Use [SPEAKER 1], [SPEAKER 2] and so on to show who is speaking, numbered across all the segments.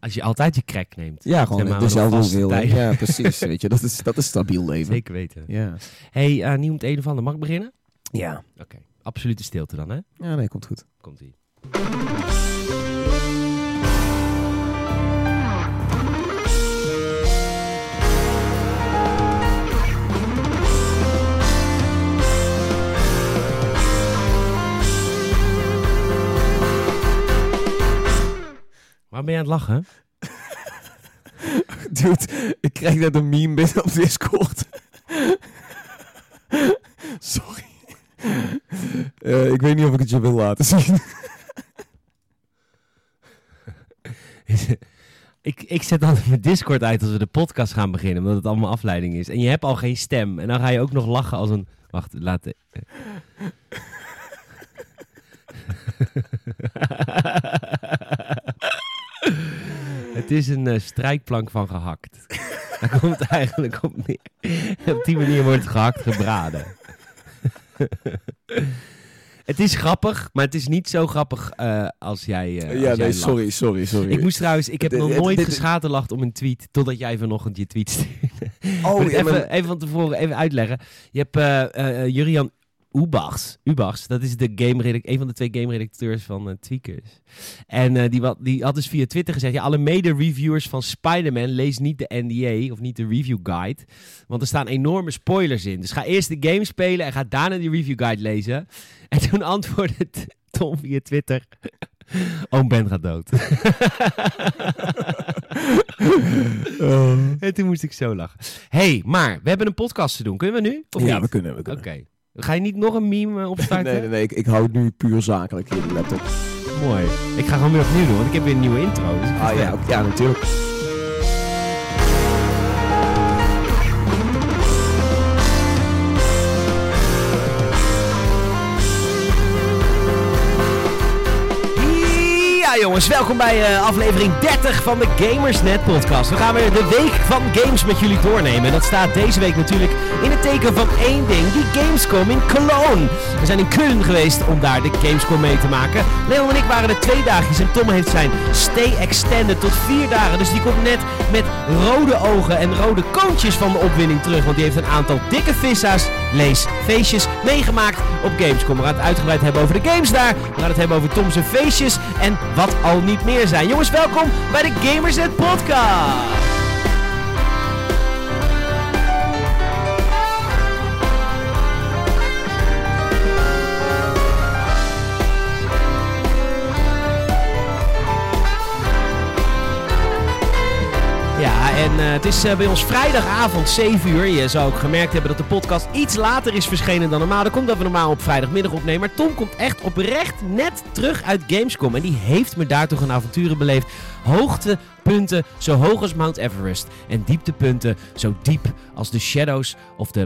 [SPEAKER 1] Als je altijd je crack neemt.
[SPEAKER 2] Ja, gewoon
[SPEAKER 1] Zeg maar,
[SPEAKER 2] dezelfde
[SPEAKER 1] een vaste
[SPEAKER 2] hoeveelheid.
[SPEAKER 1] tijd.
[SPEAKER 2] Ja, precies. Weet je, dat is stabiel leven.
[SPEAKER 1] Zeker weten.
[SPEAKER 2] Ja.
[SPEAKER 1] Hey, nieuw het een of ander. Mag ik beginnen?
[SPEAKER 2] Ja.
[SPEAKER 1] Oké. Absolute stilte dan, hè?
[SPEAKER 2] Ja, nee, komt goed.
[SPEAKER 1] Komt-ie. Waar ben je aan het lachen?
[SPEAKER 2] Dude, ik krijg net een meme binnen op Discord. Sorry. Ik weet niet of ik het je wil laten zien.
[SPEAKER 1] Ik zet altijd mijn Discord uit als we de podcast gaan beginnen, omdat het allemaal afleiding is. En je hebt al geen stem. En dan ga je ook nog lachen als een... Wacht, laat... Het is een strijkplank van gehakt. Daar komt het eigenlijk op neer. Op die manier wordt het gehakt gebraden. Het is grappig, maar het is niet zo grappig als jij
[SPEAKER 2] sorry.
[SPEAKER 1] Ik moest trouwens, ik heb nog nooit geschaterlacht om een tweet, totdat jij vanochtend je tweet stuurde.
[SPEAKER 2] Oh,
[SPEAKER 1] Even van tevoren even uitleggen. Je hebt Jurian Ubachs, dat is een van de 2 game-redacteurs van Tweakers. En die had dus via Twitter gezegd, alle mede-reviewers van Spider-Man, lees niet de NDA of niet de review guide, want er staan enorme spoilers in. Dus ga eerst de game spelen en ga daarna die review guide lezen. En toen antwoordde Tom via Twitter, Oom Ben gaat dood. En toen moest ik zo lachen. Hey, maar we hebben een podcast te doen. Kunnen we nu? Of
[SPEAKER 2] ja,
[SPEAKER 1] niet?
[SPEAKER 2] we kunnen.
[SPEAKER 1] Oké. Ga je niet nog een meme opstarten?
[SPEAKER 2] Nee. Ik hou het nu puur zakelijk hier, de laptop.
[SPEAKER 1] Mooi. Ik ga gewoon weer opnieuw doen, want ik heb weer een nieuwe intro. Dus
[SPEAKER 2] ja, natuurlijk.
[SPEAKER 1] Ja jongens, welkom bij aflevering 30 van de Gamersnet podcast. We gaan weer de week van games met jullie doornemen. En dat staat deze week natuurlijk in het teken van één ding, die Gamescom in Cologne. We zijn in Köln geweest om daar de Gamescom mee te maken. Leon en ik waren er 2 dagjes en Tom heeft zijn stay extended tot 4 dagen. Dus die komt net met rode ogen en rode koontjes van de opwinding terug. Want die heeft een aantal dikke vissa's, feestjes meegemaakt op Gamescom. We gaan het uitgebreid hebben over de games daar. We gaan het hebben over Tom's feestjes en wat al niet meer zijn. Jongens, welkom bij de Gamersnet podcast. Ja, en het is bij ons vrijdagavond 7 uur. Je zou ook gemerkt hebben dat de podcast iets later is verschenen dan normaal. Dat komt dat we normaal op vrijdagmiddag opnemen. Maar Tom komt echt oprecht net terug uit Gamescom. En die heeft me daar toch een avonturen beleefd. Hoogtepunten zo hoog als Mount Everest. En dieptepunten zo diep als de Shadows of de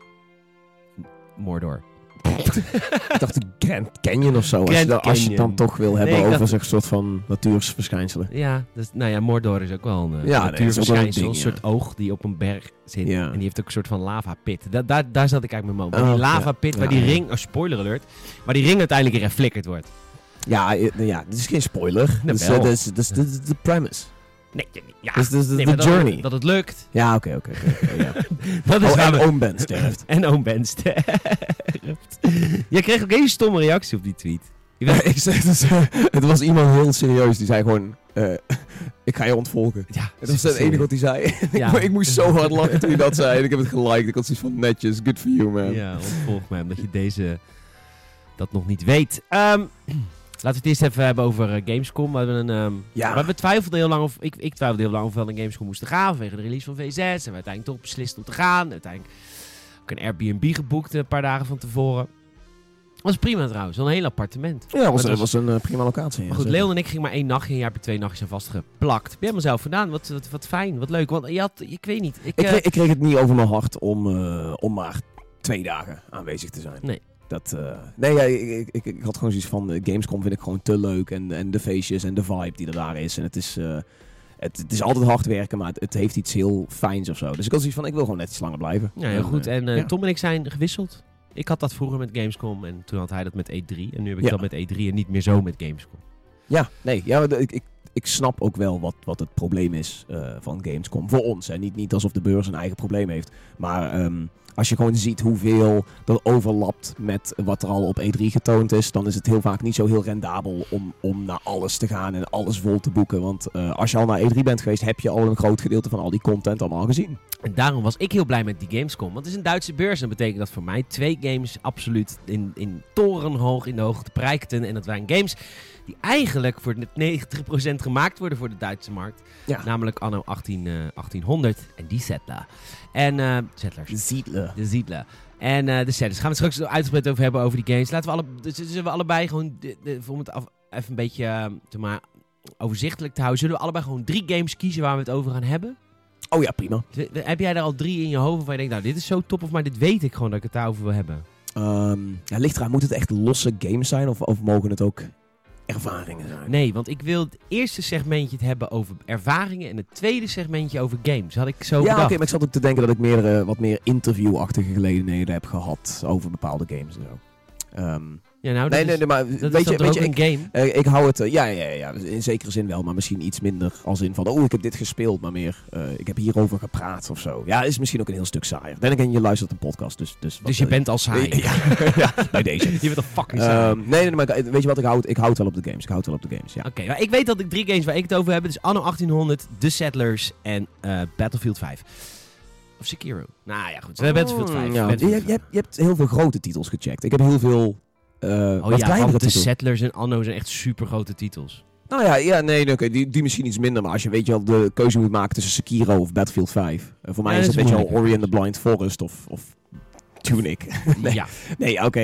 [SPEAKER 1] Mordor.
[SPEAKER 2] Ik dacht de Grand Canyon of zo. Als je het dan toch wil hebben over zo'n soort van natuursverschijnselen.
[SPEAKER 1] Ja, dus, Mordor is ook wel een natuurverschijnsel. Een soort oog die op een berg zit. Ja. En die heeft ook een soort van lavapit. Daar zat ik eigenlijk mijn moment. Die lavapit waar die ring, spoiler alert, waar die ring uiteindelijk in geflikkerd wordt.
[SPEAKER 2] Ja, dit is geen spoiler. Dat is de premise.
[SPEAKER 1] Nee, ja.
[SPEAKER 2] De journey.
[SPEAKER 1] Dat het lukt.
[SPEAKER 2] Ja, oké. Ja.
[SPEAKER 1] Dat is
[SPEAKER 2] en Oom Ben sterft.
[SPEAKER 1] En Oom Ben sterft. Jij kreeg ook een hele stomme reactie op die tweet.
[SPEAKER 2] Het was iemand heel serieus. Die zei gewoon, ik ga je ontvolgen.
[SPEAKER 1] Ja,
[SPEAKER 2] dat was het enige wat hij zei. Ja. Ik moest zo hard lachen toen hij dat zei. En ik heb het geliked. Ik had zoiets van netjes. Good for you, man.
[SPEAKER 1] Ja, ontvolg mij. Omdat je dat nog niet weet. Laten we het eerst even hebben over Gamescom. We twijfelden heel lang of ik twijfelde heel lang of we wel naar Gamescom moesten gaan vanwege de release van V6. En we hebben uiteindelijk toch beslist om te gaan. Uiteindelijk ook een Airbnb geboekt een paar dagen van tevoren. Was prima trouwens, wel een heel appartement.
[SPEAKER 2] Ja, was een prima locatie.
[SPEAKER 1] Maar goed, Leon en ik gingen maar 1 nachtje en jij hebt er 2 nachtjes aan vastgeplakt. Ben je mezelf vandaan? Wat fijn, wat leuk. Want ik weet niet.
[SPEAKER 2] Ik kreeg het niet over mijn hart om maar 2 dagen aanwezig te zijn.
[SPEAKER 1] Nee.
[SPEAKER 2] Ik had gewoon zoiets van Gamescom vind ik gewoon te leuk en de feestjes en de vibe die er daar is. En het is altijd hard werken, maar het heeft iets heel fijns of zo. Dus ik had zoiets van, ik wil gewoon net iets langer blijven. Ja,
[SPEAKER 1] heel goed. En Tom en ik zijn gewisseld. Ik had dat vroeger met Gamescom en toen had hij dat met E3. En nu heb ik dat met E3 en niet meer zo met Gamescom.
[SPEAKER 2] Ja, nee. Ja, ik snap ook wel wat het probleem is van Gamescom. Voor ons. En niet alsof de beurs een eigen probleem heeft. Maar als je gewoon ziet hoeveel er overlapt met wat er al op E3 getoond is, dan is het heel vaak niet zo heel rendabel om naar alles te gaan en alles vol te boeken. Want als je al naar E3 bent geweest, heb je al een groot gedeelte van al die content allemaal gezien.
[SPEAKER 1] En daarom was ik heel blij met die Gamescom. Want het is een Duitse beurs en dat betekent dat voor mij 2 games absoluut in torenhoog in de hoogte prijkten. En dat waren games die eigenlijk voor 90% gemaakt worden voor de Duitse markt. Ja. Namelijk anno 1800 en die Settlers. En de Siedler. En de Settlers. Gaan we het straks uitgebreid over hebben over die games. Zullen we allebei gewoon, om het even een beetje overzichtelijk te houden, zullen we allebei gewoon 3 games kiezen waar we het over gaan hebben?
[SPEAKER 2] Oh ja, prima.
[SPEAKER 1] Heb jij er al 3 in je hoofd waarvan je denkt, nou dit is zo top, of maar dit weet ik gewoon dat ik het daarover wil hebben?
[SPEAKER 2] Ligt eraan, moet het echt losse games zijn of mogen het ook ervaringen zijn?
[SPEAKER 1] Nee, want ik wil het eerste segmentje het hebben over ervaringen en het tweede segmentje over games. Had ik zo bedacht.
[SPEAKER 2] Ja, oké, maar ik zat ook te denken dat ik wat meer interviewachtige gelegenheden heb gehad over bepaalde games en zo.
[SPEAKER 1] Ja, nou,
[SPEAKER 2] maar weet je,
[SPEAKER 1] een game.
[SPEAKER 2] Ik hou het, ja, in zekere zin wel, maar misschien iets minder als in van, ik heb dit gespeeld, maar meer, ik heb hierover gepraat of zo. Ja, is misschien ook een heel stuk saaier. Dan je luistert een podcast, dus
[SPEAKER 1] je bent al saai.
[SPEAKER 2] Ja, bij deze.
[SPEAKER 1] Je bent al fucking saai.
[SPEAKER 2] Nee, maar weet je wat, ik houd wel op de games. Ja.
[SPEAKER 1] Oké, maar ik weet dat ik 3 games waar ik het over heb, dus anno 1800, The Settlers en Battlefield 5. Of Sekiro. Nou ja, goed. Battlefield 5.
[SPEAKER 2] Ja, je hebt heel veel grote titels gecheckt. Ik heb heel veel
[SPEAKER 1] The Settlers en Anno zijn echt super grote titels.
[SPEAKER 2] Nou ja, nee, die misschien iets minder. Maar als je weet je wel de keuze moet maken tussen Sekiro of Battlefield 5. Voor mij is het weet je wel Ori and the Blind Forest of Tunic. Nee, oké.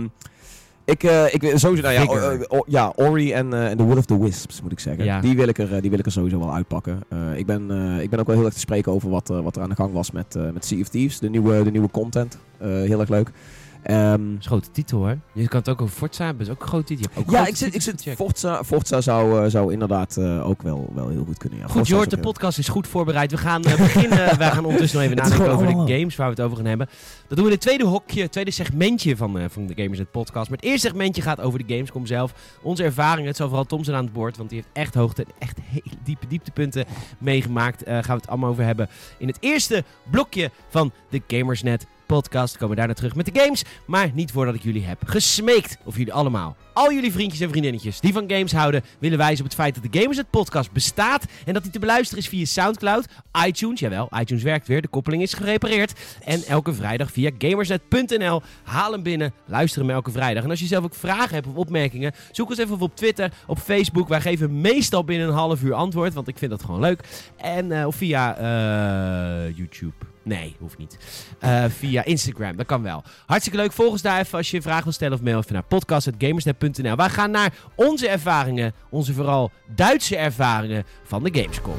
[SPEAKER 2] Ik sowieso, Ori en The Will of the Wisps, moet ik zeggen. Ja. Die wil ik er sowieso wel uitpakken. Ik ben ook wel heel erg te spreken over wat er aan de gang was met Sea of Thieves. De nieuwe content. Heel erg leuk.
[SPEAKER 1] Dat is een grote titel hoor. Je kan het ook over Forza hebben, dat is ook een grote titel.
[SPEAKER 2] Ik zit Forza zou inderdaad ook wel heel goed kunnen. Ja.
[SPEAKER 1] Goed, je hoort, de podcast is goed voorbereid. We gaan beginnen. Wij gaan ondertussen nog even nadenken over de games waar we het over gaan hebben. Dat doen we in het tweede segmentje van de Gamersnet podcast. Maar het eerste segmentje gaat over de Gamescom zelf. Onze ervaringen, het zal vooral Tom zijn aan het boord, want die heeft echt hoogte en echt hele diepe dieptepunten meegemaakt. Gaan we het allemaal over hebben in het eerste blokje van de Gamersnet podcast. Komen we daarna terug met de games. Maar niet voordat ik jullie heb gesmeekt. Of jullie allemaal, al jullie vriendjes en vriendinnetjes die van games houden, willen wijzen op het feit dat de Gamersnet podcast bestaat. En dat die te beluisteren is via Soundcloud, iTunes. Jawel, iTunes werkt weer. De koppeling is gerepareerd. En elke vrijdag via gamersnet.nl. Haal hem binnen. Luister hem elke vrijdag. En als je zelf ook vragen hebt of opmerkingen, zoek ons even op Twitter, op Facebook. Wij geven meestal binnen een half uur antwoord. Want ik vind dat gewoon leuk. En of via YouTube. Nee, hoeft niet. Via Instagram, dat kan wel. Hartstikke leuk. Volg ons daar even als je een vraag wil stellen of mail even naar podcast@gamersnet.nl. Wij gaan naar onze ervaringen, onze vooral Duitse ervaringen van de Gamescom.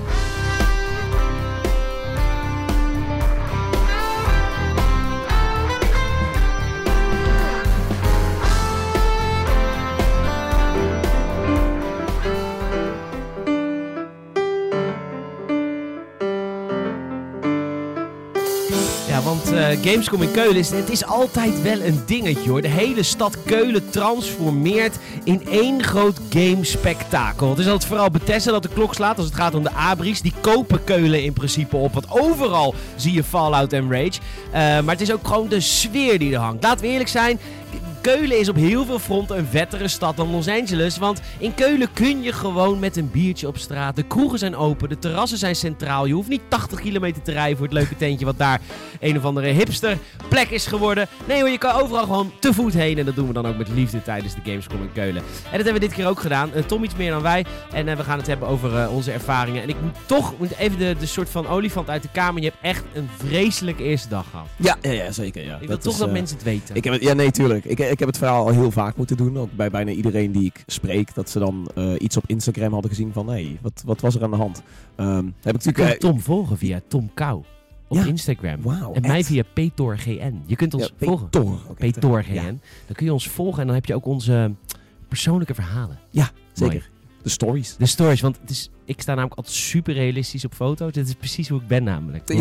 [SPEAKER 1] Want Gamescom in Keulen het is altijd wel een dingetje hoor. De hele stad Keulen transformeert in één groot game-spektakel. Het is altijd vooral Bethesda dat de klok slaat als het gaat om de abris. Die kopen Keulen in principe op. Want overal zie je Fallout en Rage. Maar het is ook gewoon de sfeer die er hangt. Laten we eerlijk zijn. Keulen is op heel veel fronten een vettere stad dan Los Angeles. Want in Keulen kun je gewoon met een biertje op straat. De kroegen zijn open, de terrassen zijn centraal. Je hoeft niet 80 kilometer te rijden voor het leuke tentje wat daar een of andere hipster plek is geworden. Nee hoor, je kan overal gewoon te voet heen. En dat doen we dan ook met liefde tijdens de Gamescom in Keulen. En dat hebben we dit keer ook gedaan. Tom iets meer dan wij. En we gaan het hebben over onze ervaringen. En ik moet even de soort van olifant uit de kamer. Je hebt echt een vreselijke eerste dag gehad.
[SPEAKER 2] Ja, zeker. Ja.
[SPEAKER 1] Ik wil toch dat mensen het weten.
[SPEAKER 2] Nee, tuurlijk. Ik heb het verhaal al heel vaak moeten doen. Ook bij bijna iedereen die ik spreek. Dat ze dan iets op Instagram hadden gezien van... Hé, wat was er aan de hand?
[SPEAKER 1] Heb ik natuurlijk Tom volgen via Tom Kou. Op Instagram.
[SPEAKER 2] Wow,
[SPEAKER 1] en mij via PetorGN. Je kunt ons volgen. PetorGN. Dan kun je ons volgen en dan heb je ook onze persoonlijke verhalen.
[SPEAKER 2] Ja, zeker. De stories.
[SPEAKER 1] De stories, want ik sta namelijk altijd super realistisch op foto's. Dit is precies hoe ik ben namelijk.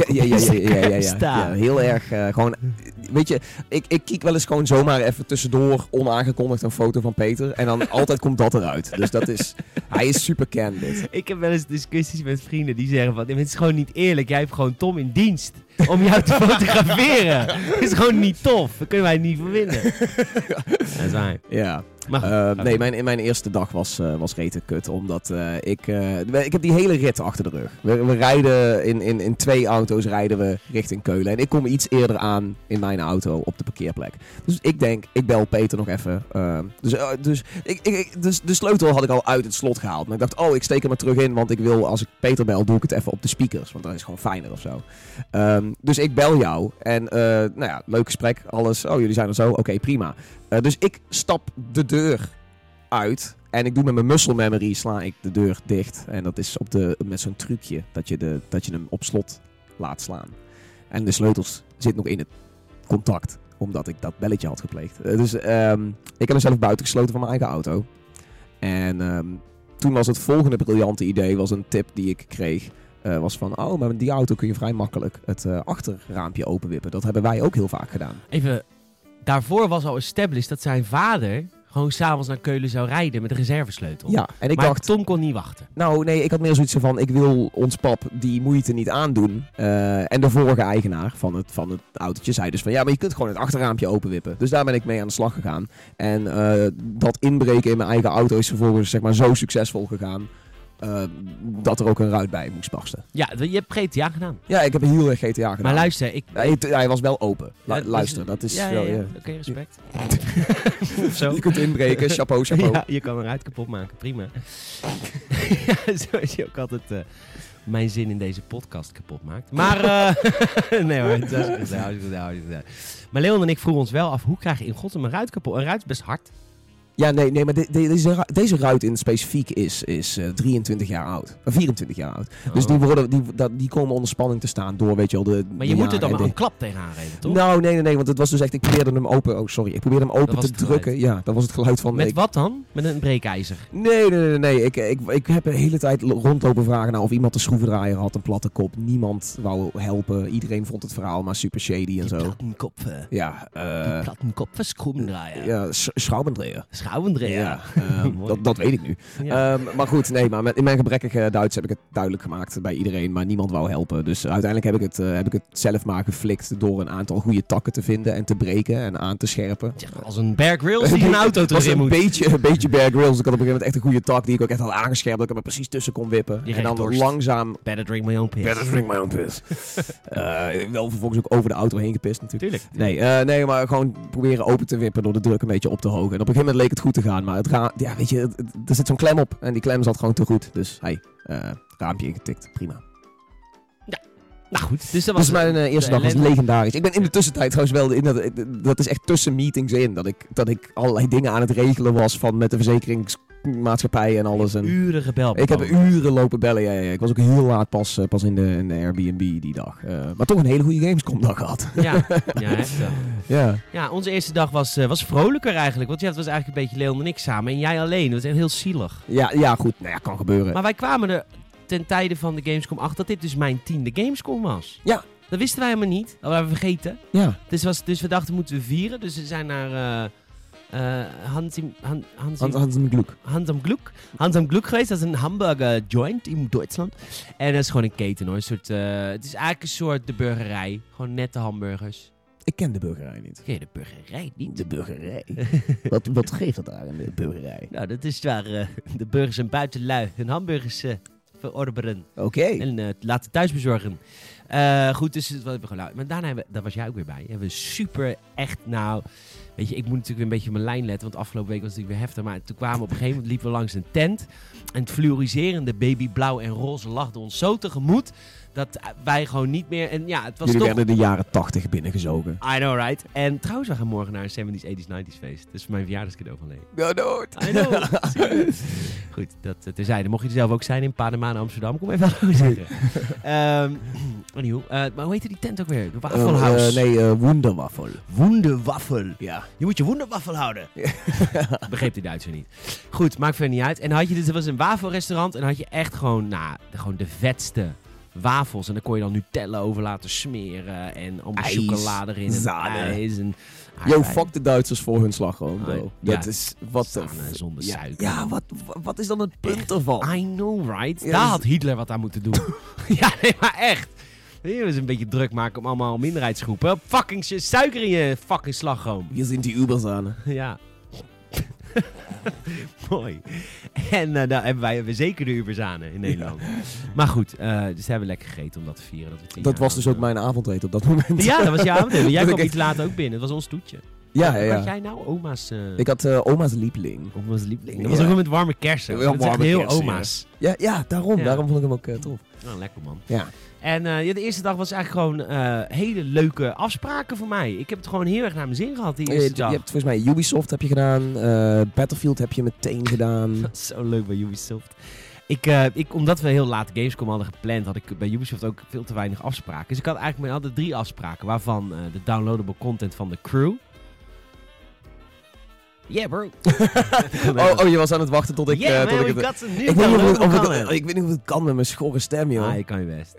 [SPEAKER 2] Ja, heel erg gewoon... Weet je, ik kijk wel eens gewoon zomaar even tussendoor onaangekondigd een foto van Peter. En dan altijd komt dat eruit. Dus dat is... Hij is super candid.
[SPEAKER 1] Ik heb wel eens discussies met vrienden die zeggen van... Het is gewoon niet eerlijk. Jij hebt gewoon Tom in dienst om jou te fotograferen. Het is gewoon niet tof. Daar kunnen wij niet voor winnen. Dat is waar.
[SPEAKER 2] Ja.
[SPEAKER 1] Maar
[SPEAKER 2] nee, mijn eerste dag was rete kut. Omdat ik heb die hele rit achter de rug. We rijden in 2 auto's rijden we richting Keulen. En ik kom iets eerder aan in mijn auto op de parkeerplek. Dus ik denk, ik bel Peter nog even. Dus de sleutel had ik al uit het slot gehaald. Maar ik dacht, ik steek hem maar terug in. Want ik wil, als ik Peter bel, doe ik het even op de speakers. Want dat is gewoon fijner of zo. Dus ik bel jou. En leuk gesprek. Alles. Oh, jullie zijn er zo. Oké, prima. Dus ik stap de deur uit en ik doe met mijn muscle memory, sla ik de deur dicht. En dat is met zo'n trucje dat je hem op slot laat slaan. En de sleutels zitten nog in het contact, omdat ik dat belletje had gepleegd. Dus ik heb hem zelf buiten gesloten van mijn eigen auto. En toen was het volgende briljante idee, was een tip die ik kreeg. Was van, maar met die auto kun je vrij makkelijk het achterraampje openwippen. Dat hebben wij ook heel vaak gedaan.
[SPEAKER 1] Even... Daarvoor was al established dat zijn vader gewoon s'avonds naar Keulen zou rijden met een reservesleutel.
[SPEAKER 2] Ja, en ik
[SPEAKER 1] maar
[SPEAKER 2] dacht...
[SPEAKER 1] Tom kon niet wachten.
[SPEAKER 2] Nou, nee, ik had meer zoiets van, ik wil ons pap die moeite niet aandoen. En de vorige eigenaar van het autootje zei dus van, ja, maar je kunt gewoon het achterraampje openwippen. Dus daar ben ik mee aan de slag gegaan. En dat inbreken in mijn eigen auto is vervolgens zeg maar zo succesvol gegaan. Dat er ook een ruit bij moest barsten.
[SPEAKER 1] Ja, je hebt GTA gedaan.
[SPEAKER 2] Ja, ik heb heel erg GTA gedaan.
[SPEAKER 1] Maar luister,
[SPEAKER 2] hij was wel open.
[SPEAKER 1] Luister,
[SPEAKER 2] dat is...
[SPEAKER 1] Ja. Oké, respect. Zo.
[SPEAKER 2] Je kunt inbreken, chapeau.
[SPEAKER 1] Ja, je kan eruit kapot maken, prima. Ja, zoals je ook altijd mijn zin in deze podcast kapot maakt. Maar, nee hoor, dat is goed. Maar Leon en ik vroegen ons wel af, hoe krijg je in godsnaam een ruit kapot? Een ruit is best hard.
[SPEAKER 2] Ja, nee, maar deze ruit in specifiek is 23 jaar oud. 24 jaar oud.
[SPEAKER 1] Oh.
[SPEAKER 2] Dus die komen onder spanning te staan door, weet je wel,
[SPEAKER 1] Maar je moet er dan maar een klap tegenaan reden, toch?
[SPEAKER 2] Nou, nee, want het was dus echt, ik probeerde hem open... Oh, sorry. Ik probeerde hem open te drukken. Ja, dat was het geluid van...
[SPEAKER 1] Met wat dan? Met een breekijzer?
[SPEAKER 2] Nee. Ik heb de hele tijd rondlopen vragen of iemand een schroevendraaier had, een platte kop. Niemand wou helpen. Iedereen vond het verhaal maar super shady en zo.
[SPEAKER 1] Plattenkopfen.
[SPEAKER 2] Ja.
[SPEAKER 1] Plattenkopfen, schroevendraaier.
[SPEAKER 2] Ja, schraubendreher.
[SPEAKER 1] Ja,
[SPEAKER 2] dat weet ik nu. Ja. Maar goed, in mijn gebrekkige Duits heb ik het duidelijk gemaakt bij iedereen, maar niemand wou helpen. Dus uiteindelijk heb ik het zelf maar geflikt door een aantal goede takken te vinden en te breken en aan te scherpen.
[SPEAKER 1] Ja, als een Bear Grylls die een auto erin moet.
[SPEAKER 2] Een beetje Bear Grylls. Ik had op een gegeven moment echt een goede tak die ik ook echt had aangescherpt, dat ik er precies tussen kon wippen. En dan langzaam...
[SPEAKER 1] Better drink my own piss.
[SPEAKER 2] Wel vervolgens ook over de auto heen gepist natuurlijk.
[SPEAKER 1] Tuurlijk.
[SPEAKER 2] Nee, maar gewoon proberen open te wippen door de druk een beetje op te hogen. En op een gegeven moment leek het goed te gaan. Maar weet je, er zit zo'n klem op. En die klem zat gewoon te goed. Dus, raampje ingetikt. Prima.
[SPEAKER 1] Ja, nou goed. Dus
[SPEAKER 2] mijn eerste dag was legendarisch. Ik ben in de tussentijd trouwens wel... Dat is echt tussen meetings in. Dat ik allerlei dingen aan het regelen was met de verzekeringsmaatschappij en alles. En
[SPEAKER 1] uren gebeld.
[SPEAKER 2] Ik heb uren lopen bellen. Ja. Ik was ook heel laat pas in de Airbnb die dag. Maar toch een hele goede Gamescom dag gehad.
[SPEAKER 1] Ja, echt wel.
[SPEAKER 2] Ja.
[SPEAKER 1] Ja, onze eerste dag was vrolijker eigenlijk. Want het was eigenlijk een beetje Leon en ik samen. En jij alleen. Dat was echt heel zielig.
[SPEAKER 2] Ja, goed. Nou ja, kan gebeuren.
[SPEAKER 1] Maar wij kwamen er ten tijde van de Gamescom achter dat dit dus mijn 10e Gamescom was.
[SPEAKER 2] Ja.
[SPEAKER 1] Dat wisten wij helemaal niet. Dat waren we vergeten.
[SPEAKER 2] Ja.
[SPEAKER 1] Dus we dachten, moeten we vieren. Dus we zijn naar Hans am Glück geweest. Dat is een hamburger joint in Duitsland. En dat is gewoon een keten hoor. Het is eigenlijk een soort de burgerij. Gewoon nette hamburgers.
[SPEAKER 2] Ik ken de burgerij niet.
[SPEAKER 1] Ken je de burgerij niet?
[SPEAKER 2] De burgerij? wat geeft dat daar in de burgerij?
[SPEAKER 1] Nou, dat is waar de burgers en buitenlui hun hamburgers verorberen.
[SPEAKER 2] Oké.
[SPEAKER 1] En laten thuis bezorgen. Goed, dus wat hebben we geluid. Maar daarna daar was jij ook weer bij. Hebben we super echt, weet je, ik moet natuurlijk weer een beetje op mijn lijn letten, want afgelopen week was het natuurlijk weer heftig. Maar toen kwamen we op een gegeven moment, liepen we langs een tent. En het fluoriserende babyblauw en roze lachte ons zo tegemoet, dat wij gewoon niet meer... En ja, het was
[SPEAKER 2] Jullie
[SPEAKER 1] toch...
[SPEAKER 2] werden de jaren 80 binnengezogen.
[SPEAKER 1] I know, right? En trouwens, we gaan morgen naar een 70s, 80s, 90s feest. Dat is mijn verjaardagscadeau van Lee.
[SPEAKER 2] Ja, nooit.
[SPEAKER 1] I know. Goed, dat terzijde. Mocht je er zelf ook zijn in Panemana, Amsterdam, kom even aan zeggen. Nieuw. Maar hoe heette die tent ook weer? De Waffelhouse.
[SPEAKER 2] Wonderwaffel.
[SPEAKER 1] Wonderwaffel.
[SPEAKER 2] Ja.
[SPEAKER 1] Je moet je wonderwaffel houden. Begreep die Duitser niet. Goed, maakt verder niet uit. En dan had je dit was een wafelrestaurant en dan had je echt gewoon de vetste wafels. En daar kon je dan Nutella over laten smeren. En allemaal
[SPEAKER 2] IJs,
[SPEAKER 1] chocolade erin. En
[SPEAKER 2] zade.
[SPEAKER 1] ijs. En
[SPEAKER 2] Yo, fuck de Duitsers voor hun slagroom, bro.
[SPEAKER 1] Ja,
[SPEAKER 2] Dat is... Wat
[SPEAKER 1] zonder suiker.
[SPEAKER 2] Ja, wat is dan het punt ervan?
[SPEAKER 1] I know, right?
[SPEAKER 2] Ja,
[SPEAKER 1] Daar
[SPEAKER 2] dus-
[SPEAKER 1] had Hitler wat aan moeten doen. Ja, nee, maar echt. Je was een beetje druk maken om allemaal minderheidsgroepen. Fucking suiker in je fucking slagroom.
[SPEAKER 2] Wir sind die Übersahne.
[SPEAKER 1] Ja. Mooi. En daar hebben we zeker de Uberzanen in Nederland. Maar goed, dus hebben we lekker gegeten om dat te vieren.
[SPEAKER 2] Dat was dus ook mijn avondeten op dat moment.
[SPEAKER 1] Ja, dat was jouw avondeten. Jij
[SPEAKER 2] Dat
[SPEAKER 1] kwam
[SPEAKER 2] ik
[SPEAKER 1] iets later ook binnen. Het was ons toetje.
[SPEAKER 2] Ja,
[SPEAKER 1] Wat
[SPEAKER 2] ja.
[SPEAKER 1] had jij nou? Oma's...
[SPEAKER 2] Ik had oma's liebling.
[SPEAKER 1] Oma's liebling. Dat
[SPEAKER 2] Ja.
[SPEAKER 1] was ook wel met warme kersen.
[SPEAKER 2] Ja,
[SPEAKER 1] Dat is echt
[SPEAKER 2] warme
[SPEAKER 1] heel
[SPEAKER 2] kersen,
[SPEAKER 1] oma's.
[SPEAKER 2] Ja, daarom.
[SPEAKER 1] Ja.
[SPEAKER 2] Daarom vond ik hem ook tof.
[SPEAKER 1] Nou, lekker man.
[SPEAKER 2] Ja.
[SPEAKER 1] En de eerste dag was eigenlijk gewoon hele leuke afspraken voor mij. Ik heb het gewoon heel erg naar mijn zin gehad die eerste
[SPEAKER 2] Je
[SPEAKER 1] dag.
[SPEAKER 2] hebt volgens mij Ubisoft heb je gedaan. Battlefield heb je meteen gedaan.
[SPEAKER 1] Dat is zo leuk bij Ubisoft. Omdat we heel laat Gamescom hadden gepland, had ik bij Ubisoft ook veel te weinig afspraken. Dus ik had eigenlijk maar 3 afspraken, waarvan de downloadable content van de crew. Yeah, bro.
[SPEAKER 2] Je was aan het wachten tot ik...
[SPEAKER 1] Yeah,
[SPEAKER 2] tot
[SPEAKER 1] man,
[SPEAKER 2] ik
[SPEAKER 1] we
[SPEAKER 2] het...
[SPEAKER 1] got some new
[SPEAKER 2] Ik weet, niet
[SPEAKER 1] downloadable
[SPEAKER 2] of
[SPEAKER 1] content.
[SPEAKER 2] ik weet niet of het kan met mijn schorre stem, joh.
[SPEAKER 1] Ah, je kan je best.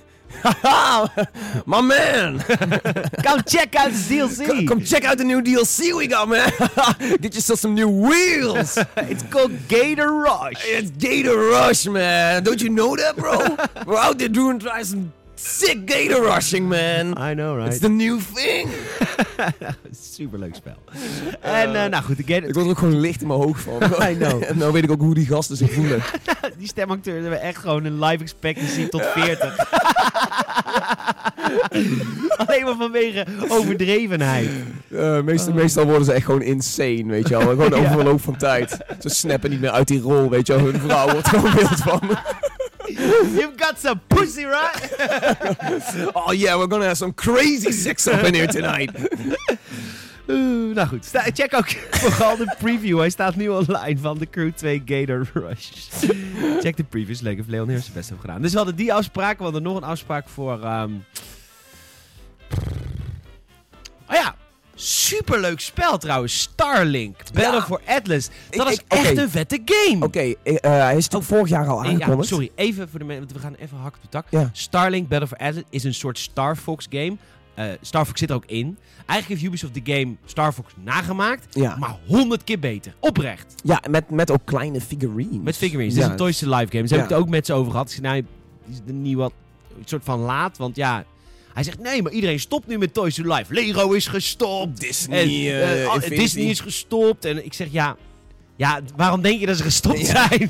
[SPEAKER 2] My man!
[SPEAKER 1] Come check out the DLC!
[SPEAKER 2] Come check out the new DLC we got, man! Get yourself some new wheels!
[SPEAKER 1] It's called Gator Rush!
[SPEAKER 2] It's Gator Rush, man! Don't you know that, bro? We're out there doing some sick Gator rushing, man!
[SPEAKER 1] I know, right?
[SPEAKER 2] It's the new thing!
[SPEAKER 1] Superleuk spel. En nou goed, de Gator...
[SPEAKER 2] Ik word er ook gewoon licht in mijn hoofd van.
[SPEAKER 1] I know.
[SPEAKER 2] En nou weet ik ook hoe die gasten zich voelen.
[SPEAKER 1] Die stemacteurs hebben echt gewoon een life expectancy tot 40. Alleen maar vanwege overdrevenheid.
[SPEAKER 2] Meestal worden ze echt gewoon insane, weet je wel. Gewoon over verloop van tijd. Ze snappen niet meer uit die rol, weet je wel. Hun vrouw wordt gewoon wild van.
[SPEAKER 1] You've got some pussy, right?
[SPEAKER 2] Oh yeah, we're gonna have some crazy sex up in here tonight.
[SPEAKER 1] Nou goed, check ook vooral de preview. Hij staat nu online van de Crew 2 Gator Rush. Check de preview, is leuk. Heeft Leon heel zijn best hebben gedaan. Dus we hadden die afspraak. We hadden nog een afspraak voor... Oh ja, superleuk spel trouwens. Starlink, Battle for Atlas. Dat is echt een vette game.
[SPEAKER 2] Oké, hij is toch vorig jaar al aangekondigd?
[SPEAKER 1] Ja, sorry, even voor de mensen, want we gaan even hak op de tak.
[SPEAKER 2] Ja.
[SPEAKER 1] Starlink Battle for Atlas is een soort Star Fox game. Star Fox zit er ook in. Eigenlijk heeft Ubisoft de game Star Fox nagemaakt,
[SPEAKER 2] Ja.
[SPEAKER 1] maar 100 keer beter. Oprecht.
[SPEAKER 2] Ja, met ook kleine figurines.
[SPEAKER 1] Met figurines. Dit is een Toy Story Live game. Ze hebben het ook met ze over gehad. Ik zei, nou, die is niet wat een soort van laat, want ja... Hij zegt, nee, maar iedereen stopt nu met Toy Story Live. Lego is gestopt.
[SPEAKER 2] Disney,
[SPEAKER 1] En, Disney is gestopt. En ik zeg, ja, waarom denk je dat ze gestopt zijn?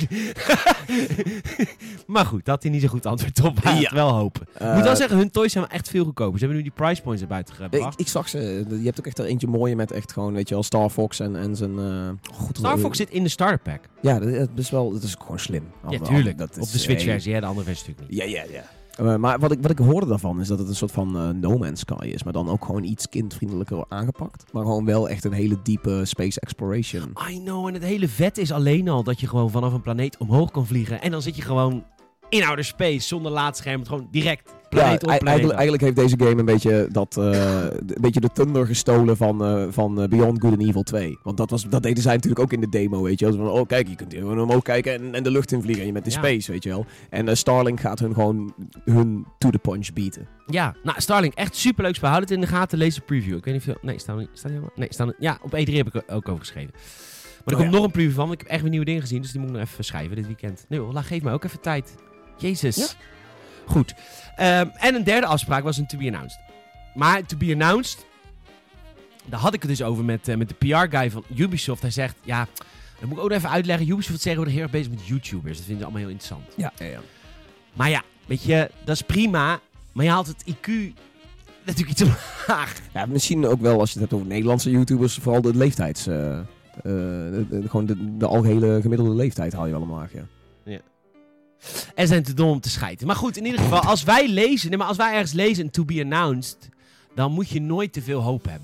[SPEAKER 1] Maar goed, dat had hij niet zo goed antwoord op. Hij had wel hopen. Ik moet wel zeggen, hun toys zijn wel echt veel goedkoper. Ze hebben nu die price points erbij gebracht.
[SPEAKER 2] Ik zag ze. Je hebt ook echt er eentje mooie met echt gewoon, weet je wel, Star Fox en zijn...
[SPEAKER 1] Star Fox zit in de starter pack.
[SPEAKER 2] Ja, dat is gewoon slim.
[SPEAKER 1] Ja, tuurlijk.
[SPEAKER 2] Dat is,
[SPEAKER 1] op de Switch versie, de andere versie natuurlijk niet.
[SPEAKER 2] Ja. Maar wat ik hoorde daarvan is dat het een soort van No Man's Sky is. Maar dan ook gewoon iets kindvriendelijker aangepakt. Maar gewoon wel echt een hele diepe space exploration.
[SPEAKER 1] I know, en het hele vet is alleen al dat je gewoon vanaf een planeet omhoog kan vliegen. En dan zit je gewoon in outer space zonder laadscherm. Gewoon direct planeet op planeet.
[SPEAKER 2] Eigenlijk heeft deze game een beetje de thunder gestolen van Beyond Good and Evil 2. Want dat deden zij natuurlijk ook in de demo, weet je wel. Van, oh kijk, je kunt gewoon omhoog kijken en de lucht in vliegen en je bent in space, weet je wel. En Starlink gaat hun to the punch bieden.
[SPEAKER 1] Ja, nou Starlink, echt superleuk spel. Houd het in de gaten, lees de preview. Ik weet niet of je... Nee, staat die helemaal? Nee, ja, op E3 heb ik er ook over geschreven. Maar er komt nog een preview van, want ik heb echt weer nieuwe dingen gezien. Dus die moet ik nog even schrijven dit weekend. Nee, geef me ook even tijd. Jezus. Ja? Goed. En een derde afspraak was een to be announced. Maar to be announced, daar had ik het dus over met de PR-guy van Ubisoft. Hij zegt, ja, dat moet ik ook even uitleggen. Ubisoft zeggen we heel erg bezig met YouTubers. Dat vinden ze allemaal heel interessant.
[SPEAKER 2] Ja.
[SPEAKER 1] Maar ja, weet je, dat is prima. Maar je haalt het IQ natuurlijk iets omlaag.
[SPEAKER 2] Ja, misschien ook wel als je het hebt over Nederlandse YouTubers. Vooral de leeftijds... gewoon de algehele gemiddelde leeftijd haal je wel omlaag, ja.
[SPEAKER 1] En zijn te dom om te schijten. Maar goed, in ieder geval, als wij ergens lezen een to be announced, dan moet je nooit te veel hoop hebben.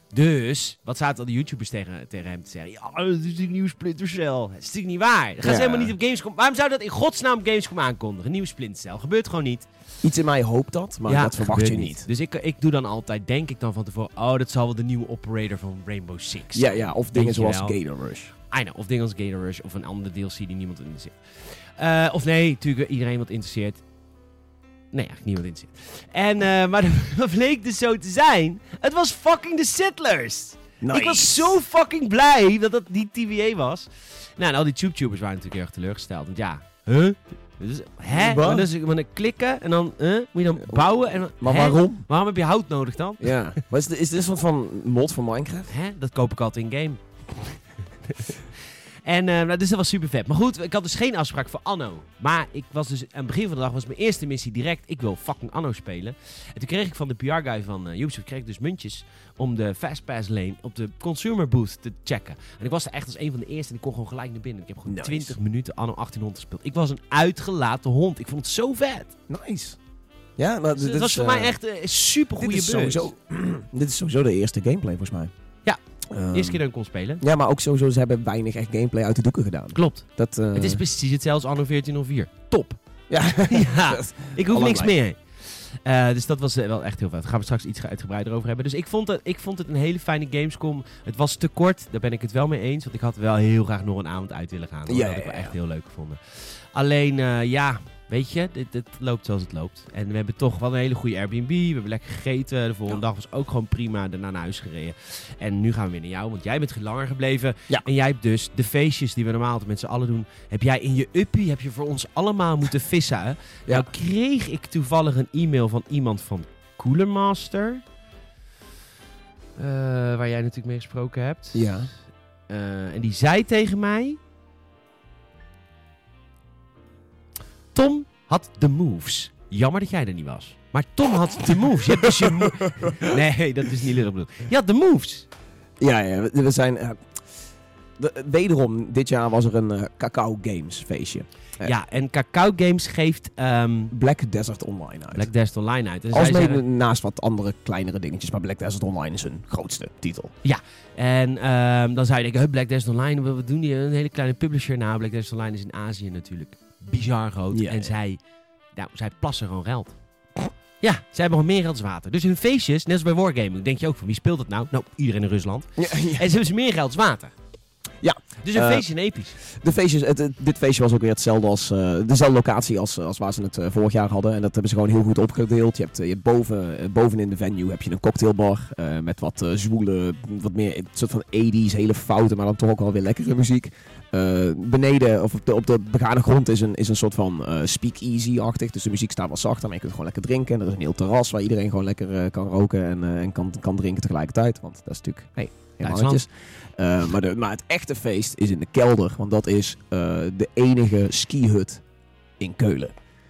[SPEAKER 1] Dus, wat zaten al die YouTubers tegen hem te zeggen? Ja, dat is natuurlijk nieuw Splinter Cell. Dat is natuurlijk niet waar. Dat gaan ze helemaal niet op Gamescom. Waarom zou dat in godsnaam op Gamescom aankondigen? Nieuw Splinter Cell. Gebeurt gewoon niet.
[SPEAKER 2] Iets in mij hoopt dat, maar dat verwacht je niet.
[SPEAKER 1] Dus ik doe dan altijd, denk ik dan van tevoren... dat zal wel de nieuwe operator van Rainbow Six.
[SPEAKER 2] Ja, of dingen zoals Gator Rush.
[SPEAKER 1] Of dingen als Gator Rush of een andere DLC die niemand interesseert. Of nee, natuurlijk iedereen wat interesseert. Nee, eigenlijk niemand interesseert. En, maar dat bleek dus zo te zijn. Het was fucking de Settlers. Nice. Ik was zo fucking blij dat dat die TVA was. Nou, en al die YouTubers waren natuurlijk heel erg teleurgesteld. Want ja, Dus, maar dan klikken en dan moet je dan bouwen. En,
[SPEAKER 2] maar waarom?
[SPEAKER 1] Waarom heb je hout nodig dan?
[SPEAKER 2] Ja. Maar is dit een soort van mod voor Minecraft?
[SPEAKER 1] Dat koop ik altijd in-game. En dus dat was super vet. Maar goed, ik had dus geen afspraak voor Anno. Maar ik was dus aan het begin van de dag was mijn eerste missie direct. Ik wil fucking Anno spelen. En toen kreeg ik van de PR-guy van Ubisoft dus muntjes om de Fastpass lane op de consumer booth te checken. En ik was er echt als een van de eerste en ik kon gewoon gelijk naar binnen. Ik heb gewoon 20 minuten Anno 1800 gespeeld. Ik was een uitgelaten hond. Ik vond het zo vet.
[SPEAKER 2] Nice. Ja, maar
[SPEAKER 1] dus het was voor mij echt een super goede beurs.
[SPEAKER 2] Dit is sowieso de eerste gameplay volgens mij.
[SPEAKER 1] Ja. De eerste keer dat ik kon spelen.
[SPEAKER 2] Ja, maar ook sowieso, ze hebben weinig echt gameplay uit de doeken gedaan.
[SPEAKER 1] Klopt. Het is precies hetzelfde als Anno 1404. Top.
[SPEAKER 2] Ja.
[SPEAKER 1] Ja. Ik hoef niks meer. Dus dat was wel echt heel vet. Daar gaan we straks iets uitgebreider over hebben. Dus ik vond het een hele fijne Gamescom. Het was te kort, daar ben ik het wel mee eens. Want ik had wel heel graag nog een avond uit willen gaan. Dat had ik wel echt heel leuk gevonden. Alleen, weet je, dit loopt zoals het loopt. En we hebben toch wel een hele goede Airbnb. We hebben lekker gegeten. De volgende dag was ook gewoon prima. Daarna naar huis gereden. En nu gaan we weer naar jou, want jij bent langer gebleven. Ja. En jij hebt dus de feestjes die we normaal altijd met z'n allen doen. Heb jij in je uppie, heb je voor ons allemaal moeten vissen. Hè? Ja. Nou kreeg ik toevallig een e-mail van iemand van Cooler Master. Waar jij natuurlijk mee gesproken hebt.
[SPEAKER 2] Ja.
[SPEAKER 1] En die zei tegen mij... Tom had de moves. Jammer dat jij er niet was. Maar Tom had de moves. Je hebt dus nee, dat is niet lullig bedoeld. Je had de moves.
[SPEAKER 2] Ja, we zijn... wederom, dit jaar was er een Cacao Games feestje.
[SPEAKER 1] Ja, en Cacao Games geeft...
[SPEAKER 2] Black Desert Online uit.
[SPEAKER 1] Black Desert Online uit. Dus
[SPEAKER 2] als naast wat andere kleinere dingetjes. Maar Black Desert Online is hun grootste titel.
[SPEAKER 1] Ja, en dan zou je denken... Black Desert Online, wat doen die? Een hele kleine publisher. Nou, Black Desert Online is in Azië natuurlijk bizar groot. Ja, en zij plassen gewoon geld. Ja, zij hebben gewoon meer geld als water. Dus hun feestjes, net als bij Wargaming, denk je ook van wie speelt dat nou? Nou, iedereen in Rusland. Ja. En ze hebben dus meer geld als water.
[SPEAKER 2] Ja.
[SPEAKER 1] Dus een feestje is episch.
[SPEAKER 2] De feestjes, dit feestje was ook weer hetzelfde als dezelfde locatie als waar ze het vorig jaar hadden. En dat hebben ze gewoon heel goed opgedeeld. Je hebt boven in de venue heb je een cocktailbar met wat zwoele, wat meer een soort van 80's, hele foute, maar dan toch ook wel weer lekkere muziek. Beneden, of op de begane grond is een soort van speakeasy-achtig. Dus de muziek staat wat zachter, maar je kunt gewoon lekker drinken. En er is een heel terras waar iedereen gewoon lekker kan roken en kan drinken tegelijkertijd. Want dat is natuurlijk... mannetjes. Maar het echte feest is in de kelder. Want dat is de enige skihut in Keulen.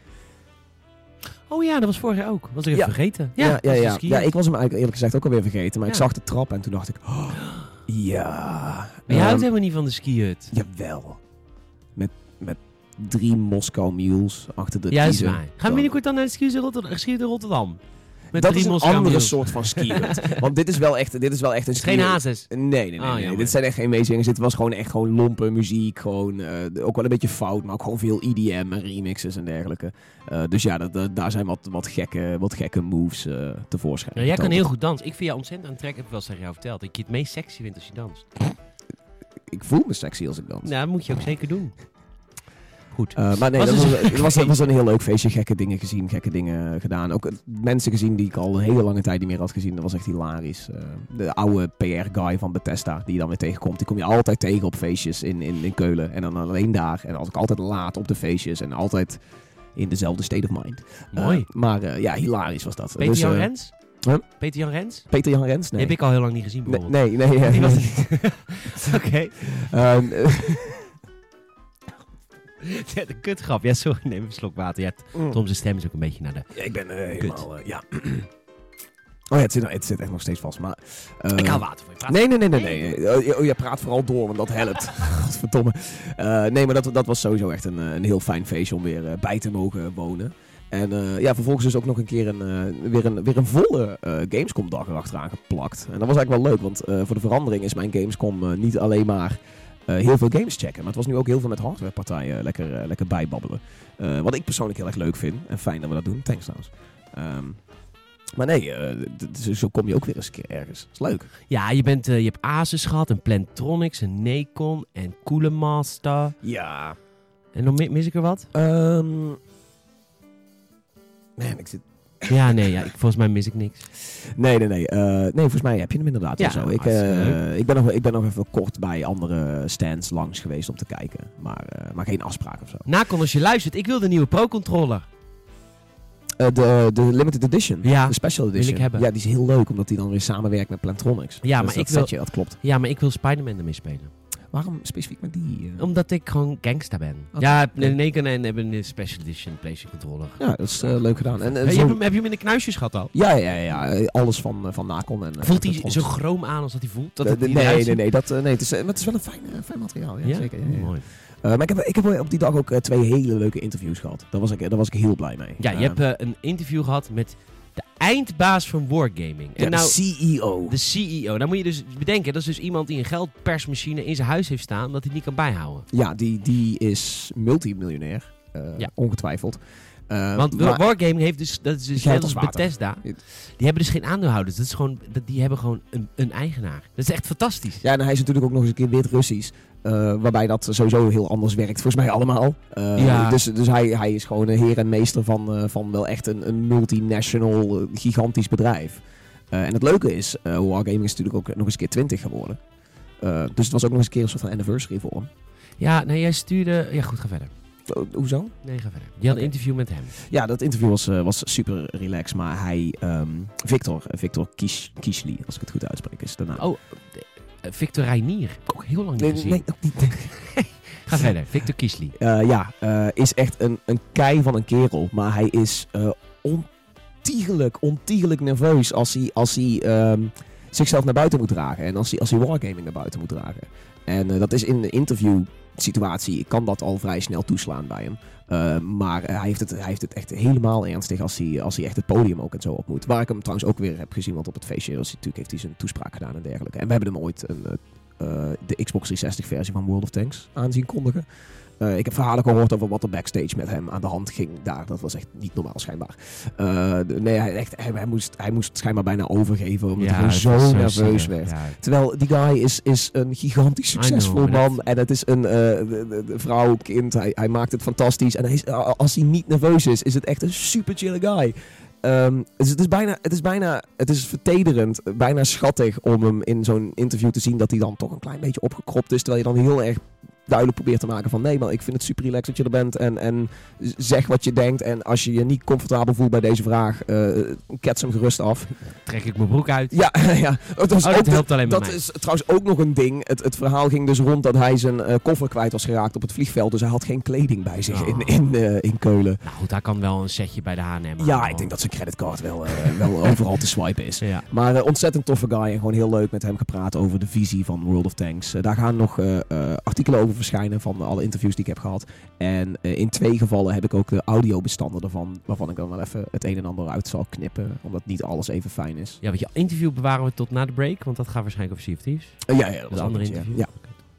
[SPEAKER 1] Oh ja, dat was vorig jaar ook. Was ik even vergeten.
[SPEAKER 2] Ja, ik was hem eigenlijk eerlijk gezegd ook alweer vergeten. Maar ik zag de trap en toen dacht ik... Oh, ja.
[SPEAKER 1] Maar je houdt helemaal niet van de skihut.
[SPEAKER 2] Jawel. Met 3 Moskou Mules achter de
[SPEAKER 1] kiezen. Ja, dat is waar. Gaan we binnenkort dan naar de ski Rotterdam? Met
[SPEAKER 2] dat is een andere soort van skihut. Want dit is wel echt een
[SPEAKER 1] geen hazes.
[SPEAKER 2] Nee. Dit zijn echt geen meezingers. Dit was gewoon lompe muziek. Gewoon, ook wel een beetje fout, maar ook gewoon veel EDM en remixes en dergelijke. Dus ja, daar zijn wat gekke moves tevoorschijn.
[SPEAKER 1] Ja, jij kan heel goed dansen. Ik vind jou ontzettend aantrekkelijk. Ik heb wel tegen jou verteld dat je het meest sexy vindt als je danst.
[SPEAKER 2] Ik voel me sexy als ik dans.
[SPEAKER 1] Nou, dat moet je ook zeker doen. Goed.
[SPEAKER 2] Maar nee, dat was een heel leuk feestje. Gekke dingen gedaan. Ook mensen gezien die ik al een hele lange tijd niet meer had gezien. Dat was echt hilarisch. De oude PR-guy van Bethesda die je dan weer tegenkomt. Die kom je altijd tegen op feestjes in Keulen. En dan alleen daar. En dan was ik altijd laat op de feestjes. En altijd in dezelfde state of mind.
[SPEAKER 1] Mooi.
[SPEAKER 2] Maar hilarisch was dat.
[SPEAKER 1] Peter Jan Rens?
[SPEAKER 2] Huh?
[SPEAKER 1] Peter Jan Rens?
[SPEAKER 2] Peter Jan Rens? Nee.
[SPEAKER 1] Heb ik al heel lang niet gezien bijvoorbeeld.
[SPEAKER 2] Nee.
[SPEAKER 1] Die was het niet. Oké. Ja, de kutgrap. Ja, sorry. Neem een slok water. Je hebt Tom zijn stem is ook een beetje naar de...
[SPEAKER 2] Ja, ik ben helemaal... Oh ja, het zit echt nog steeds vast, maar...
[SPEAKER 1] ik haal water voor je.
[SPEAKER 2] Nee. Oh, jij praat vooral door, want dat helpt. Godverdomme. Nee, maar dat was sowieso echt een heel fijn feestje om weer bij te mogen wonen. En vervolgens dus ook nog een keer weer een volle Gamescom dag erachteraan geplakt. En dat was eigenlijk wel leuk, want voor de verandering is mijn Gamescom niet alleen maar heel veel games checken. Maar het was nu ook heel veel met hardwarepartijen lekker bijbabbelen. Wat ik persoonlijk heel erg leuk vind. En fijn dat we dat doen. Thanks trouwens. Maar nee, zo kom je ook weer eens een keer ergens. Dat is leuk.
[SPEAKER 1] Ja, je hebt Asus gehad, een Plantronics, een Nikon en Cooler Master.
[SPEAKER 2] Ja.
[SPEAKER 1] En nog mis ik er wat?
[SPEAKER 2] Man, ik zit...
[SPEAKER 1] volgens mij mis ik niks.
[SPEAKER 2] Nee, volgens mij heb je hem inderdaad wel zo. Ik ben nog even kort bij andere stands langs geweest om te kijken. Maar geen afspraak of zo.
[SPEAKER 1] Nakon, als je luistert, ik wil de nieuwe Pro-controller.
[SPEAKER 2] De limited edition.
[SPEAKER 1] Ja,
[SPEAKER 2] de special edition.
[SPEAKER 1] wil ik hebben.
[SPEAKER 2] Ja, die is heel leuk, omdat die dan weer samenwerkt met Plantronics.
[SPEAKER 1] Ja,
[SPEAKER 2] dus
[SPEAKER 1] maar
[SPEAKER 2] dat klopt.
[SPEAKER 1] Ja, maar ik wil Spider-Man ermee spelen.
[SPEAKER 2] Waarom specifiek met die?
[SPEAKER 1] Omdat ik gewoon gangsta ben.
[SPEAKER 2] Okay.
[SPEAKER 1] Ja, Nikon hebben een special edition PlayStation controller.
[SPEAKER 2] Ja, dat is leuk gedaan. En,
[SPEAKER 1] heb je hem in de knuisjes gehad al?
[SPEAKER 2] Ja. Alles van Nakon. En,
[SPEAKER 1] voelt hij zo chroom aan als dat hij voelt?
[SPEAKER 2] Nee. Het is wel een fijn materiaal. Ja, zeker. Ja.
[SPEAKER 1] Mooi.
[SPEAKER 2] Maar ik heb op die dag ook 2 hele leuke interviews gehad. Daar was ik heel blij mee.
[SPEAKER 1] Ja, je hebt een interview gehad met de eindbaas van Wargaming.
[SPEAKER 2] En de CEO.
[SPEAKER 1] De CEO. Dan moet je dus bedenken, dat is dus iemand die een geldpersmachine in zijn huis heeft staan, dat hij niet kan bijhouden.
[SPEAKER 2] Ja, die is multimiljonair. Ongetwijfeld.
[SPEAKER 1] Want Wargaming heeft dus, dat is dus net als Bethesda, die hebben dus geen aandeelhouders. Die hebben gewoon een eigenaar. Dat is echt fantastisch.
[SPEAKER 2] Ja, en hij is natuurlijk ook nog eens een keer wit-Russisch. Waarbij dat sowieso heel anders werkt, volgens mij allemaal. Dus hij is gewoon een heer en meester van wel echt een multinational, gigantisch bedrijf. En het leuke is, Wargaming is natuurlijk ook nog eens een keer 20 geworden. Dus het was ook nog eens een keer een soort van anniversary voor hem.
[SPEAKER 1] Ja, nee, jij stuurde... Ja, goed, ga verder.
[SPEAKER 2] Hoezo?
[SPEAKER 1] Nee, ga verder. Je had een interview met hem.
[SPEAKER 2] Ja, dat interview was super relaxed, maar hij... Victor Kiesli, als ik het goed uitspreek, is de naam.
[SPEAKER 1] Oh, Victor Reinier. Heb ik ook heel lang niet gezien.
[SPEAKER 2] Nee, ook niet.
[SPEAKER 1] Ga verder. Victor Kiesli.
[SPEAKER 2] Is echt een kei van een kerel. Maar hij is ontiegelijk nerveus als hij zichzelf naar buiten moet dragen. En als hij Wargaming naar buiten moet dragen. En dat is in de interviewsituatie, kan dat al vrij snel toeslaan bij hem. Maar hij heeft het echt helemaal ernstig als hij echt het podium ook en zo op moet. Waar ik hem trouwens ook weer heb gezien, want op het feestje heeft hij zijn toespraak gedaan en dergelijke. En we hebben hem ooit de Xbox 360 versie van World of Tanks aanzien kondigen. Ik heb verhalen gehoord over wat er backstage met hem aan de hand ging daar. Dat was echt niet normaal schijnbaar. Hij moest schijnbaar bijna overgeven omdat hij zo nerveus werd. Ja. Terwijl die guy is een gigantisch succesvol man. En het is een vrouw, kind. Hij maakt het fantastisch. En als hij niet nerveus is het echt een super chille guy. Het is vertederend, bijna schattig om hem in zo'n interview te zien dat hij dan toch een klein beetje opgekropt is. Terwijl je dan heel erg duidelijk probeert te maken van nee, maar ik vind het super relaxed dat je er bent en zeg wat je denkt. En als je je niet comfortabel voelt bij deze vraag, kets hem gerust af.
[SPEAKER 1] Trek ik mijn broek uit.
[SPEAKER 2] Ja.
[SPEAKER 1] Dat helpt alleen maar mij.
[SPEAKER 2] Dat is trouwens ook nog een ding. Het verhaal ging dus rond dat hij zijn koffer kwijt was geraakt op het vliegveld. Dus hij had geen kleding bij zich in Keulen.
[SPEAKER 1] Nou goed, daar kan wel een setje bij de H&M.
[SPEAKER 2] Ja, ik denk dat zijn creditcard wel overal te swipen is.
[SPEAKER 1] Ja.
[SPEAKER 2] Maar ontzettend toffe guy en gewoon heel leuk met hem gepraat over de visie van World of Tanks. Daar gaan nog artikelen over verschijnen van alle interviews die ik heb gehad. En in 2 gevallen heb ik ook de audiobestanden ervan, waarvan ik dan wel even het een en ander uit zal knippen, omdat niet alles even fijn is.
[SPEAKER 1] Ja, want je interview bewaren we tot na de break, want dat gaat waarschijnlijk over Sea of Thieves.
[SPEAKER 2] Ja, dat
[SPEAKER 1] was een andere interview.
[SPEAKER 2] Ja.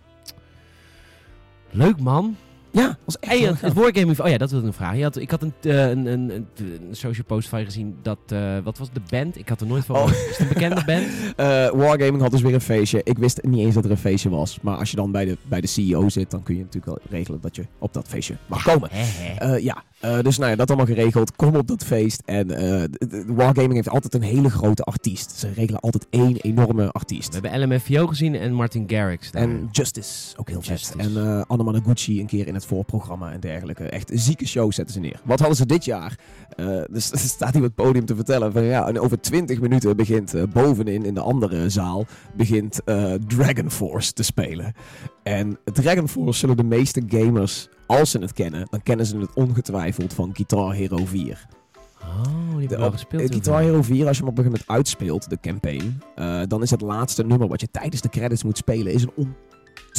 [SPEAKER 1] Leuk man.
[SPEAKER 2] Ja, was echt
[SPEAKER 1] het Wargaming... Oh ja, dat wilde ik nog vragen. Ik had een social post van je gezien dat... wat was de band? Ik had er nooit van gehoord. Is het een bekende band?
[SPEAKER 2] Wargaming had dus weer een feestje. Ik wist niet eens dat er een feestje was. Maar als je dan bij de CEO zit, dan kun je natuurlijk wel regelen dat je op dat feestje mag komen. Dus nou ja, dat allemaal geregeld. Kom op dat feest. En Wargaming heeft altijd een hele grote artiest. Ze regelen altijd 1 enorme artiest.
[SPEAKER 1] We hebben LMFAO gezien en Martin Garrix.
[SPEAKER 2] En Justice, ook heel vet. En Anna Managuchi een keer in het voorprogramma en dergelijke. Echt een zieke show zetten ze neer. Wat hadden ze dit jaar? Dus er staat hier op het podium te vertellen van ja, en over 20 minuten begint bovenin in de andere zaal begint Dragon Force te spelen. En Dragon Force zullen de meeste gamers, als ze het kennen, dan kennen ze het ongetwijfeld van Guitar Hero 4.
[SPEAKER 1] Oh, die heb wel gespeeld.
[SPEAKER 2] Guitar Hero 4, als je hem op een gegeven moment uitspeelt, de campaign, dan is het laatste nummer wat je tijdens de credits moet spelen, is een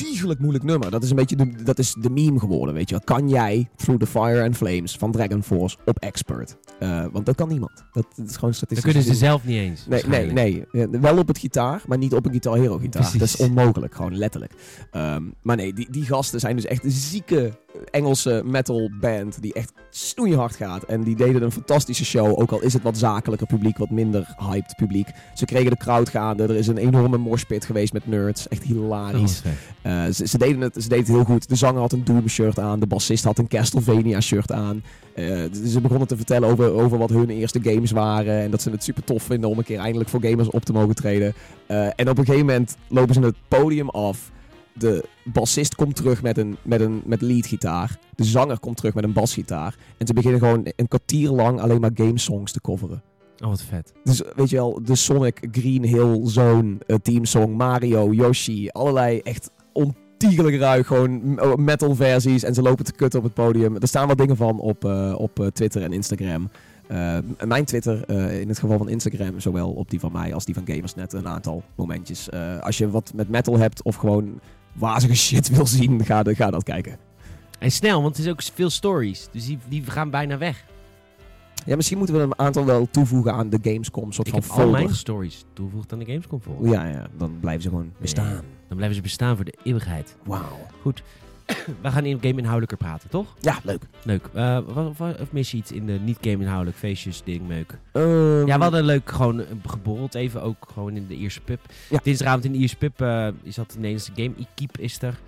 [SPEAKER 2] ontiegelijk moeilijk nummer. Dat is een beetje de meme geworden, weet je wel. Kan jij Through the Fire and Flames van Dragon Force op expert? Want dat kan niemand. Dat is gewoon statistisch.
[SPEAKER 1] Dat kunnen ze zelf niet eens.
[SPEAKER 2] Nee. Wel op het gitaar, maar niet op een Guitar Hero gitaar.
[SPEAKER 1] Precies.
[SPEAKER 2] Dat is onmogelijk, gewoon letterlijk. Maar nee, die gasten zijn dus echt een zieke Engelse metal band die echt snoeihard gaat. En die deden een fantastische show, ook al is het wat zakelijker publiek, wat minder hyped publiek. Ze kregen de crowd gaande. Er is een enorme moshpit geweest met nerds. Echt hilarisch. Ze deden het heel goed. De zanger had een Doom shirt aan. De bassist had een Castlevania shirt aan. Ze begonnen te vertellen over wat hun eerste games waren. En dat ze het super tof vinden om een keer eindelijk voor gamers op te mogen treden. En op een gegeven moment lopen ze het podium af. De bassist komt terug met leadgitaar. De zanger komt terug met een basgitaar. En ze beginnen gewoon een kwartier lang alleen maar gamesongs te coveren.
[SPEAKER 1] Oh, wat vet.
[SPEAKER 2] Dus weet je wel, de Sonic, Green Hill Zone teamsong, Mario, Yoshi, allerlei echt ontiegelijk ruig, gewoon metal versies. En ze lopen te kutten op het podium. Er staan wat dingen van op Twitter en Instagram. Mijn Twitter, in het geval van Instagram, zowel op die van mij als die van Gamersnet, een aantal momentjes. Als je wat met metal hebt of gewoon wazige shit wil zien, ga dat kijken.
[SPEAKER 1] En snel, want het is ook veel stories. Dus die gaan bijna weg.
[SPEAKER 2] Ja, misschien moeten we een aantal wel toevoegen aan de Gamescom. Soort
[SPEAKER 1] Ik
[SPEAKER 2] van
[SPEAKER 1] heb
[SPEAKER 2] folder.
[SPEAKER 1] al mijn stories toegevoegd aan de Gamescom volgen.
[SPEAKER 2] Ja, dan blijven ze gewoon bestaan.
[SPEAKER 1] Dan blijven ze bestaan voor de eeuwigheid.
[SPEAKER 2] Wauw.
[SPEAKER 1] Goed. We gaan in game inhoudelijker praten, toch?
[SPEAKER 2] Ja, leuk.
[SPEAKER 1] Leuk. Of mis je iets in de niet-game inhoudelijk? Feestjes, ding, meuk? Ja, we hadden leuk gewoon geborreld even. Ook gewoon in de Ierse pub.
[SPEAKER 2] Ja.
[SPEAKER 1] Dinsdagavond in de Ierse pub is dat de Nederlandse game. Equipe is er.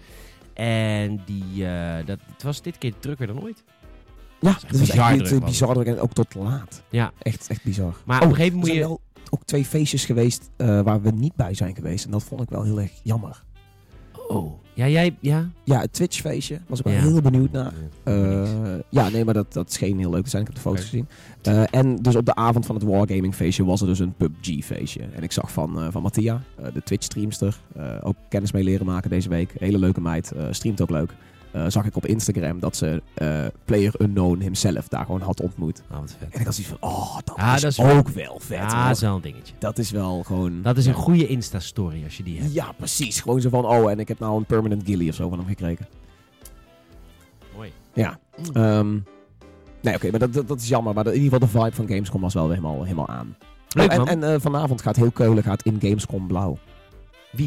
[SPEAKER 1] En het was dit keer drukker dan ooit.
[SPEAKER 2] Ja,
[SPEAKER 1] echt
[SPEAKER 2] dat is
[SPEAKER 1] bizar
[SPEAKER 2] echt
[SPEAKER 1] druk,
[SPEAKER 2] bizar druk en ook tot laat.
[SPEAKER 1] Ja.
[SPEAKER 2] Echt bizar.
[SPEAKER 1] Maar op een gegeven moment
[SPEAKER 2] er
[SPEAKER 1] moet
[SPEAKER 2] zijn
[SPEAKER 1] je...
[SPEAKER 2] wel ook 2 feestjes geweest waar we niet bij zijn geweest. En dat vond ik wel heel erg jammer.
[SPEAKER 1] Oh. Ja, jij... Ja?
[SPEAKER 2] Ja, het Twitch feestje. Was ik wel
[SPEAKER 1] Ja.
[SPEAKER 2] heel benieuwd naar.
[SPEAKER 1] Ja.
[SPEAKER 2] Nee, maar dat scheen heel leuk te zijn. Ik heb de foto's gezien. En dus op de avond van het Wargaming feestje was er dus een PUBG feestje. En ik zag van Mattia, de Twitch streamster, ook kennis mee leren maken deze week. Hele leuke meid, streamt ook leuk. Zag ik op Instagram dat ze PlayerUnknown himself daar gewoon had ontmoet.
[SPEAKER 1] Oh, wat vet.
[SPEAKER 2] En ik had zoiets van, dat
[SPEAKER 1] is
[SPEAKER 2] is ook wel vet.
[SPEAKER 1] Ja,
[SPEAKER 2] hoor.
[SPEAKER 1] dat is wel een dingetje.
[SPEAKER 2] Dat is wel gewoon...
[SPEAKER 1] Dat is een goede Insta-story als je die hebt.
[SPEAKER 2] Ja, precies. Gewoon zo van, en ik heb nou een permanent ghillie of zo van hem gekregen.
[SPEAKER 1] Mooi.
[SPEAKER 2] Ja. Nee, oké, maar dat is jammer. Maar in ieder geval de vibe van Gamescom was wel weer helemaal aan.
[SPEAKER 1] Leuk, man.
[SPEAKER 2] En vanavond gaat heel Keulen in Gamescom blauw.
[SPEAKER 1] Wie?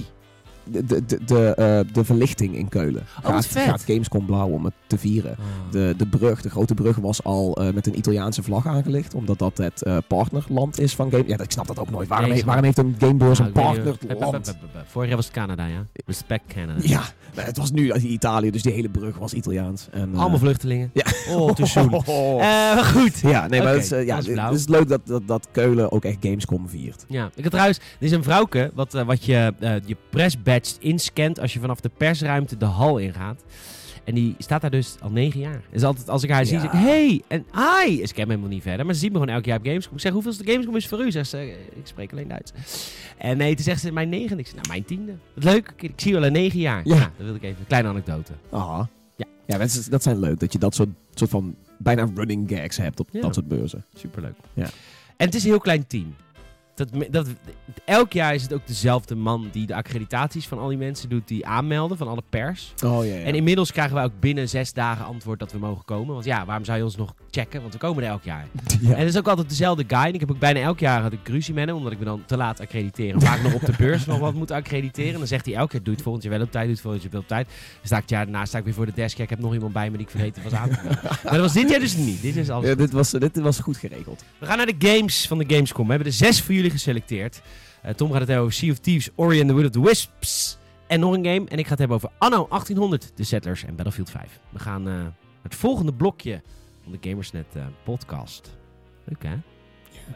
[SPEAKER 2] De verlichting in Keulen
[SPEAKER 1] wat vet.
[SPEAKER 2] gaat Gamescom blauw om het te vieren.
[SPEAKER 1] Oh.
[SPEAKER 2] De grote brug was al met een Italiaanse vlag aangelicht. Omdat dat het partnerland is van Game... Ja, ik snap dat ook nooit. Waarom heeft een Gamebeurs een partnerland?
[SPEAKER 1] Vorig jaar was het Canada, ja. Respect Canada.
[SPEAKER 2] Ja, het was nu Italië, dus die hele brug was Italiaans. En,
[SPEAKER 1] allemaal vluchtelingen.
[SPEAKER 2] Ja.
[SPEAKER 1] Oh, te zoen. Goed.
[SPEAKER 2] Ja, nee, maar
[SPEAKER 1] Oké,
[SPEAKER 2] het is leuk dat Keulen ook echt Gamescom viert.
[SPEAKER 1] Ja, ik had trouwens... Er is een vrouwke wat je pressbadge inscant als je vanaf de persruimte de hal ingaat. En die staat daar dus al 9 jaar. Dus altijd als ik haar zie, zeg ik, hey, en hi. Dus ik ken hem helemaal niet verder, maar ze zien me gewoon elk jaar op Gamescom. Ik zeg, hoeveelste Gamescom is voor u? Zegt ze, ik spreek alleen Duits. En nee, toen zegt ze, mijn 9e. Ik zeg, nou, mijn 10e. Wat leuk, ik zie wel een 9 jaar.
[SPEAKER 2] Ja.
[SPEAKER 1] Dat wil ik even, een kleine anekdote.
[SPEAKER 2] Aha. Ja, dat zijn leuk, dat je dat soort van bijna running gags hebt op dat soort beurzen.
[SPEAKER 1] Superleuk.
[SPEAKER 2] Ja.
[SPEAKER 1] En het is een heel klein team. Elk jaar is het ook dezelfde man die de accreditaties van al die mensen doet die aanmelden van alle pers.
[SPEAKER 2] Oh, ja.
[SPEAKER 1] En inmiddels krijgen wij ook binnen 6 dagen antwoord dat we mogen komen. Want ja, waarom zou je ons nog checken? Want we komen er elk jaar.
[SPEAKER 2] Ja.
[SPEAKER 1] En het is ook altijd dezelfde guy. En ik heb ook bijna elk jaar had ik ruzie met hem, omdat ik me dan te laat accrediteren. Vaak nog op de beurs nog wat moet accrediteren. En dan zegt hij elke keer, doe het volgend jaar wel op tijd, doe het volgend jaar wel op tijd. Dan sta ik het jaar daarna weer voor de desk. Ja, ik heb nog iemand bij me die ik vergeten was aan te melden. Maar dat was dit jaar dus niet. Dit is alles
[SPEAKER 2] Dit was goed geregeld.
[SPEAKER 1] We gaan naar de games van de Gamescom. We hebben er 6 voor jullie geselecteerd. Tom gaat het hebben over Sea of Thieves, Ori and the Will of the Wisps en nog een game. En ik ga het hebben over Anno 1800, The Settlers en Battlefield 5. We gaan naar het volgende blokje van de Gamersnet podcast. Leuk, hè?
[SPEAKER 2] Ja.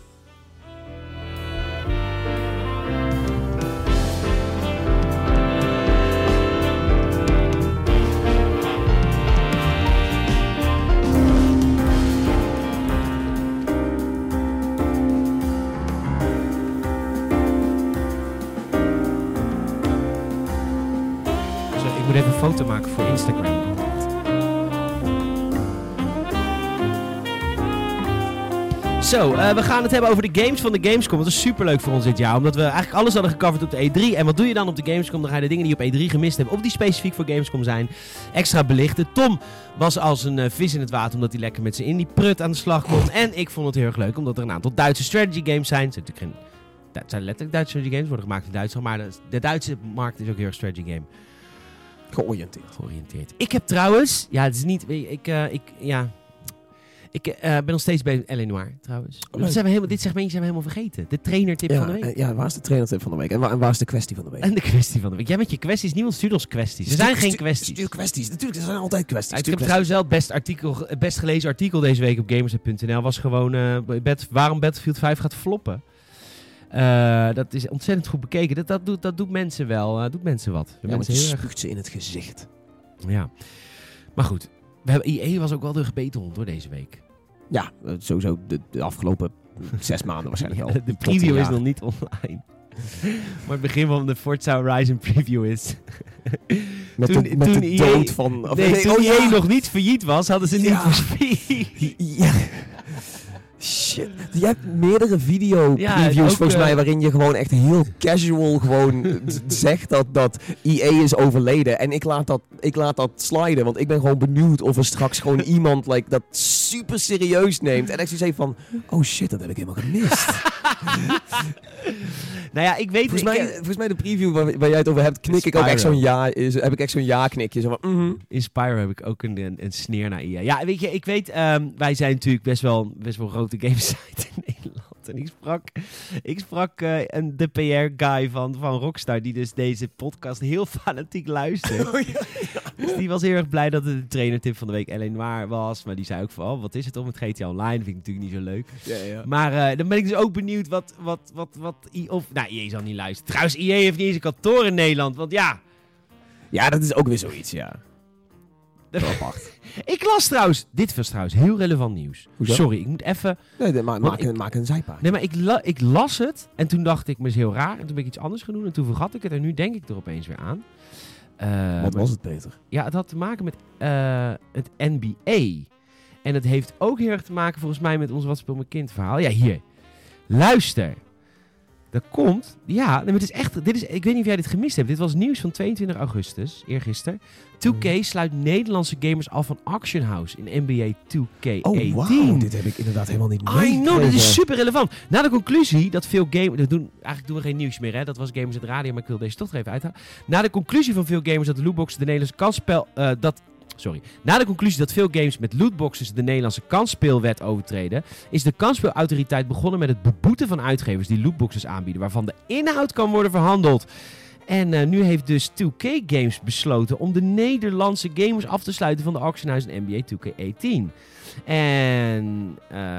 [SPEAKER 1] Ik moet even een foto maken voor Instagram. Zo, we gaan het hebben over de games van de Gamescom. Dat is superleuk voor ons dit jaar, omdat we eigenlijk alles hadden gecoverd op de E3. En wat doe je dan op de Gamescom? Dan ga je de dingen die je op E3 gemist hebt, of die specifiek voor Gamescom zijn, extra belichten. Tom was als een vis in het water, omdat hij lekker met zijn indie prut aan de slag kon. En ik vond het heel erg leuk, omdat er een aantal Duitse strategy games zijn. Het zijn letterlijk Duitse strategy games, worden gemaakt in Duitsland. Maar de Duitse markt is ook heel erg strategy game. Georiënteerd. Ik heb trouwens... Ja, het is niet... Ik ben nog steeds bij L.A. Noire, trouwens. Dit segmentje zijn we helemaal vergeten. De trainertip van de week.
[SPEAKER 2] Waar is de trainertip van de week? En waar is de kwestie van de week?
[SPEAKER 1] En de kwestie van de week. Jij met je kwesties. Niemand stuurt ons kwesties. Er zijn geen kwesties.
[SPEAKER 2] Stuur kwesties. Natuurlijk, er zijn altijd kwesties.
[SPEAKER 1] Ik heb trouwens wel het best gelezen artikel deze week op Gamers.nl. Was gewoon waarom Battlefield 5 gaat floppen. Dat is ontzettend goed bekeken. Dat doet mensen wel. Doet mensen wat.
[SPEAKER 2] Ja, mensen heel erg spuugt ze in het gezicht.
[SPEAKER 1] Ja. Maar goed. EA was ook wel de gebeten hond hoor deze week.
[SPEAKER 2] Ja, sowieso de afgelopen 6 maanden waarschijnlijk wel.
[SPEAKER 1] De preview is nog niet online. Maar het begin van de Forza Horizon preview is...
[SPEAKER 2] Toen de dood van...
[SPEAKER 1] Toen EA nog niet failliet was, hadden ze niet voorspeld.
[SPEAKER 2] Ja. Shit. Je hebt meerdere video-previews volgens mij waarin je gewoon echt heel casual gewoon zegt dat EA is overleden. En ik laat dat sliden, want ik ben gewoon benieuwd of er straks gewoon iemand dat super serieus neemt. En echt zoiets heeft van, oh shit, dat heb ik helemaal gemist.
[SPEAKER 1] Nou ja, ik weet...
[SPEAKER 2] Volgens mij de preview waar jij het over hebt, knik ik ook echt zo'n ja. Heb ik echt zo'n ja-knikje. Zo van,
[SPEAKER 1] In Spyro heb ik ook een sneer naar EA. Ja, weet je, ik weet... wij zijn natuurlijk best wel grote gamesite in Nederland. En ik sprak de PR-guy van Rockstar, die dus deze podcast heel fanatiek luistert. Oh, ja. Dus die was heel erg blij dat het de trainertip van de week L.A. Noire was. Maar die zei ook van, wat is het om met GTA Online? Dat vind ik natuurlijk niet zo leuk.
[SPEAKER 2] Ja.
[SPEAKER 1] Maar dan ben ik dus ook benieuwd wat EA zal niet luisteren. Trouwens, EA heeft niet eens een kantoor in Nederland, want ja...
[SPEAKER 2] Ja, dat is ook weer zoiets, ja.
[SPEAKER 1] Ik las trouwens... Dit was trouwens heel relevant nieuws.
[SPEAKER 2] Hoezo?
[SPEAKER 1] Sorry, ik moet even...
[SPEAKER 2] Nee, maak een zijpaard.
[SPEAKER 1] Nee, maar ik las het en toen dacht ik, maar is heel raar. En toen ben ik iets anders gaan doen en toen vergat ik het. En nu denk ik er opeens weer aan.
[SPEAKER 2] Wat was het, Peter?
[SPEAKER 1] Ja, het had te maken met het NBA. En het heeft ook heel erg te maken volgens mij met ons Wat Speelt Mijn Kind verhaal. Ja, hier. Luister. Dat komt... Ja, het is echt... ik weet niet of jij dit gemist hebt. Dit was nieuws van 22 augustus, eergisteren. 2K sluit Nederlandse gamers af van Auction House in NBA 2K18.
[SPEAKER 2] Oh, wow. Dit heb ik inderdaad helemaal niet meegekregen.
[SPEAKER 1] I know, dit is super relevant. Na de conclusie dat veel gamers... Eigenlijk doen we geen nieuws meer, hè. Dat was Gamers at Radio, maar ik wil deze toch er even uithalen. Na de conclusie van veel gamers dat de lootboxen de Nederlandse kansspel... Na de conclusie dat veel games met lootboxes de Nederlandse kansspeelwet overtreden, is de kansspeelautoriteit begonnen met het beboeten van uitgevers die lootboxes aanbieden, waarvan de inhoud kan worden verhandeld. En nu heeft dus 2K Games besloten om de Nederlandse gamers af te sluiten van de Auction House in NBA 2K18. En...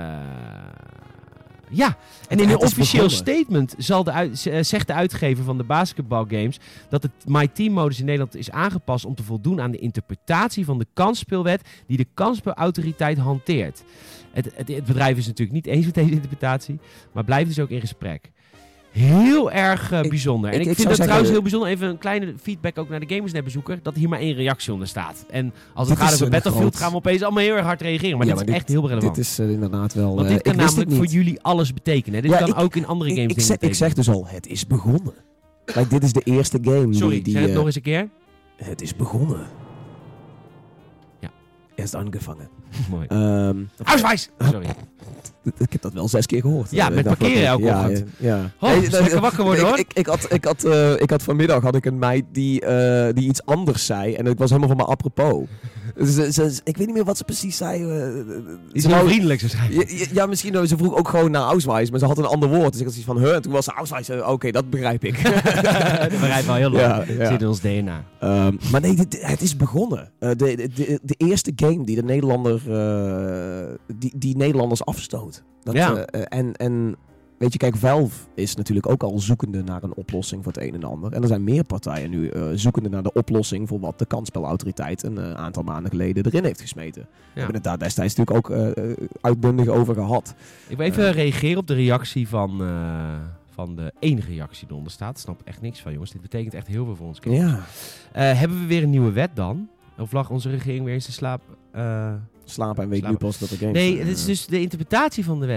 [SPEAKER 1] Ja, en in een officieel statement zegt de uitgever van de basketbalgames dat het My Team modus in Nederland is aangepast om te voldoen aan de interpretatie van de kansspeelwet die de kansspeelautoriteit hanteert. Het bedrijf is natuurlijk niet eens met deze interpretatie, maar blijft dus ook in gesprek. Heel erg bijzonder. En ik vind het trouwens heel bijzonder, even een kleine feedback ook naar de Gamersnet-bezoeker, dat hier maar 1 reactie onder staat. En als het gaat over Battlefield gaan we opeens allemaal heel erg hard reageren. Maar dit is echt heel relevant.
[SPEAKER 2] Dit is inderdaad wel...
[SPEAKER 1] Want dit kan namelijk voor jullie alles betekenen. Dit kan ook in andere games dingen betekenen.
[SPEAKER 2] Ik zeg dus al, het is begonnen. Kijk, dit is de eerste game
[SPEAKER 1] Sorry, zeg het nog eens een keer.
[SPEAKER 2] Het is begonnen.
[SPEAKER 1] Ja.
[SPEAKER 2] Eerst aangevangen.
[SPEAKER 1] Mooi. Auswijs! Sorry.
[SPEAKER 2] Ik heb dat wel 6 keer gehoord.
[SPEAKER 1] Ja, met parkeren elke ochtend.
[SPEAKER 2] Ja.
[SPEAKER 1] Lekker wakker worden hoor.
[SPEAKER 2] Ik had vanmiddag een meid die iets anders zei. En het was helemaal van me apropos. Ik weet niet meer wat ze precies zei.
[SPEAKER 1] Iets heel vriendelijks waarschijnlijk.
[SPEAKER 2] Ja, misschien. Ze vroeg ook gewoon naar Auswijs. Maar ze had een ander woord. Dus ik had zoiets van, en toen was ze Auswijs. Oké, dat begrijp ik.
[SPEAKER 1] Dat begrijp wel heel lang. Ja. Zit in ons DNA.
[SPEAKER 2] Maar nee, het is begonnen. De eerste game die de Nederlander... die Nederlanders afstoot. En weet je, kijk, Valve is natuurlijk ook al zoekende naar een oplossing voor het een en ander. En er zijn meer partijen nu zoekende naar de oplossing voor wat de kansspelautoriteit een aantal maanden geleden erin heeft gesmeten. We hebben het daar destijds natuurlijk ook uitbundig over gehad.
[SPEAKER 1] Ik wil even reageren op de reactie van de enige reactie die eronder staat. Ik snap echt niks van, jongens. Dit betekent echt heel veel voor ons.
[SPEAKER 2] Ja.
[SPEAKER 1] Hebben we weer een nieuwe wet dan? Of lag onze regering weer eens te slapen?
[SPEAKER 2] Slapen en weet nu pas dat de games...
[SPEAKER 1] Nee, het is dus de interpretatie van de wet.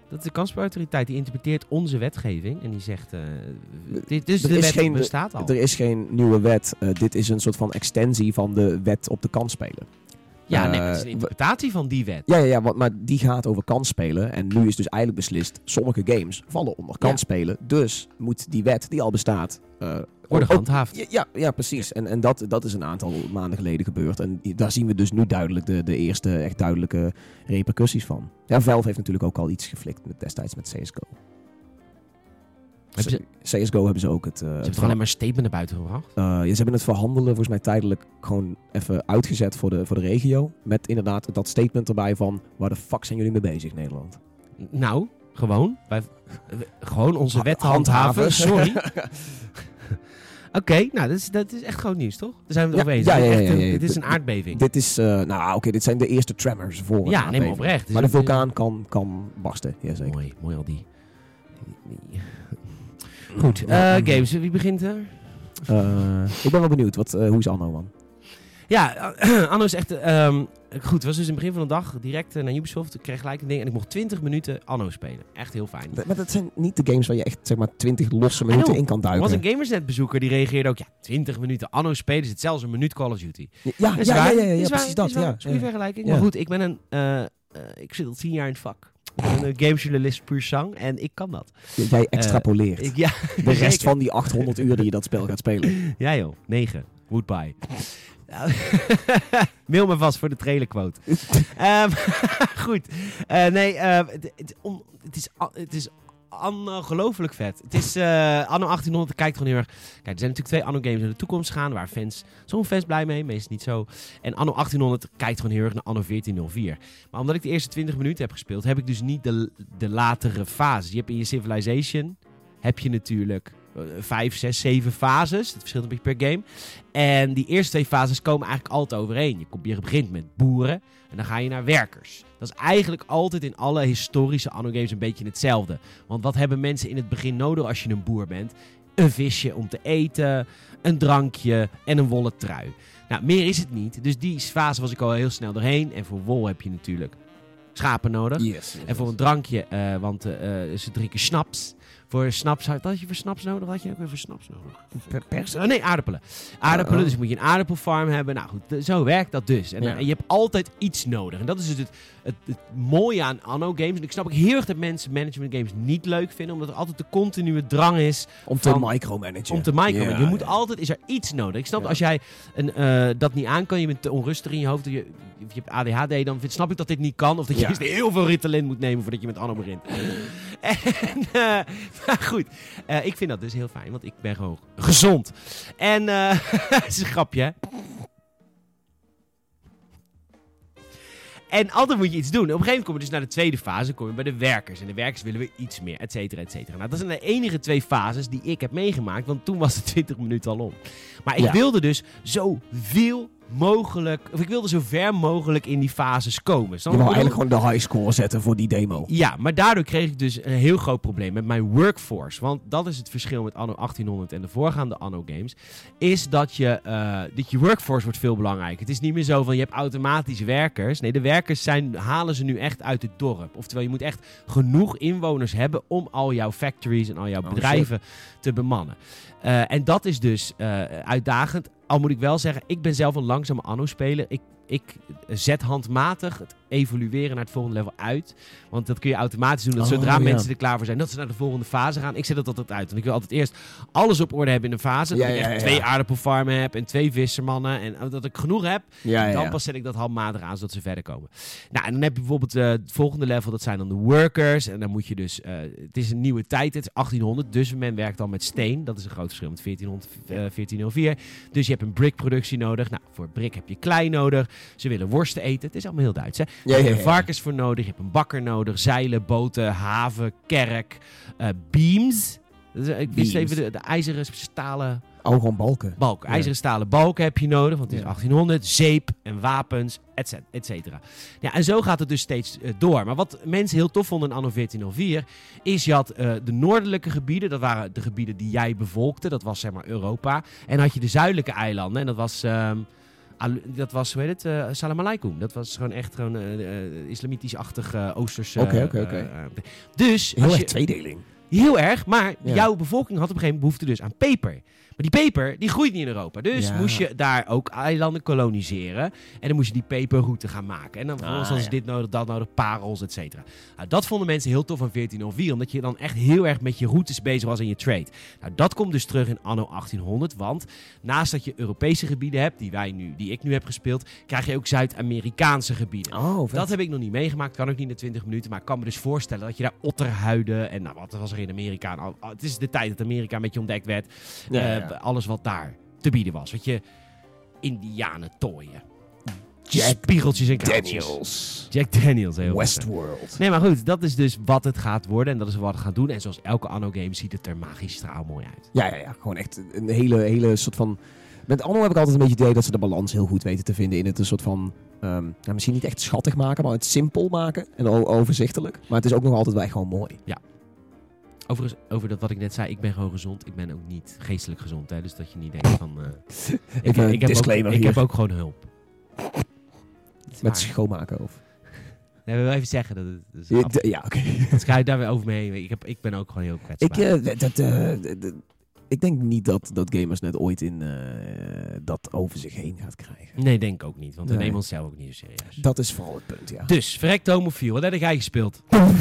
[SPEAKER 1] Dat is de kansspelautoriteit. Die interpreteert onze wetgeving. En die zegt... dus
[SPEAKER 2] Er
[SPEAKER 1] de
[SPEAKER 2] is
[SPEAKER 1] wet bestaat al.
[SPEAKER 2] Er is geen nieuwe wet. Dit is een soort van extensie van de wet op de kansspelen.
[SPEAKER 1] Ja, nee, maar het is een interpretatie van die wet.
[SPEAKER 2] Ja, maar die gaat over kansspelen. En nu is dus eigenlijk beslist, sommige games vallen onder kansspelen. Dus moet die wet die al bestaat...
[SPEAKER 1] worden gehandhaafd.
[SPEAKER 2] Ja, precies. En dat is een aantal maanden geleden gebeurd. En daar zien we dus nu duidelijk de eerste echt duidelijke repercussies van. Ja, Valve heeft natuurlijk ook al iets geflikt destijds met CSGO. CSGO hebben ze ook het...
[SPEAKER 1] Ze hebben toch alleen maar een statement naar buiten gebracht?
[SPEAKER 2] Ze hebben het verhandelen volgens mij tijdelijk gewoon even uitgezet voor de regio. Met inderdaad dat statement erbij van... Waar de fuck zijn jullie mee bezig, Nederland?
[SPEAKER 1] Nou, gewoon. Gewoon onze wet handhaven. Sorry. Oké, nou, dat is echt groot nieuws, toch? Daar zijn we het over eens. Dit is een aardbeving.
[SPEAKER 2] Dit is, dit zijn de eerste tremors voor een aardbeving.
[SPEAKER 1] Nee, maar oprecht.
[SPEAKER 2] Maar de vulkaan kan barsten, jazeker.
[SPEAKER 1] Mooi al die. Goed, games. Wie begint er?
[SPEAKER 2] Ik ben wel benieuwd. Hoe is Anno, man?
[SPEAKER 1] Ja, Anno is echt... goed, het was dus in het begin van de dag direct naar Ubisoft. Ik kreeg gelijk een ding en ik mocht 20 minuten Anno spelen. Echt heel fijn.
[SPEAKER 2] Maar dat zijn niet de games waar je echt zeg maar 20 losse minuten in kan duiken.
[SPEAKER 1] Er was een Gamersnet-bezoeker die reageerde ook... Ja, 20 minuten Anno spelen is het zelfs een minuut Call of Duty.
[SPEAKER 2] Ja, precies dat.
[SPEAKER 1] Goede vergelijking. Ja. Maar goed, ik ben ik zit al 10 jaar in het vak. Ik ben een gamejournalist puur zang en ik kan dat.
[SPEAKER 2] Jij extrapoleert.
[SPEAKER 1] De
[SPEAKER 2] rest van die 800 uur die je dat spel gaat spelen.
[SPEAKER 1] Ja joh, 9. Woodbye. Mail me vast voor de trailerquote. Goed. Het is ongelooflijk vet. Het is Anno 1800 kijkt gewoon heel erg... Kijk, er zijn natuurlijk 2 Anno games in de toekomst gaan... waar sommige fans blij mee, meestal niet zo. En Anno 1800 kijkt gewoon heel erg naar Anno 1404. Maar omdat ik de eerste 20 minuten heb gespeeld... heb ik dus niet de latere fases. Je hebt in je Civilization... heb je natuurlijk 5, 6, 7 fases. Dat verschilt een beetje per game. En die eerste 2 fases komen eigenlijk altijd overeen. Je begint met boeren en dan ga je naar werkers. Dat is eigenlijk altijd in alle historische Anno games een beetje hetzelfde. Want wat hebben mensen in het begin nodig als je een boer bent? Een visje om te eten, een drankje en een wollen trui. Nou, meer is het niet. Dus die fase was ik al heel snel doorheen. En voor wol heb je natuurlijk schapen nodig.
[SPEAKER 2] Yes.
[SPEAKER 1] En voor een drankje, want ze drinken snaps. Voor snaps, had je voor snaps nodig? Had je ook weer voor snaps nodig? Persen? Nee, aardappelen. Aardappelen, dus moet je een aardappelfarm hebben. Nou goed, zo werkt dat dus. En je hebt altijd iets nodig. En dat is dus het mooie aan Anno games. En ik snap ook heel erg dat mensen management games niet leuk vinden. Omdat er altijd de continue drang is.
[SPEAKER 2] Om te micromanagen.
[SPEAKER 1] Je moet altijd, is er iets nodig. Ik snap als jij dat niet aan kan. Je bent te onrustig in je hoofd. Je hebt ADHD. Dan snap ik dat dit niet kan. Of dat je eerst heel veel Ritalin moet nemen voordat je met Anno begint. Maar goed, ik vind dat dus heel fijn, want ik ben gewoon gezond. En het is een grapje, hè? En altijd moet je iets doen. Op een gegeven moment kom je dus naar de tweede fase, kom je bij de werkers. En de werkers willen weer iets meer, et cetera, et cetera. Nou, dat zijn de enige 2 fases die ik heb meegemaakt, want toen was het 20 minuten al om. Maar ik wilde dus zoveel mogelijk, of ik wilde zo ver mogelijk in die fases komen.
[SPEAKER 2] Je wou eigenlijk gewoon de high score zetten voor die demo.
[SPEAKER 1] Ja, maar daardoor kreeg ik dus een heel groot probleem met mijn workforce. Want dat is het verschil met Anno 1800 en de voorgaande Anno games. Is dat je workforce wordt veel belangrijker. Het is niet meer zo van je hebt automatisch werkers. Nee, de werkers halen ze nu echt uit het dorp. Oftewel, je moet echt genoeg inwoners hebben om al jouw factories en al jouw bedrijven te bemannen. En dat is dus uitdagend. Al moet ik wel zeggen, ik ben zelf een langzame Anno-speler. Ik zet handmatig het evolueren naar het volgende level uit. Want dat kun je automatisch doen. Dat zodra mensen er klaar voor zijn, dat ze naar de volgende fase gaan. Ik zet dat altijd uit. Want ik wil altijd eerst alles op orde hebben in een fase. Dat ik echt 2 aardappelfarmen heb en 2 vissermannen. En dat ik genoeg heb. Dan pas zet ik dat handmatig aan, zodat ze verder komen. Nou, en dan heb je bijvoorbeeld het volgende level. Dat zijn dan de workers. En dan moet je dus... het is een nieuwe tijd. Het is 1800. Dus men werkt dan met steen. Dat is een groot verschil met 1404. Dus je hebt een brickproductie nodig. Nou, voor brick heb je klei nodig. Ze willen worsten eten. Het is allemaal heel Duits, hè? Je hebt er varkens voor nodig. Je hebt een bakker nodig. Zeilen, boten, haven, kerk. Beams. Ik wist even de ijzeren stalen...
[SPEAKER 2] gewoon balken.
[SPEAKER 1] IJzeren stalen balken heb je nodig. Want het is 1800. Zeep en wapens, et cetera. Ja, en zo gaat het dus steeds door. Maar wat mensen heel tof vonden in Anno 1404... is je had de noordelijke gebieden. Dat waren de gebieden die jij bevolkte. Dat was zeg maar Europa. En had je de zuidelijke eilanden. En dat was... Dat was, hoe heet het? Salam alaikum. Dat was gewoon echt islamitisch-achtig Oosterse...
[SPEAKER 2] Oké.
[SPEAKER 1] Dus...
[SPEAKER 2] Heel erg tweedeling.
[SPEAKER 1] Heel erg, maar
[SPEAKER 2] Ja.
[SPEAKER 1] jouw bevolking had op een gegeven moment behoefte dus aan peper. Maar die peper, die groeit niet in Europa. Dus moest je daar ook eilanden koloniseren. En dan moest je die peperroute gaan maken. En dan vervolgens was dit nodig, dat nodig, parels, et cetera. Nou, dat vonden mensen heel tof van 1404. Omdat je dan echt heel erg met je routes bezig was in je trade. Nou, dat komt dus terug in anno 1800. Want naast dat je Europese gebieden hebt, die ik nu heb gespeeld, krijg je ook Zuid-Amerikaanse gebieden.
[SPEAKER 2] Oh, vet.
[SPEAKER 1] Dat heb ik nog niet meegemaakt. Kan ook niet in 20 minuten. Maar ik kan me dus voorstellen dat je daar otterhuiden en wat was er in Amerika? Het is de tijd dat Amerika een beetje ontdekt werd. Alles wat daar te bieden was. Weet je, Indianen tooien. Spiegeltjes en kraaltjes. Jack Daniels. Heel
[SPEAKER 2] Westworld.
[SPEAKER 1] Nee, maar goed. Dat is dus wat het gaat worden. En dat is wat het gaat doen. En zoals elke anno game ziet het er magistraal mooi uit.
[SPEAKER 2] Ja. Gewoon echt een hele soort van... Met Anno heb ik altijd een beetje het idee dat ze de balans heel goed weten te vinden in het een soort van... misschien niet echt schattig maken, maar het simpel maken. En overzichtelijk. Maar het is ook nog altijd wel echt gewoon mooi.
[SPEAKER 1] Ja. Overigens, over dat wat ik net zei, ik ben gewoon gezond. Ik ben ook niet geestelijk gezond, hè. Dus dat je niet denkt van... ik heb ook gewoon hulp.
[SPEAKER 2] Met schoonmaken of...
[SPEAKER 1] Nee, we willen even zeggen dat het...
[SPEAKER 2] Ja, oké.
[SPEAKER 1] Dan ga je daar weer over mee heen. Ik ben ook gewoon heel kwetsbaar.
[SPEAKER 2] Ik denk niet dat Gamers net ooit in dat over zich heen gaat krijgen.
[SPEAKER 1] Nee, denk ik ook niet. Want we nemen onszelf ook niet zo serieus.
[SPEAKER 2] Dat is vooral het punt, ja.
[SPEAKER 1] Dus, verrekt homofiel. Wat heb jij gespeeld?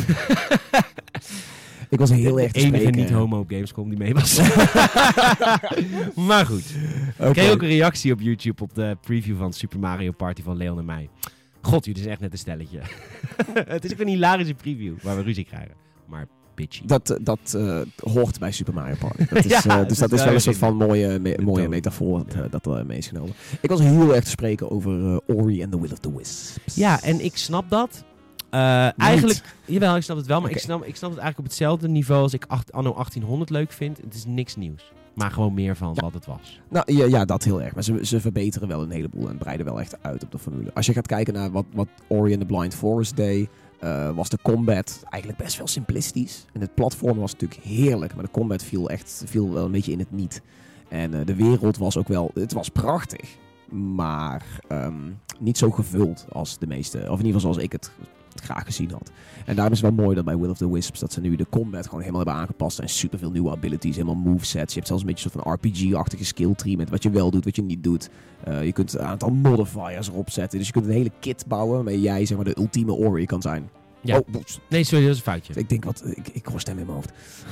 [SPEAKER 2] Ik was heel erg
[SPEAKER 1] de enige niet-homo op Gamescom die mee was. Maar goed. Ik kreeg ook een reactie op YouTube op de preview van Super Mario Party van Leon en mij. God, jullie zijn echt net een stelletje. Het is ook een hilarische preview waar we ruzie krijgen. Maar bitchy.
[SPEAKER 2] Dat hoort bij Super Mario Party. Dat is, dus dat is wel een soort van mooie metafoor dat er mee is genomen. Ik was heel erg te spreken over Ori and the Will of the Wisps.
[SPEAKER 1] Ja, en ik snap dat. Eigenlijk, jawel, ik snap het wel, maar ik snap het eigenlijk op hetzelfde niveau als ik anno 1800 leuk vind. Het is niks nieuws, maar gewoon meer van wat het was.
[SPEAKER 2] Nou ja, dat heel erg. Maar ze verbeteren wel een heleboel en breiden wel echt uit op de formule. Als je gaat kijken naar wat Ori and the Blind Forest deed, was de combat eigenlijk best wel simplistisch. En het platform was natuurlijk heerlijk, maar de combat viel wel een beetje in het niet. En de wereld was ook wel, het was prachtig, maar niet zo gevuld als de meeste, of in ieder geval zoals ik het graag gezien had. En daarom is het wel mooi dat bij Will of the Wisps dat ze nu de combat gewoon helemaal hebben aangepast en superveel nieuwe abilities, helemaal movesets. Je hebt zelfs een beetje een soort van RPG-achtige skill tree met wat je wel doet, wat je niet doet. Je kunt een aantal modifiers erop zetten. Dus je kunt een hele kit bouwen waarmee jij zeg maar de ultieme Ori kan zijn.
[SPEAKER 1] Ja. Nee, sorry, dat is een foutje.
[SPEAKER 2] Ik denk ik hoor stem in mijn hoofd.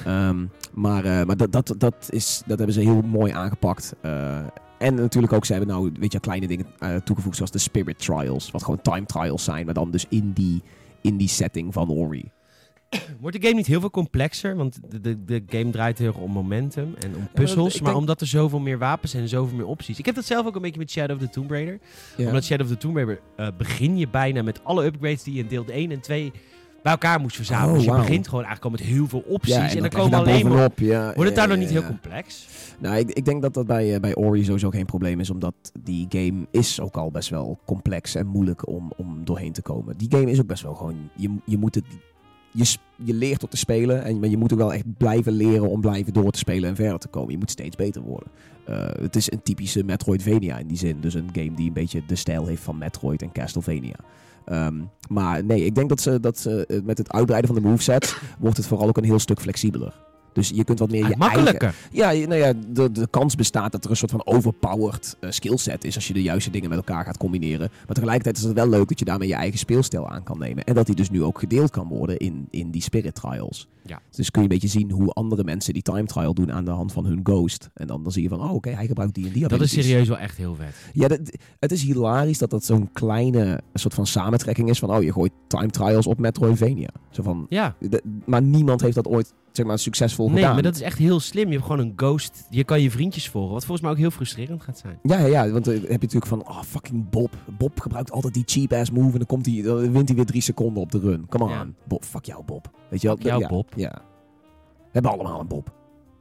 [SPEAKER 2] Maar dat hebben ze heel mooi aangepakt. En natuurlijk ook, ze hebben nou kleine dingen toegevoegd zoals de Spirit Trials. Wat gewoon time trials zijn, maar dan dus in die setting van Ori.
[SPEAKER 1] Wordt de game niet heel veel complexer? Want de game draait heel erg om momentum en om puzzels. Maar omdat er zoveel meer wapens zijn en zoveel meer opties. Ik heb dat zelf ook een beetje met Shadow of the Tomb Raider. Ja. Omdat Shadow of the Tomb Raider begin je bijna met alle upgrades die je in deel 1 en 2 bij elkaar moest verzamelen. Dus je begint gewoon eigenlijk al met heel veel opties. Ja, en dan komen alleen maar... Wordt het daar nog niet heel complex?
[SPEAKER 2] Nou, ik denk dat bij Ori sowieso geen probleem is. Omdat die game is ook al best wel complex en moeilijk om doorheen te komen. Die game is ook best wel gewoon... Je moet het... Je leert door te spelen, maar je moet ook wel echt blijven leren om blijven door te spelen en verder te komen. Je moet steeds beter worden. Het is een typische Metroidvania in die zin. Dus een game die een beetje de stijl heeft van Metroid en Castlevania. Maar nee, ik denk dat ze met het uitbreiden van de movesets wordt het vooral ook een heel stuk flexibeler. Dus je kunt wat meer je
[SPEAKER 1] makkelijker.
[SPEAKER 2] De kans bestaat dat er een soort van overpowered skillset is als je de juiste dingen met elkaar gaat combineren. Maar tegelijkertijd is het wel leuk dat je daarmee je eigen speelstijl aan kan nemen. En dat die dus nu ook gedeeld kan worden in die Spirit Trials. Ja. Dus kun je een beetje zien hoe andere mensen die time trial doen aan de hand van hun ghost. En dan zie je van, oké, hij gebruikt die en die abilities.
[SPEAKER 1] Dat is serieus wel echt heel vet.
[SPEAKER 2] Ja, het is hilarisch dat zo'n kleine soort van samentrekking is van, je gooit time trials op Metroidvania. Zo van, maar niemand heeft dat ooit zeg maar succesvol gedaan.
[SPEAKER 1] Nee, maar dat is echt heel slim. Je hebt gewoon een ghost. Je kan je vriendjes volgen. Wat volgens mij ook heel frustrerend gaat zijn.
[SPEAKER 2] Ja, want dan heb je natuurlijk van... fucking Bob. Bob gebruikt altijd die cheap-ass move en dan wint hij weer 3 seconden op de run. Come on. Bob, fuck jou, Bob. Weet je wel?
[SPEAKER 1] Bob.
[SPEAKER 2] Ja. We hebben allemaal een Bob.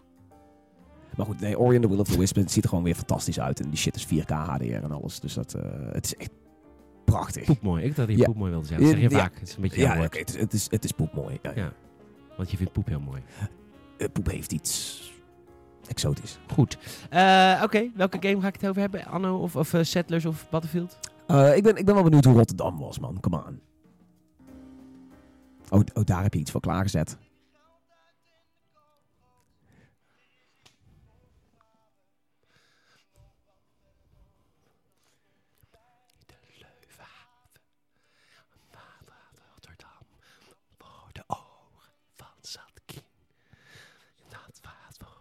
[SPEAKER 2] Maar goed, nee, Ori and the Will of the Wisps, het ziet er gewoon weer fantastisch uit. En die shit is 4K HDR en alles. Dus het is echt prachtig.
[SPEAKER 1] Poepmooi. Ik dacht dat je poepmooi wilde zeggen. Dat zeg je vaak. Het is een beetje
[SPEAKER 2] het is poepmooi. Ja.
[SPEAKER 1] Want je vindt poep heel mooi.
[SPEAKER 2] Poep heeft iets Exotisch.
[SPEAKER 1] Goed. Oké, welke game ga ik het over hebben? Anno of Settlers of Battlefield?
[SPEAKER 2] Ik ben wel benieuwd hoe Rotterdam was, man. Come on. Oh, daar heb je iets voor klaargezet.
[SPEAKER 1] De Leuvenhaven, Rotterdam, voor de ogen van Zatkin. Dat was voor...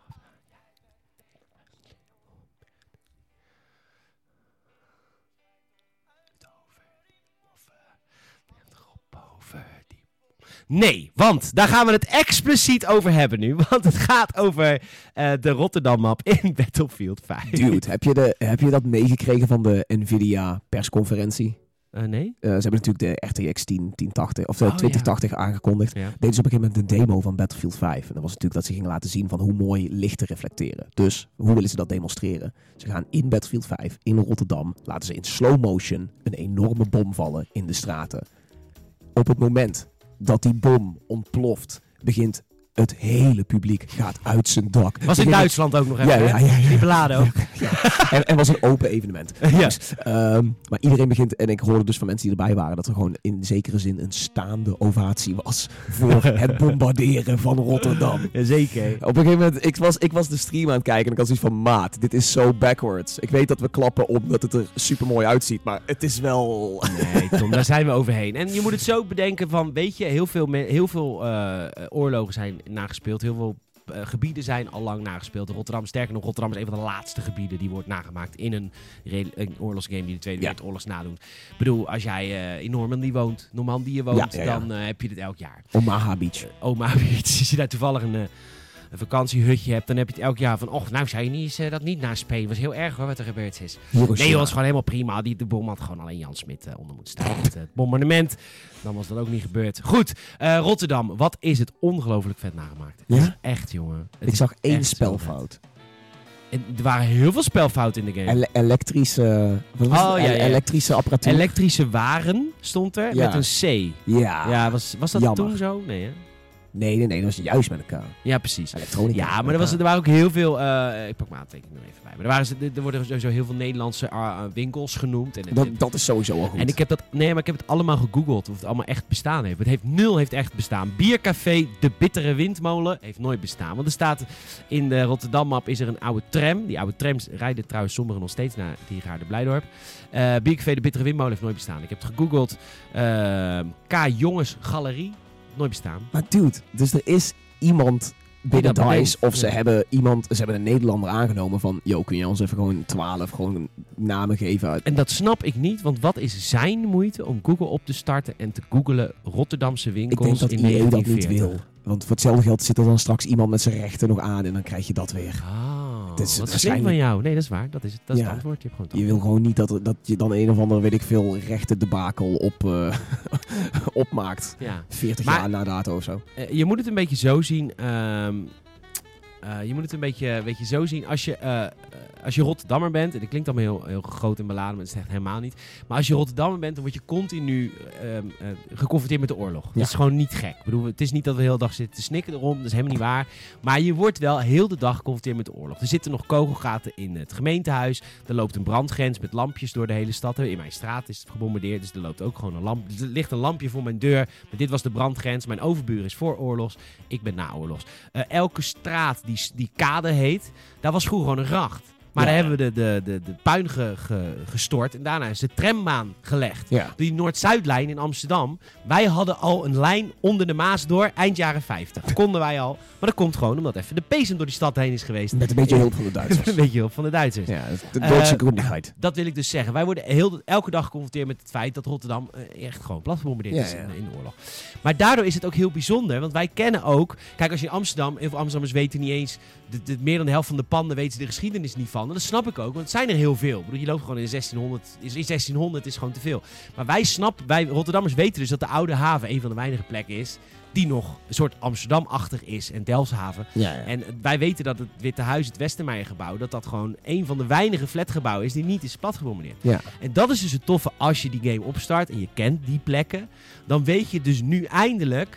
[SPEAKER 1] Nee, want daar gaan we het expliciet over hebben nu. Want het gaat over de Rotterdam-map in Battlefield 5.
[SPEAKER 2] Dude, heb je dat meegekregen van de Nvidia persconferentie?
[SPEAKER 1] Nee?
[SPEAKER 2] Ze hebben natuurlijk de RTX 1080 of de 2080 aangekondigd.
[SPEAKER 1] Ja.
[SPEAKER 2] Deden ze op een gegeven moment een demo van Battlefield 5. En dat was natuurlijk dat ze gingen laten zien van hoe mooi lichten reflecteren. Dus hoe willen ze dat demonstreren? Ze gaan in Battlefield 5 in Rotterdam, laten ze in slow motion een enorme bom vallen in de straten. Op het moment dat die bom ontploft, begint het hele publiek gaat uit zijn dak.
[SPEAKER 1] Was in Duitsland ook nog even,
[SPEAKER 2] ja.
[SPEAKER 1] Die beladen ook.
[SPEAKER 2] En was een open evenement.
[SPEAKER 1] Ja.
[SPEAKER 2] Dus, maar iedereen begint, en ik hoorde dus van mensen die erbij waren, dat er gewoon in zekere zin een staande ovatie was voor het bombarderen van Rotterdam.
[SPEAKER 1] Zeker.
[SPEAKER 2] Op een gegeven moment, ik was de stream aan het kijken en ik had zoiets van, maat, dit is zo backwards. Ik weet dat we klappen omdat het er super mooi uitziet, maar het is wel...
[SPEAKER 1] Nee, Tom, daar zijn we overheen. En je moet het zo bedenken van, weet je, heel veel oorlogen zijn nagespeeld. Heel veel gebieden zijn al lang nagespeeld. Rotterdam, sterker nog, Rotterdam is een van de laatste gebieden die wordt nagemaakt in een oorlogsgame die de Tweede Wereldoorlogs nadoet. Ik bedoel, als jij in Normandië woont, dan heb je dit elk jaar.
[SPEAKER 2] Omaha Beach.
[SPEAKER 1] Omaha Beach. Als je daar toevallig een vakantiehutje hebt, dan heb je het elk jaar van, nou zou je niet dat niet naspelen. Het was heel erg hoor, wat er gebeurd is.
[SPEAKER 2] Hiroshima.
[SPEAKER 1] Nee, het was gewoon helemaal prima. De bom had gewoon alleen Jan Smit onder moeten staan. Het bombardement. Dan was dat ook niet gebeurd. Goed, Rotterdam. Wat is het ongelooflijk vet nagemaakt.
[SPEAKER 2] Ja?
[SPEAKER 1] Het is echt, jongen.
[SPEAKER 2] Ik zag 1 spelfout.
[SPEAKER 1] En er waren heel veel spelfouten in de game.
[SPEAKER 2] Elektrische apparatuur.
[SPEAKER 1] Elektrische waren stond er met een C. Ja, was dat
[SPEAKER 2] jammer.
[SPEAKER 1] Toen zo? Nee, hè?
[SPEAKER 2] Nee, dat was juist met elkaar.
[SPEAKER 1] Ja, precies.
[SPEAKER 2] Elektronica.
[SPEAKER 1] Ja, maar er waren ook heel veel... ik pak mijn aantekening er even bij. Maar er worden sowieso heel veel Nederlandse winkels genoemd.
[SPEAKER 2] Dat is sowieso al goed.
[SPEAKER 1] En ik heb het allemaal gegoogeld of het allemaal echt bestaan heeft. Heeft echt bestaan. Biercafé De Bittere Windmolen heeft nooit bestaan. Want er staat in de Rotterdam-map is er een oude tram. Die oude trams rijden trouwens sommigen nog steeds naar Diergaarde Blijdorp. Biercafé De Bittere Windmolen heeft nooit bestaan. Ik heb het gegoogeld. K. Jongens Galerie. Nooit bestaan.
[SPEAKER 2] Maar dude, dus er is iemand binnen DICE of ze hebben een Nederlander aangenomen van, kun je ons even gewoon 12 gewoon namen geven.
[SPEAKER 1] En dat snap ik niet, want wat is zijn moeite om Google op te starten en te googelen Rotterdamse winkels in 1940?
[SPEAKER 2] Ik denk dat EA dat niet wil. Want voor hetzelfde geld zit er dan straks iemand met zijn rechten nog aan en dan krijg je dat weer.
[SPEAKER 1] Wat slim van jou. Nee, dat is waar. Dat is het antwoord. Je
[SPEAKER 2] wil gewoon niet dat je dan een of andere, weet ik veel, rechten debakel opmaakt.
[SPEAKER 1] Ja.
[SPEAKER 2] 40 jaar na dato of zo.
[SPEAKER 1] Je moet het een beetje zo zien. Je moet het een beetje zo zien als je Rotterdammer bent. En dat klinkt allemaal heel, heel groot en beladen, maar dat is echt helemaal niet. Maar als je Rotterdammer bent, dan word je continu geconfronteerd met de oorlog. Ja. Dat is gewoon niet gek. Ik bedoel, het is niet dat we de hele dag zitten te snikken erom. Dat is helemaal niet waar. Maar je wordt wel heel de dag geconfronteerd met de oorlog. Er zitten nog kogelgaten in het gemeentehuis. Er loopt een brandgrens met lampjes door de hele stad. In mijn straat is het gebombardeerd, dus er loopt ook gewoon een lamp. Er ligt een lampje voor mijn deur. Maar dit was de brandgrens. Mijn overbuur is vooroorlogs. Ik ben naoorlogs. Elke straat die kade heet, daar was vroeger gewoon een gracht. Maar daar hebben we de puin gestort en daarna is de trambaan gelegd. Ja. Die Noord-Zuidlijn in Amsterdam. Wij hadden al een lijn onder de Maas door eind jaren 50. Dat konden wij al. Maar dat komt gewoon omdat even de pezen door die stad heen is geweest.
[SPEAKER 2] Met een beetje hulp van de Duitsers.
[SPEAKER 1] Een beetje hulp van de Duitsers.
[SPEAKER 2] Ja, de Duitse grondigheid.
[SPEAKER 1] Dat wil ik dus zeggen. Wij worden elke dag geconfronteerd met het feit dat Rotterdam echt gewoon plat gebombardeerd is in de oorlog. Maar daardoor is het ook heel bijzonder. Want wij kennen ook... Kijk, als je in Amsterdam... Heel veel Amsterdammers weten niet eens... meer dan de helft van de panden weten de geschiedenis niet van. En dat snap ik ook, want het zijn er heel veel. Ik bedoel, je loopt gewoon in 1600 is gewoon te veel. Maar wij Rotterdammers weten dus dat de Oude Haven een van de weinige plekken is die nog een soort Amsterdam-achtig is en Delfshaven. Ja. En wij weten dat het Witte Huis, het Westermeijergebouw, dat gewoon een van de weinige flatgebouwen is die niet is platgebombardeerd. Ja. En dat is dus het toffe als je die game opstart en je kent die plekken. Dan weet je dus nu eindelijk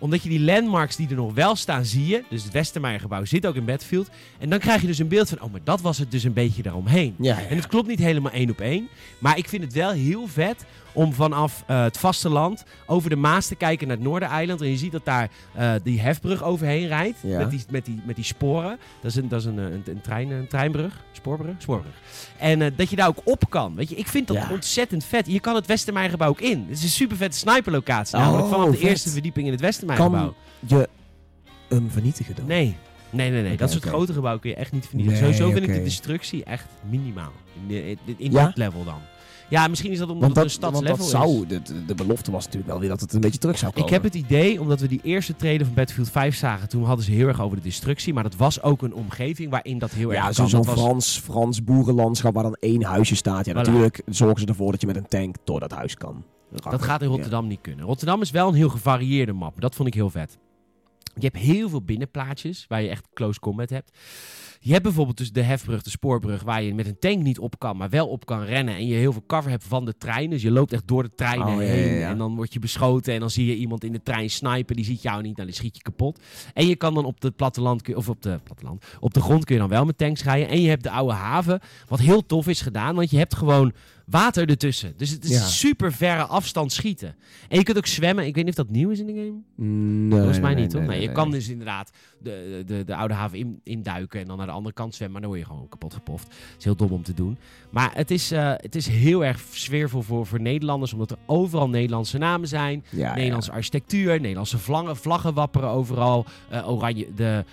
[SPEAKER 1] Omdat je die landmarks die er nog wel staan, zie je. Dus het Westermeijergebouw zit ook in Battlefield. En dan krijg je dus een beeld van, maar dat was het dus een beetje daaromheen.
[SPEAKER 2] Ja.
[SPEAKER 1] En het klopt niet helemaal 1 op 1. Maar ik vind het wel heel vet om vanaf het vasteland over de Maas te kijken naar het Noordereiland. En je ziet dat daar die hefbrug overheen rijdt.
[SPEAKER 2] Ja.
[SPEAKER 1] Met die sporen. Dat is een treinbrug. Spoorbrug. En dat je daar ook op kan. Weet je, ik vind dat ontzettend vet. Je kan het Westermeijergebouw ook in. Het is een super vette sniperlocatie. Namelijk vanaf de eerste verdieping in het Westermeijergebouw.
[SPEAKER 2] Kan je hem vernietigen dan?
[SPEAKER 1] Nee. Dat soort grote gebouwen kun je echt niet vernietigen. Sowieso vind ik de destructie echt minimaal. In dat level dan. Ja, misschien is dat omdat het een stadslevel is.
[SPEAKER 2] De belofte was natuurlijk wel weer dat het een beetje terug zou komen.
[SPEAKER 1] Ik heb het idee, omdat we die eerste trailer van Battlefield 5 zagen, toen hadden ze heel erg over de destructie. Maar dat was ook een omgeving waarin dat heel erg kan.
[SPEAKER 2] Ja, zo'n Frans boerenlandschap waar dan 1 huisje staat. Ja,
[SPEAKER 1] voilà.
[SPEAKER 2] Natuurlijk zorgen ze ervoor dat je met een tank door dat huis kan.
[SPEAKER 1] Dat gaat in Rotterdam niet kunnen. Rotterdam is wel een heel gevarieerde map. Dat vond ik heel vet. Je hebt heel veel binnenplaatjes waar je echt close combat hebt. Je hebt bijvoorbeeld dus de hefbrug, de spoorbrug, waar je met een tank niet op kan, maar wel op kan rennen. En je heel veel cover hebt van de trein. Dus je loopt echt door de treinen heen. Ja. En dan word je beschoten en dan zie je iemand in de trein snipen. Die ziet jou niet, dan schiet je kapot. En je kan dan op de op de grond kun je dan wel met tanks rijden. En je hebt de oude haven, wat heel tof is gedaan. Want je hebt gewoon water ertussen. Dus het is super verre afstand schieten. En je kunt ook zwemmen. Ik weet niet of dat nieuw is in de game.
[SPEAKER 2] Nee,
[SPEAKER 1] volgens mij niet, toch? Nee, je kan dus inderdaad de oude haven induiken en dan naar de andere kant zwemmen. Maar dan word je gewoon kapot gepoft. Dat is heel dom om te doen. Maar het is heel erg sfeervol voor Nederlanders, omdat er overal Nederlandse namen zijn. Nederlandse architectuur, Nederlandse vlaggen wapperen overal. Oranje,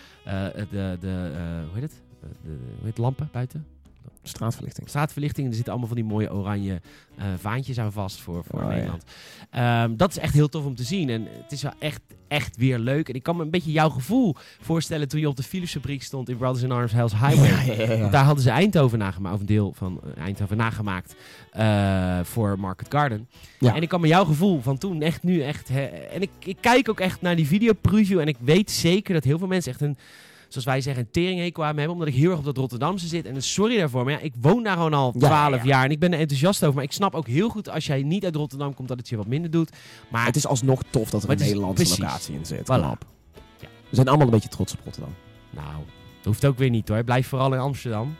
[SPEAKER 1] hoe heet het? Lampen buiten? Straatverlichting. Er zitten allemaal van die mooie oranje vaantjes aan vast voor Nederland. Ja. Dat is echt heel tof om te zien. En het is wel echt weer leuk. En ik kan me een beetje jouw gevoel voorstellen toen je op de Philipsfabriek stond in Brothers in Arms Hell's Highway. Ja. Want daar hadden ze Eindhoven nagemaakt, of een deel van Eindhoven nagemaakt voor Market Garden. Ja. En ik kan me jouw gevoel van toen echt nu echt... en ik kijk ook echt naar die videopreview en ik weet zeker dat heel veel mensen echt zoals wij zeggen, een teringhekel aan me hebben. Omdat ik heel erg op dat Rotterdamse zit. En sorry daarvoor. Maar ik woon daar gewoon al 12 jaar. En ik ben er enthousiast over. Maar ik snap ook heel goed als jij niet uit Rotterdam komt, dat het je wat minder doet. Maar
[SPEAKER 2] het is alsnog tof dat er een Nederlandse locatie in zit.
[SPEAKER 1] Voilà. Ja.
[SPEAKER 2] We zijn allemaal een beetje trots op Rotterdam.
[SPEAKER 1] Nou, dat hoeft ook weer niet hoor. Blijf vooral in Amsterdam.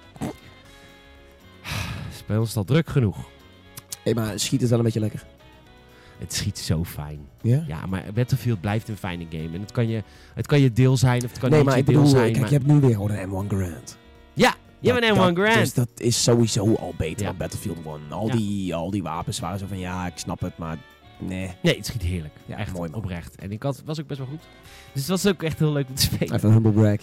[SPEAKER 1] Bij ons is het al druk genoeg.
[SPEAKER 2] Maar schiet het wel een beetje lekker?
[SPEAKER 1] Het schiet zo fijn.
[SPEAKER 2] Yeah?
[SPEAKER 1] Ja, maar Battlefield blijft een fijne game. En het kan je deel zijn of het kan niet je deel zijn.
[SPEAKER 2] Kijk, je hebt nu weer gewoon een M1 Grand.
[SPEAKER 1] Ja, je hebt een M1 Grand.
[SPEAKER 2] Dus dat is sowieso al beter dan Battlefield 1. Al die wapens waren zo van, ik snap het, maar nee.
[SPEAKER 1] Nee, het schiet heerlijk. Ja, echt mooi, oprecht. En was ook best wel goed. Dus het was ook echt heel leuk om te spelen.
[SPEAKER 2] Even een humble brag.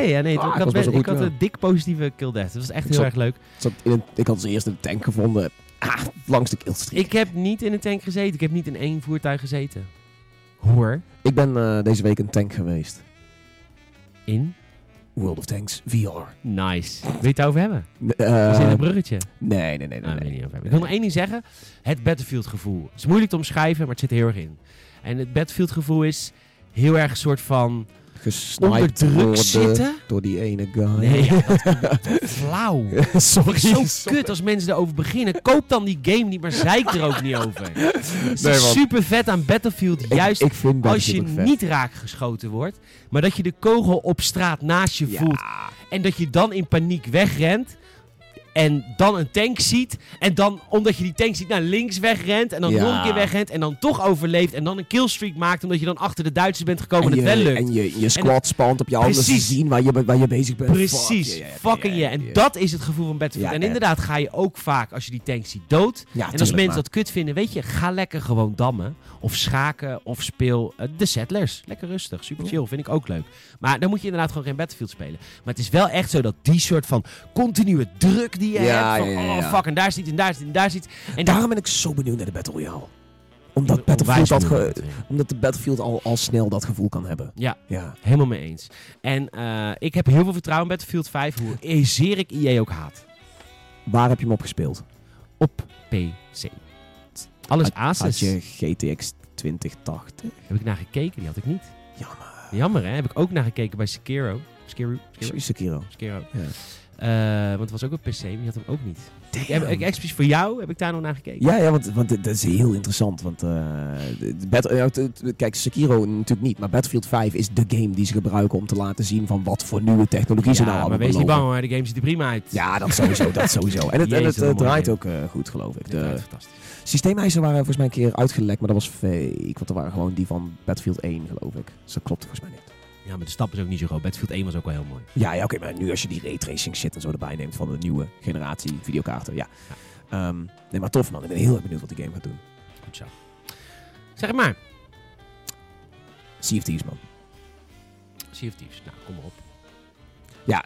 [SPEAKER 1] Ik had een dik positieve kill death. Het was echt heel erg leuk.
[SPEAKER 2] Ik had als eerste een tank gevonden. Langs de killstreak.
[SPEAKER 1] Ik heb niet in een tank gezeten. Ik heb niet in 1 voertuig gezeten. Hoor.
[SPEAKER 2] Ik ben deze week een tank geweest.
[SPEAKER 1] In?
[SPEAKER 2] World of Tanks VR.
[SPEAKER 1] Nice. Wil je het over hebben? Is in een bruggetje?
[SPEAKER 2] Nee.
[SPEAKER 1] Ik wil nog 1 ding zeggen. Het Battlefield gevoel. Het is moeilijk te omschrijven, maar het zit er heel erg in. En het Battlefield gevoel is heel erg een soort van... onder druk zitten.
[SPEAKER 2] Door die ene guy.
[SPEAKER 1] Nee, flauw. Sorry. Zo kut als mensen erover beginnen. Koop dan die game niet, maar zeik er ook niet over. Het is super vet aan Battlefield. Juist
[SPEAKER 2] ik vind
[SPEAKER 1] als je niet raakgeschoten wordt, maar dat je de kogel op straat naast je voelt. En dat je dan in paniek wegrent. En dan een tank ziet. En dan, omdat je die tank ziet, naar links wegrent. En dan nog een keer wegrent. En dan toch overleeft. En dan een killstreak maakt. Omdat je dan achter de Duitsers bent gekomen en het wel lukt.
[SPEAKER 2] En je squad spant op je handen te zien waar je bezig bent.
[SPEAKER 1] Precies. En dat is het gevoel van Battlefield. En inderdaad ga je ook vaak, als je die tank ziet, dood. Ja, en als mensen dat kut vinden, weet je, ga lekker gewoon dammen. Of schaken. Of speel de Settlers. Lekker rustig. Super chill. Vind ik ook leuk. Maar dan moet je inderdaad gewoon geen Battlefield spelen. Maar het is wel echt zo dat die soort van continue druk die je hebt. Van, fuck, en daar zit en daar zit en daar zit. En
[SPEAKER 2] daarom ben ik zo benieuwd naar de Battle Royale. Omdat de Battlefield al snel dat gevoel kan hebben.
[SPEAKER 1] Ja. Helemaal mee eens. En ik heb heel veel vertrouwen in Battlefield 5. Hoezeer ik EA ook haat.
[SPEAKER 2] Waar heb je hem op gespeeld?
[SPEAKER 1] Op PC. Alles Asus.
[SPEAKER 2] Had je GTX 2080?
[SPEAKER 1] Heb ik naar gekeken? Die had ik niet.
[SPEAKER 2] Jammer,
[SPEAKER 1] hè? Heb ik ook naar gekeken bij Sekiro.
[SPEAKER 2] Sekiro. Ja.
[SPEAKER 1] Want het was ook een PC, maar je had hem ook niet. Expliciet voor jou heb ik daar nog naar gekeken.
[SPEAKER 2] Ja, want dat is heel interessant. Want kijk, Sekiro natuurlijk niet, maar Battlefield 5 is de game die ze gebruiken om te laten zien van wat voor nieuwe technologie ze nou allemaal
[SPEAKER 1] maar wees
[SPEAKER 2] beloven.
[SPEAKER 1] niet bang hoor, de game ziet er prima uit.
[SPEAKER 2] Ja, dat sowieso. En het draait ook goed, geloof ik.
[SPEAKER 1] Het fantastisch.
[SPEAKER 2] Systeemeisen waren volgens mij een keer uitgelekt, maar dat was fake. Want er waren gewoon die van Battlefield 1, geloof ik. Dus dat klopt volgens mij niet.
[SPEAKER 1] Ja, maar de stap is ook niet zo groot. Battlefield 1 was ook wel heel mooi.
[SPEAKER 2] Ja, oké, maar nu als je die raytracing shit en zo erbij neemt van de nieuwe generatie videokaarten, ja. Nee, maar tof man. Ik ben heel erg benieuwd wat die game gaat doen.
[SPEAKER 1] Goed zo. Zeg het maar.
[SPEAKER 2] Sea of Thieves, man.
[SPEAKER 1] Sea of Thieves. Nou, kom maar op.
[SPEAKER 2] Ja,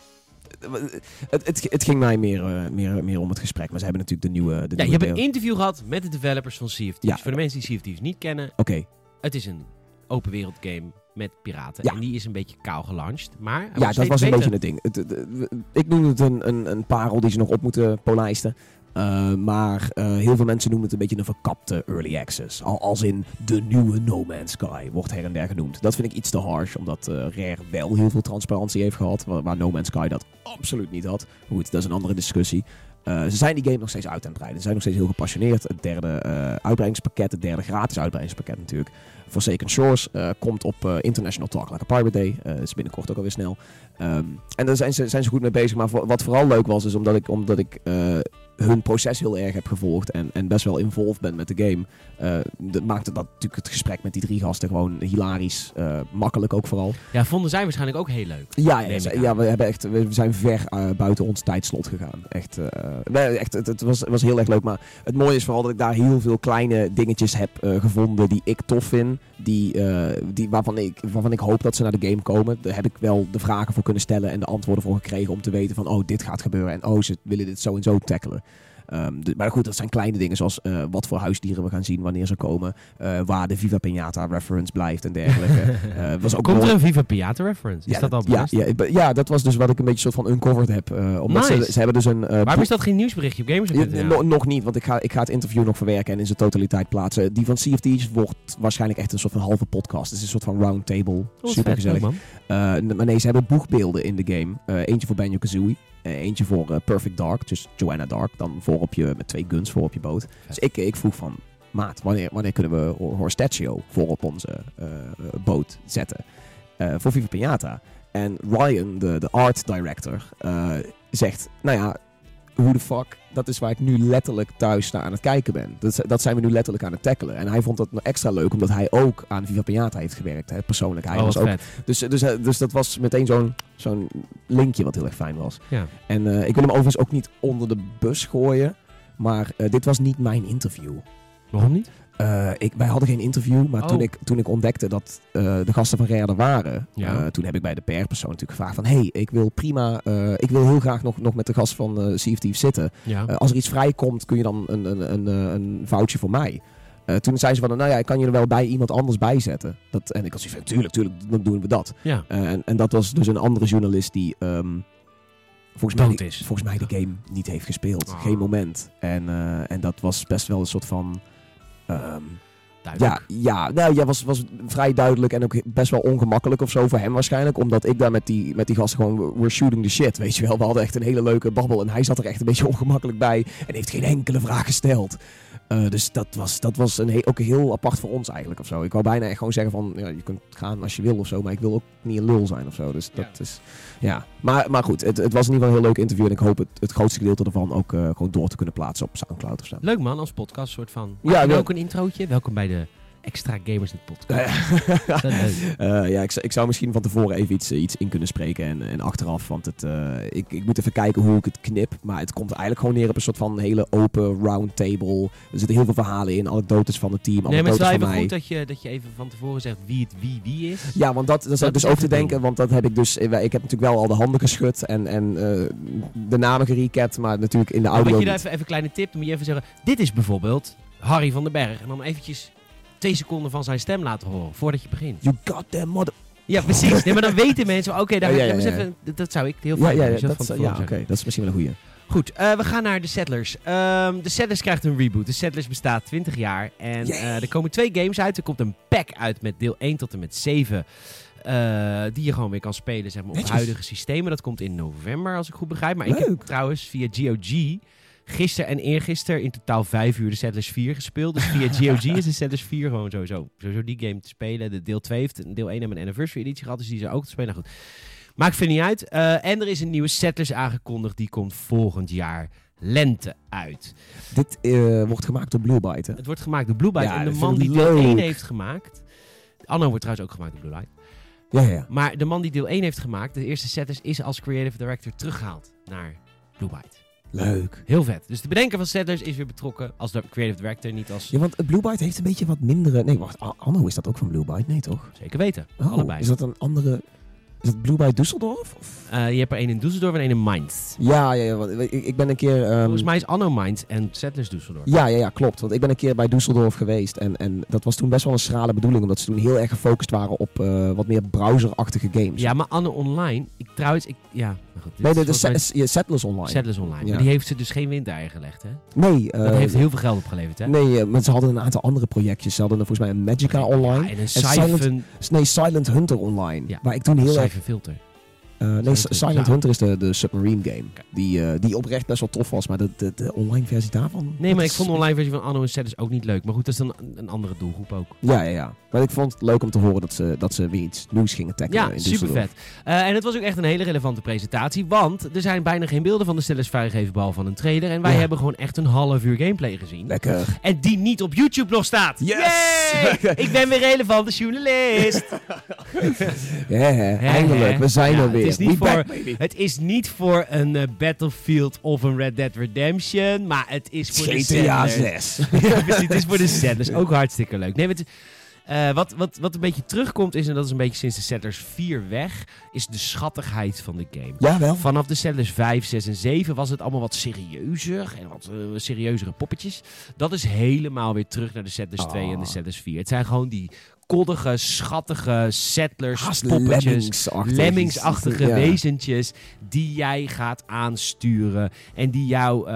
[SPEAKER 2] het ging mij meer om het gesprek. Maar ze hebben natuurlijk de nieuwe
[SPEAKER 1] je hebt een interview gehad met de developers van Sea of Thieves.
[SPEAKER 2] Ja.
[SPEAKER 1] Voor de mensen die Sea of Thieves niet kennen.
[SPEAKER 2] Oké.
[SPEAKER 1] Het is een open wereld game met piraten.
[SPEAKER 2] Ja.
[SPEAKER 1] En die is een beetje kaal gelanceerd. Maar
[SPEAKER 2] Ja, dat was een beetje het ding. Ik noem het een parel die ze nog op moeten polijsten. Maar heel veel mensen noemen het een beetje een verkapte early access. Als in de nieuwe No Man's Sky wordt her en der genoemd. Dat vind ik iets te harsh, omdat Rare wel heel veel transparantie heeft gehad. Waar No Man's Sky dat absoluut niet had. Goed, dat is een andere discussie. Ze zijn die game nog steeds uit aan het breiden. Ze zijn nog steeds heel gepassioneerd. Het derde uitbreidingspakket, het derde gratis uitbreidingspakket natuurlijk. Forsaken Shores komt op International Talk Like a Pirate Day. Dat is binnenkort ook alweer snel. En daar zijn ze goed mee bezig. Maar wat vooral leuk was, is omdat ik hun proces heel erg heb gevolgd en best wel involved ben met de game. Dat maakte dat natuurlijk het gesprek met die 3 gasten gewoon hilarisch. Makkelijk ook vooral.
[SPEAKER 1] Ja, vonden zij waarschijnlijk ook heel leuk.
[SPEAKER 2] Ja, we zijn ver buiten ons tijdslot gegaan. Het was heel erg leuk. Maar het mooie is vooral dat ik daar heel veel kleine dingetjes heb gevonden die ik tof vind. Waarvan ik hoop dat ze naar de game komen. Daar heb ik wel de vragen voor kunnen stellen en de antwoorden voor gekregen om te weten van, oh, dit gaat gebeuren en ze willen dit zo en zo tackelen. Maar goed, dat zijn kleine dingen zoals wat voor huisdieren we gaan zien wanneer ze komen. Waar de Viva Pinata reference blijft en dergelijke.
[SPEAKER 1] Komt er een Viva Pinata reference? Is dat al bewust?
[SPEAKER 2] Ja, dat was dus wat ik een beetje soort van uncovered heb. Omdat ze hebben dus een...
[SPEAKER 1] Waarom is dat geen nieuwsberichtje op Gamers?
[SPEAKER 2] Nog niet, want ik ga het interview nog verwerken en in zijn totaliteit plaatsen. Die van Sea of Thieves wordt waarschijnlijk echt een soort van halve podcast. Het is een soort van roundtable. Super gezellig. Maar nee, ze hebben boegbeelden in de game. Eentje voor Banjo-Kazooie. Eentje voor Perfect Dark, dus Joanna Dark. Dan met 2 guns voor op je boot. Dus ik vroeg van, maat, wanneer kunnen we Horstatio voor op onze boot zetten? Voor Viva Pinata. En Ryan, de art director, zegt, nou ja, who the fuck, dat is waar ik nu letterlijk thuis naar aan het kijken ben. Dat zijn we nu letterlijk aan het tackelen. En hij vond dat nog extra leuk, omdat hij ook aan Viva Pinata heeft gewerkt. Hè, persoonlijk. Hij was ook, dus dat was meteen zo'n linkje wat heel erg fijn was.
[SPEAKER 1] Ja.
[SPEAKER 2] En ik wil hem overigens ook niet onder de bus gooien. Maar dit was niet mijn interview.
[SPEAKER 1] Waarom niet?
[SPEAKER 2] Wij hadden geen interview, maar toen ik ontdekte dat de gasten van Rare er waren, toen heb ik bij de PR-persoon natuurlijk gevraagd van, hey, ik wil heel graag nog met de gast van Sea of Thieves zitten.
[SPEAKER 1] Ja.
[SPEAKER 2] Als er iets vrijkomt, kun je dan een voucher voor mij? Toen zei ze van, nou ja, ik kan je er wel bij iemand anders bijzetten. En ik had zoiets van, tuurlijk, dan doen we dat.
[SPEAKER 1] Ja.
[SPEAKER 2] En dat was dus een andere journalist die... Volgens mij de game niet heeft gespeeld.
[SPEAKER 1] Oh.
[SPEAKER 2] Geen moment. En dat was best wel een soort van... was vrij duidelijk en ook best wel ongemakkelijk of zo voor hem waarschijnlijk. Omdat ik daar met die gasten gewoon, we're shooting the shit, weet je wel. We hadden echt een hele leuke babbel en hij zat er echt een beetje ongemakkelijk bij en heeft geen enkele vraag gesteld. Dus dat was ook heel apart voor ons eigenlijk of zo. Ik wou bijna echt gewoon zeggen van, ja, je kunt gaan als je wil of zo, maar ik wil ook niet een lul zijn of zo. Dus dat is, ja. Maar goed, het was in ieder geval een heel leuk interview en ik hoop het grootste gedeelte ervan ook gewoon door te kunnen plaatsen op Soundcloud of zo.
[SPEAKER 1] Leuk man, als podcast soort van.
[SPEAKER 2] Ja,
[SPEAKER 1] en ook een introotje. Welkom bij de Extra Gamers Net podcast.
[SPEAKER 2] Ik zou misschien van tevoren even iets in kunnen spreken en achteraf, want ik moet even kijken hoe ik het knip, maar het komt eigenlijk gewoon neer op een soort van hele open round table. Er zitten heel veel verhalen in, anekdotes van het team,
[SPEAKER 1] nee, maar het is wel even
[SPEAKER 2] mij.
[SPEAKER 1] goed dat je even van tevoren zegt wie het wie is.
[SPEAKER 2] Ja, want dat is dus ook te denken, want dat heb ik dus, ik heb natuurlijk wel al de handen geschud en de namen gerecapt, maar natuurlijk in de audio.
[SPEAKER 1] Moet je daar even een kleine tip, dan moet je even zeggen, dit is bijvoorbeeld Harry van den Berg en dan eventjes 2 seconden van zijn stem laten horen voordat je begint.
[SPEAKER 2] You goddamn mother...
[SPEAKER 1] Ja, precies. Nee, maar dan weten mensen, oké, even, dat zou ik heel fijn vinden.
[SPEAKER 2] Oké, dat is misschien wel een goeie.
[SPEAKER 1] Goed, we gaan naar de Settlers. De Settlers krijgt een reboot. De Settlers bestaat 20 jaar en er komen 2 games uit. Er komt een pack uit met deel 1 tot en met 7 die je gewoon weer kan spelen, zeg maar, op
[SPEAKER 2] Netjes.
[SPEAKER 1] huidige systemen. Dat komt in november, als ik goed begrijp. Maar ik
[SPEAKER 2] Leuk.
[SPEAKER 1] heb trouwens via GOG gisteren en eergisteren in totaal 5 uur de Settlers 4 gespeeld. Dus via GOG is de Settlers 4 gewoon sowieso die game te spelen. De deel 2 heeft deel 1 hebben een anniversary editie gehad, dus die is er ook te spelen. Nou goed, maakt verder niet uit. En er is een nieuwe Settlers aangekondigd, die komt volgend jaar lente uit.
[SPEAKER 2] Dit wordt gemaakt door Blue Byte, hè?
[SPEAKER 1] Het wordt gemaakt door Blue Byte
[SPEAKER 2] Ja,
[SPEAKER 1] en de
[SPEAKER 2] dat
[SPEAKER 1] man
[SPEAKER 2] vind
[SPEAKER 1] die
[SPEAKER 2] ik
[SPEAKER 1] deel
[SPEAKER 2] leuk.
[SPEAKER 1] 1 heeft gemaakt. Anno wordt trouwens ook gemaakt door Blue Byte.
[SPEAKER 2] Ja.
[SPEAKER 1] Maar de man die deel 1 heeft gemaakt, de eerste Settlers, is als creative director teruggehaald naar Blue Byte.
[SPEAKER 2] Leuk.
[SPEAKER 1] Heel vet. Dus de bedenker van Settlers is weer betrokken als de creative director, niet als...
[SPEAKER 2] Ja, want Blue Byte heeft een beetje wat mindere... Nee, wacht. Anno, is dat ook van Blue Byte? Nee, toch?
[SPEAKER 1] Zeker weten.
[SPEAKER 2] Oh,
[SPEAKER 1] Allebei.
[SPEAKER 2] is dat een andere... Is dat Blue Byte Düsseldorf? Of?
[SPEAKER 1] Je hebt er één in Düsseldorf en één in Mainz.
[SPEAKER 2] Ja, want ik ben een keer...
[SPEAKER 1] Volgens mij is Anno Mainz en Settlers Düsseldorf.
[SPEAKER 2] Ja, klopt. Want ik ben een keer bij Düsseldorf geweest. En dat was toen best wel een schrale bedoeling. Omdat ze toen heel erg gefocust waren op wat meer browserachtige games.
[SPEAKER 1] Ja, maar Anno Online... Ja, maar goed.
[SPEAKER 2] Nee,
[SPEAKER 1] dit
[SPEAKER 2] de
[SPEAKER 1] is volgens mij
[SPEAKER 2] Settlers Online.
[SPEAKER 1] Settlers Online.
[SPEAKER 2] Ja.
[SPEAKER 1] Maar die heeft ze dus geen windeieren gelegd, hè?
[SPEAKER 2] Nee.
[SPEAKER 1] Dat heeft heel veel geld opgeleverd, hè?
[SPEAKER 2] Nee, maar ze hadden een aantal andere projectjes. Ze hadden volgens mij een Magica Online.
[SPEAKER 1] Ja, en een
[SPEAKER 2] Silent-
[SPEAKER 1] Siphon...
[SPEAKER 2] Silent Hunter Online.
[SPEAKER 1] Ja.
[SPEAKER 2] Waar ik toen heel erg...
[SPEAKER 1] Siphon Filter.
[SPEAKER 2] Silent Hunter is de submarine game. Die oprecht best wel tof was. Maar de online versie daarvan...
[SPEAKER 1] Nee, maar ik vond de online versie van Anno en Settlers ook niet leuk. Maar goed, dat is dan een andere doelgroep ook.
[SPEAKER 2] Ja. Maar ik vond het leuk om te horen dat ze weer iets nieuws gingen tackelen.
[SPEAKER 1] Ja,
[SPEAKER 2] in
[SPEAKER 1] super
[SPEAKER 2] Düsseldorf.
[SPEAKER 1] vet. En het was ook echt een hele relevante presentatie. Want er zijn bijna geen beelden van de Settlers vrijgegeven, behalve van een trailer. En wij
[SPEAKER 2] Ja.
[SPEAKER 1] hebben gewoon echt een half uur gameplay gezien.
[SPEAKER 2] Lekker.
[SPEAKER 1] En die niet op YouTube nog staat.
[SPEAKER 2] Yes!
[SPEAKER 1] Yay! Ik ben weer relevante journalist.
[SPEAKER 2] Eindelijk. We zijn
[SPEAKER 1] Ja,
[SPEAKER 2] er weer.
[SPEAKER 1] Het is niet
[SPEAKER 2] We
[SPEAKER 1] voor,
[SPEAKER 2] back, baby.
[SPEAKER 1] het is niet voor een Battlefield of een Red Dead Redemption. Maar het is voor de
[SPEAKER 2] GTA
[SPEAKER 1] Settlers.
[SPEAKER 2] 6.
[SPEAKER 1] Ja, precies. Het is voor de Settlers. Ook hartstikke leuk. Nee, wat een beetje terugkomt is, en dat is een beetje sinds de Settlers 4 weg, is de schattigheid van de game.
[SPEAKER 2] Jawel.
[SPEAKER 1] Vanaf de Settlers 5, 6 en 7 was het allemaal wat serieuzer en wat serieuzere poppetjes. Dat is helemaal weer terug naar de Settlers 2 en de Settlers 4. Het zijn gewoon die koddige, schattige Settlers,
[SPEAKER 2] Haast
[SPEAKER 1] poppetjes, lemmingsachtige
[SPEAKER 2] Ja.
[SPEAKER 1] wezentjes die jij gaat aansturen en die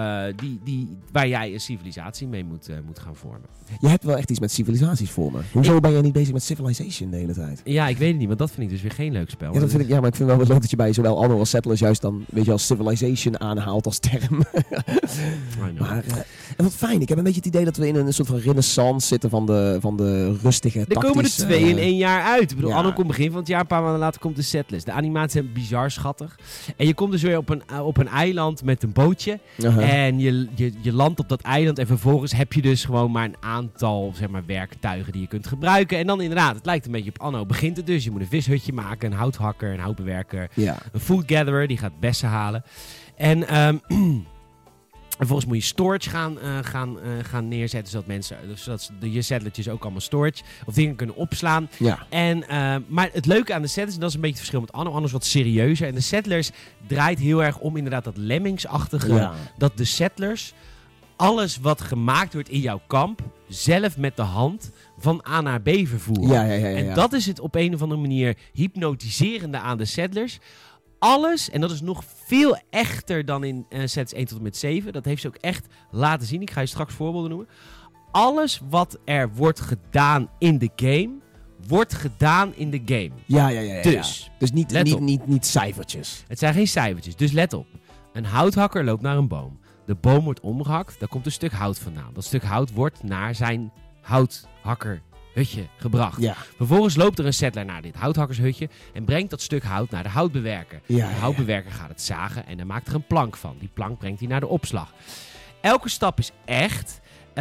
[SPEAKER 1] waar jij een civilisatie mee moet gaan vormen.
[SPEAKER 2] Je hebt wel echt iets met civilisaties voor me. Hoezo ben jij niet bezig met Civilization de hele tijd?
[SPEAKER 1] Ja, ik weet het niet, want dat vind ik dus weer geen leuk spel.
[SPEAKER 2] Ja, dat vind ik, maar ik vind wel wat leuk dat je bij zowel Anno als Settlers juist dan, weet je, als Civilization aanhaalt als term.
[SPEAKER 1] I know.
[SPEAKER 2] Maar en wat fijn. Ik heb een beetje het idee dat we in een soort van renaissance zitten van de rustige
[SPEAKER 1] Er komen er 2 in 1 jaar uit. Ik bedoel,
[SPEAKER 2] ja.
[SPEAKER 1] Anno komt begin van het jaar, een paar maanden later komt de Settlers. De animaties zijn bizar schattig. En je komt dus weer op een eiland met een bootje. En je landt op dat eiland en vervolgens heb je dus gewoon maar een aantal, zeg maar, werktuigen die je kunt gebruiken. En dan inderdaad, het lijkt een beetje op Anno. Begint het dus. Je moet een vishutje maken, een houthakker, een houtbewerker,
[SPEAKER 2] Ja.
[SPEAKER 1] een food gatherer, die gaat bessen halen. En vervolgens moet je storage gaan neerzetten, zodat je settlertjes ook allemaal storage of dingen kunnen opslaan.
[SPEAKER 2] Ja.
[SPEAKER 1] Maar het leuke aan de settlers, en dat is een beetje het verschil met Anno. Anno is wat serieuzer. En de settlers draait heel erg om inderdaad dat lemmingsachtige.
[SPEAKER 2] Ja.
[SPEAKER 1] Dat de settlers alles wat gemaakt wordt in jouw kamp zelf met de hand van A naar B vervoeren.
[SPEAKER 2] Ja.
[SPEAKER 1] En dat is het op een of andere manier hypnotiserende aan de settlers. Alles, en dat is nog veel echter dan in sets 1 tot en met 7. Dat heeft ze ook echt laten zien. Ik ga je straks voorbeelden noemen. Alles wat er wordt gedaan in de game, wordt gedaan in de game.
[SPEAKER 2] Ja. Dus niet cijfertjes.
[SPEAKER 1] Het zijn geen cijfertjes, dus let op. Een houthakker loopt naar een boom. De boom wordt omgehakt, daar komt een stuk hout vandaan. Dat stuk hout wordt naar zijn houthakkerhutje gebracht.
[SPEAKER 2] Ja.
[SPEAKER 1] Vervolgens loopt er een settler naar dit houthakkershutje en brengt dat stuk hout naar de houtbewerker.
[SPEAKER 2] Ja,
[SPEAKER 1] De houtbewerker gaat het zagen en dan maakt er een plank van. Die plank brengt hij naar de opslag. Elke stap is echt.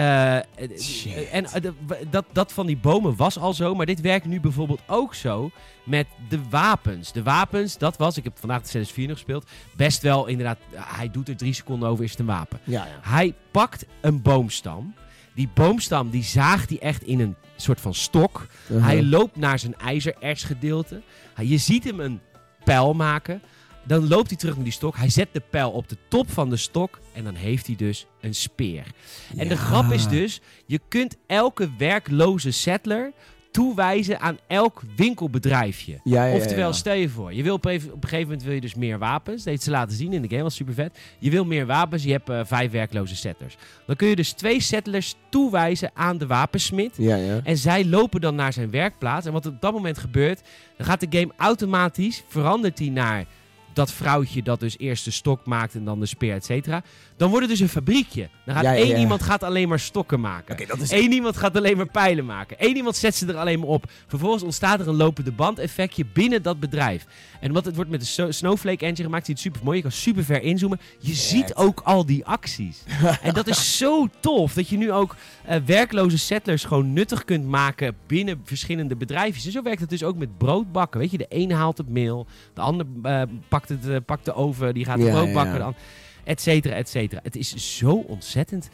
[SPEAKER 1] Dat van die bomen was al zo, maar dit werkt nu bijvoorbeeld ook zo met de wapens. De wapens, dat was, ik heb vandaag de Settlers 4 nog gespeeld, best wel inderdaad, hij doet er 3 seconden over, is het een wapen.
[SPEAKER 2] Ja.
[SPEAKER 1] Hij pakt een boomstam. Die boomstam die zaagt hij echt in een soort van stok. Hij loopt naar zijn ijzerersgedeelte. Je ziet hem een pijl maken. Dan loopt hij terug naar die stok. Hij zet de pijl op de top van de stok. En dan heeft hij dus een speer. En de grap is dus, je kunt elke werkloze settler toewijzen aan elk winkelbedrijfje. Oftewel,
[SPEAKER 2] Ja.
[SPEAKER 1] stel je voor, je wil op een gegeven moment wil je dus meer wapens. Dat heeft ze laten zien in de game, was super vet. Je wil meer wapens, je hebt 5 werkloze settlers. Dan kun je dus 2 settlers toewijzen aan de wapensmid.
[SPEAKER 2] Ja.
[SPEAKER 1] En zij lopen dan naar zijn werkplaats. En wat op dat moment gebeurt, dan gaat de game automatisch, verandert hij naar dat vrouwtje dat dus eerst de stok maakt en dan de speer, et cetera. Dan wordt het dus een fabriekje. Dan gaat één iemand gaat alleen maar stokken maken.
[SPEAKER 2] Oké, dat is...
[SPEAKER 1] Eén iemand gaat alleen maar pijlen maken. Eén iemand zet ze er alleen maar op. Vervolgens ontstaat er een lopende band effectje binnen dat bedrijf. En omdat het wordt met de Snowflake engine gemaakt, ziet het super mooi. Je kan super ver inzoomen. Je ziet ook al die acties. En dat is zo tof dat je nu ook werkloze settlers gewoon nuttig kunt maken binnen verschillende bedrijfjes. En zo werkt het dus ook met broodbakken. Weet je, de ene haalt het meel, de ander pakt de oven, die gaat het brood bakken. De et cetera, et cetera. Het is zo ontzettend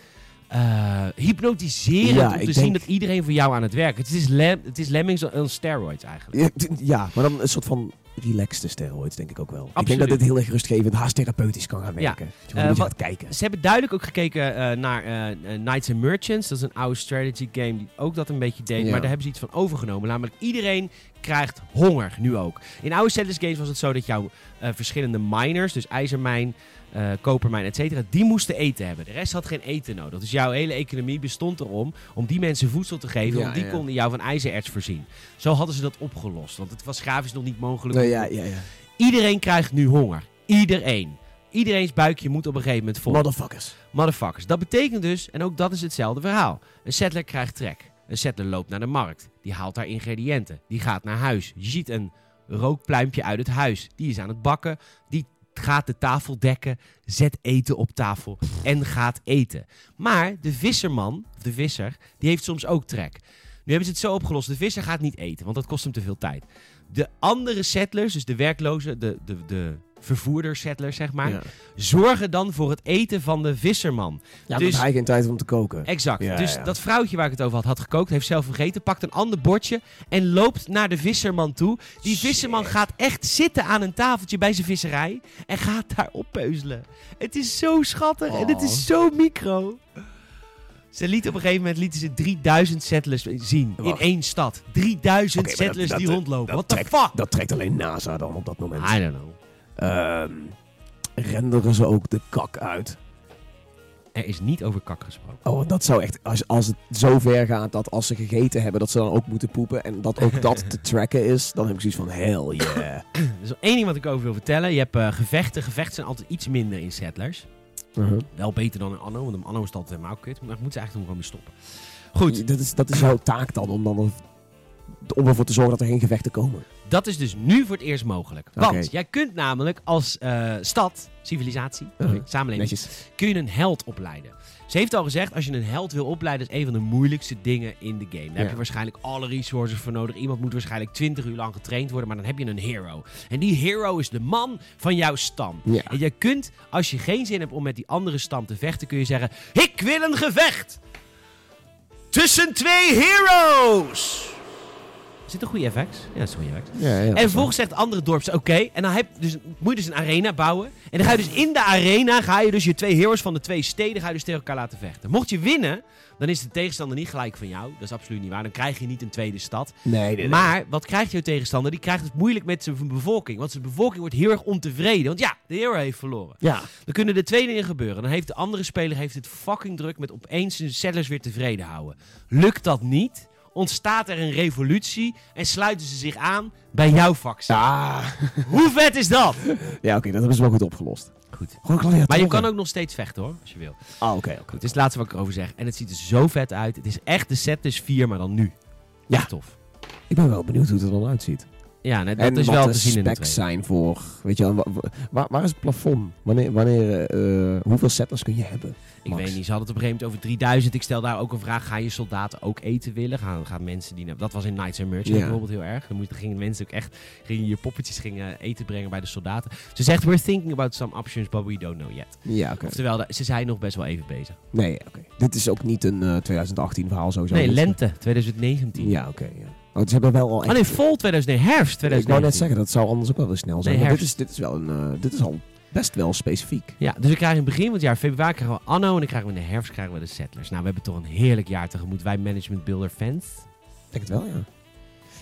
[SPEAKER 1] hypnotiserend om te zien dat iedereen voor jou aan het werk is. Het is Lemmings on steroids eigenlijk.
[SPEAKER 2] Ja, maar dan een soort van relaxed steroids, denk ik ook wel.
[SPEAKER 1] Absoluut.
[SPEAKER 2] Ik denk dat dit heel erg rustgevend, haast therapeutisch kan gaan werken. Ja. Je gaat kijken.
[SPEAKER 1] Ze hebben duidelijk ook gekeken naar Knights and Merchants. Dat is een oude strategy game die ook dat een beetje deed. Ja. Maar daar hebben ze iets van overgenomen. Namelijk iedereen krijgt honger nu ook. In oude Settlers games was het zo dat jouw verschillende miners, dus ijzermijn, kopermijn, et cetera, die moesten eten hebben. De rest had geen eten nodig. Dus jouw hele economie bestond erom om die mensen voedsel te geven, want die konden jou van ijzererts voorzien. Zo hadden ze dat opgelost, want het was grafisch nog niet mogelijk.
[SPEAKER 2] Ja.
[SPEAKER 1] Iedereen krijgt nu honger. Iedereen. Iedereen's buikje moet op een gegeven moment vol. Motherfuckers. Dat betekent dus, en ook dat is hetzelfde verhaal. Een settler krijgt trek. Een settler loopt naar de markt. Die haalt daar ingrediënten. Die gaat naar huis. Je ziet een rookpluimpje uit het huis. Die is aan het bakken. Die gaat de tafel dekken. Zet eten op tafel. En gaat eten. Maar de visserman, of de visser, die heeft soms ook trek. Nu hebben ze het zo opgelost. De visser gaat niet eten, want dat kost hem te veel tijd. De andere settlers, dus de werklozen, de vervoerder-settlers, zeg maar, zorgen dan voor het eten van de visserman.
[SPEAKER 2] Ja, dus hij geen tijd om te koken.
[SPEAKER 1] Exact. Dat vrouwtje waar ik het over had gekookt, heeft zelf gegeten, pakt een ander bordje en loopt naar de visserman toe. Die visserman gaat echt zitten aan een tafeltje bij zijn visserij en gaat daar oppeuzelen. Het is zo schattig en het is zo micro. Ze lieten op een gegeven moment 3000 settlers zien in één stad. 3000 settlers die rondlopen. What the fuck?
[SPEAKER 2] Dat trekt alleen NASA dan op dat moment.
[SPEAKER 1] I don't know.
[SPEAKER 2] Renderen ze ook de kak uit?
[SPEAKER 1] Er is niet over kak gesproken.
[SPEAKER 2] Oh, dat zou echt... Als het zo ver gaat dat als ze gegeten hebben, dat ze dan ook moeten poepen en dat ook dat te tracken is, dan heb ik zoiets van, hell yeah.
[SPEAKER 1] Er is nog één ding wat ik over wil vertellen. Je hebt gevechten. Gevechten zijn altijd iets minder in Settlers. Wel beter dan in Anno, want in Anno is het altijd helemaal kut. Maar moet ze eigenlijk gewoon mee stoppen. Goed.
[SPEAKER 2] Dat is jouw taak dan, om ervoor te zorgen dat er geen gevechten komen.
[SPEAKER 1] Dat is dus nu voor het eerst mogelijk. Want jij kunt namelijk als stad, civilisatie, samenleving, kun je een held opleiden. Ze heeft al gezegd, als je een held wil opleiden, is een van de moeilijkste dingen in de game. Daar heb je waarschijnlijk alle resources voor nodig. Iemand moet waarschijnlijk 20 uur lang getraind worden, maar dan heb je een hero. En die hero is de man van jouw stam. Ja. En je kunt, als je geen zin hebt om met die andere stam te vechten, kun je zeggen, ik wil een gevecht tussen 2 heroes. Zit er goede effects? Ja, dat is goede effects.
[SPEAKER 2] Ja,
[SPEAKER 1] en vervolgens zegt de andere dorp, oké. En dan moet je dus een arena bouwen. En dan ga je dus in de arena, je 2 heroes van de 2 steden, ga je dus tegen elkaar laten vechten. Mocht je winnen, dan is de tegenstander niet gelijk van jou. Dat is absoluut niet waar. Dan krijg je niet een tweede stad.
[SPEAKER 2] Nee.
[SPEAKER 1] Maar wat krijgt jouw tegenstander? Die krijgt het moeilijk met zijn bevolking. Want zijn bevolking wordt heel erg ontevreden. Want ja, de hero heeft verloren.
[SPEAKER 2] Ja.
[SPEAKER 1] Dan kunnen er 2 dingen gebeuren. Dan heeft de andere speler het fucking druk met opeens zijn settlers weer tevreden houden. Lukt dat niet, ontstaat er een revolutie en sluiten ze zich aan bij jouw factie. Hoe vet is dat?
[SPEAKER 2] Ja, oké, dat hebben ze wel goed opgelost.
[SPEAKER 1] Goed. Maar je kan ook nog steeds vechten hoor, als je wil.
[SPEAKER 2] Oké.
[SPEAKER 1] Goed, het is het laatste wat ik erover zeg. En het ziet er zo vet uit. Het is echt de Settlers 4, maar dan nu. Ja. Tof.
[SPEAKER 2] Ik ben wel benieuwd hoe het er dan uitziet.
[SPEAKER 1] Ja, dat is wel te zien in de
[SPEAKER 2] specs zijn voor, weet je, waar is het plafond? Hoeveel settlers kun je hebben?
[SPEAKER 1] Ik weet niet, ze hadden het op een gegeven moment over 3000. Ik stel daar ook een vraag, gaan je soldaten ook eten willen? Gaan mensen die... Dat was in Knights and Merchants bijvoorbeeld heel erg. Dan gingen mensen ook echt, je poppetjes eten brengen bij de soldaten. Ze zegt, we're thinking about some options, but we don't know yet.
[SPEAKER 2] Ja, oké.
[SPEAKER 1] Oftewel, ze zijn nog best wel even bezig.
[SPEAKER 2] Nee, oké. Dit is ook niet een 2018 verhaal sowieso.
[SPEAKER 1] Nee, lente, 2019.
[SPEAKER 2] Ja, oké. Ja. Ze hebben wel al echt...
[SPEAKER 1] vol 2009, herfst 2019.
[SPEAKER 2] Ik wou net zeggen, dat zou anders ook wel weer snel zijn.
[SPEAKER 1] Nee,
[SPEAKER 2] maar dit is al best wel specifiek.
[SPEAKER 1] Ja, dus we krijgen in het begin van het jaar, februari, krijgen we Anno en dan krijgen we in de herfst de Settlers. Nou, we hebben toch een heerlijk jaar tegemoet. Wij Management Builder fans.
[SPEAKER 2] Ik denk het wel, ja.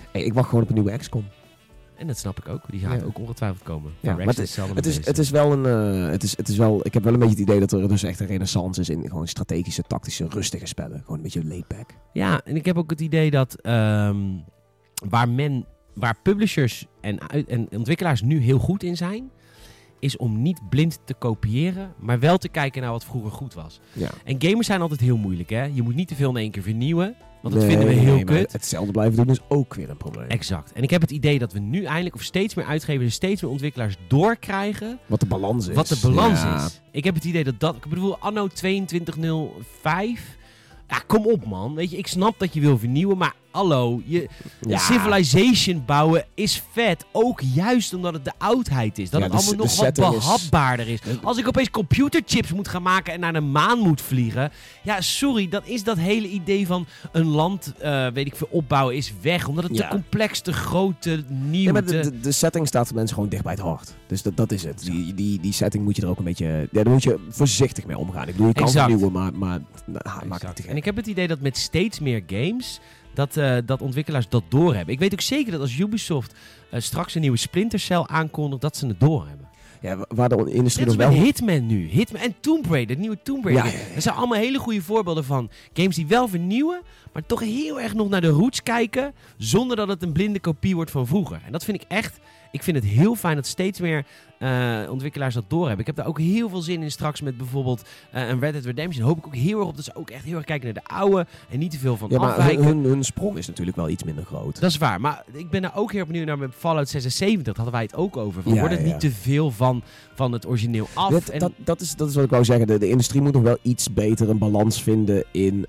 [SPEAKER 2] Hey, ik wacht gewoon op een nieuwe XCOM.
[SPEAKER 1] En dat snap ik ook. Die gaat ook ongetwijfeld komen.
[SPEAKER 2] Ja,
[SPEAKER 1] Rex
[SPEAKER 2] maar het is wel een... ik heb wel een beetje het idee dat er dus echt een renaissance is in gewoon strategische, tactische, rustige spellen. Gewoon een beetje laid back.
[SPEAKER 1] Ja, en ik heb ook het idee dat waar publishers en ontwikkelaars nu heel goed in zijn, is om niet blind te kopiëren, maar wel te kijken naar wat vroeger goed was. Ja. En gamers zijn altijd heel moeilijk, hè? Je moet niet te veel in één keer vernieuwen, want dat vinden we heel kut.
[SPEAKER 2] Hetzelfde blijven doen is ook weer een probleem.
[SPEAKER 1] Exact. En ik heb het idee dat we nu eindelijk, of steeds meer uitgevers, steeds meer ontwikkelaars doorkrijgen
[SPEAKER 2] wat de balans is.
[SPEAKER 1] Ik heb het idee dat ik bedoel, anno 2205... Ja, kom op man. Weet je, ik snap dat je wil vernieuwen, maar hallo, Civilization bouwen is vet. Ook juist omdat het de oudheid is. Dat het allemaal nog wat behapbaarder is. Als ik opeens computerchips moet gaan maken en naar de maan moet vliegen. Ja, sorry, dat is dat hele idee van een land, opbouwen is weg. Omdat het te complex, te groot, te nieuw...
[SPEAKER 2] Ja, maar de setting staat voor mensen gewoon dicht bij het hart. Dus dat is het. Die setting moet je er ook een beetje... Ja, daar moet je voorzichtig mee omgaan. Ik bedoel, je kan vernieuwen, maar maak het te gek.
[SPEAKER 1] En ik heb het idee dat met steeds meer games... Dat ontwikkelaars dat doorhebben. Ik weet ook zeker dat als Ubisoft straks een nieuwe Splinter Cell aankondigt, dat ze het doorhebben.
[SPEAKER 2] Ja, waar de industrie nog
[SPEAKER 1] wel... Hitman nu. Hitman en Tomb Raider, het nieuwe Tomb Raider. Ja. Dat zijn allemaal hele goede voorbeelden van games die wel vernieuwen, maar toch heel erg nog naar de roots kijken, zonder dat het een blinde kopie wordt van vroeger. En dat vind ik echt... Ik vind het heel fijn dat steeds meer ontwikkelaars dat doorhebben. Ik heb daar ook heel veel zin in straks met bijvoorbeeld een Red Dead Redemption. Hoop ik ook heel erg op dat ze ook echt heel erg kijken naar de oude en niet te veel van afwijken.
[SPEAKER 2] Maar hun sprong is natuurlijk wel iets minder groot.
[SPEAKER 1] Dat is waar, maar ik ben daar ook heel benieuwd naar met Fallout 76. Daar hadden wij het ook over. Wordt het niet te veel van het origineel af?
[SPEAKER 2] Dat is wat ik wou zeggen. De industrie moet nog wel iets beter een balans vinden in...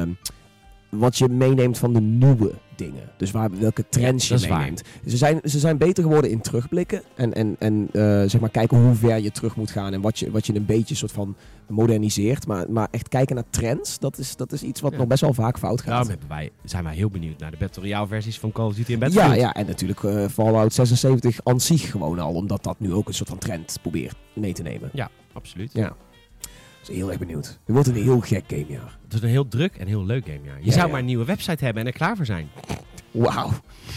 [SPEAKER 2] wat je meeneemt van de nieuwe dingen. Dus welke trends je meeneemt. Ze zijn beter geworden in terugblikken. En zeg maar kijken hoe ver je terug moet gaan. En wat je een beetje soort van moderniseert. Maar echt kijken naar trends. Dat is iets wat nog best wel vaak fout gaat.
[SPEAKER 1] Daarom zijn wij heel benieuwd naar de Battle Royale versies van Call of Duty en Battlefield.
[SPEAKER 2] Ja, en natuurlijk Fallout 76 aan zich gewoon al. Omdat dat nu ook een soort van trend probeert mee te nemen.
[SPEAKER 1] Ja, absoluut.
[SPEAKER 2] Ja. Heel erg benieuwd. Het wordt een heel gek gamejaar.
[SPEAKER 1] Het is een heel druk en heel leuk gamejaar. Je zou maar een nieuwe website hebben en er klaar voor zijn.
[SPEAKER 2] Wauw.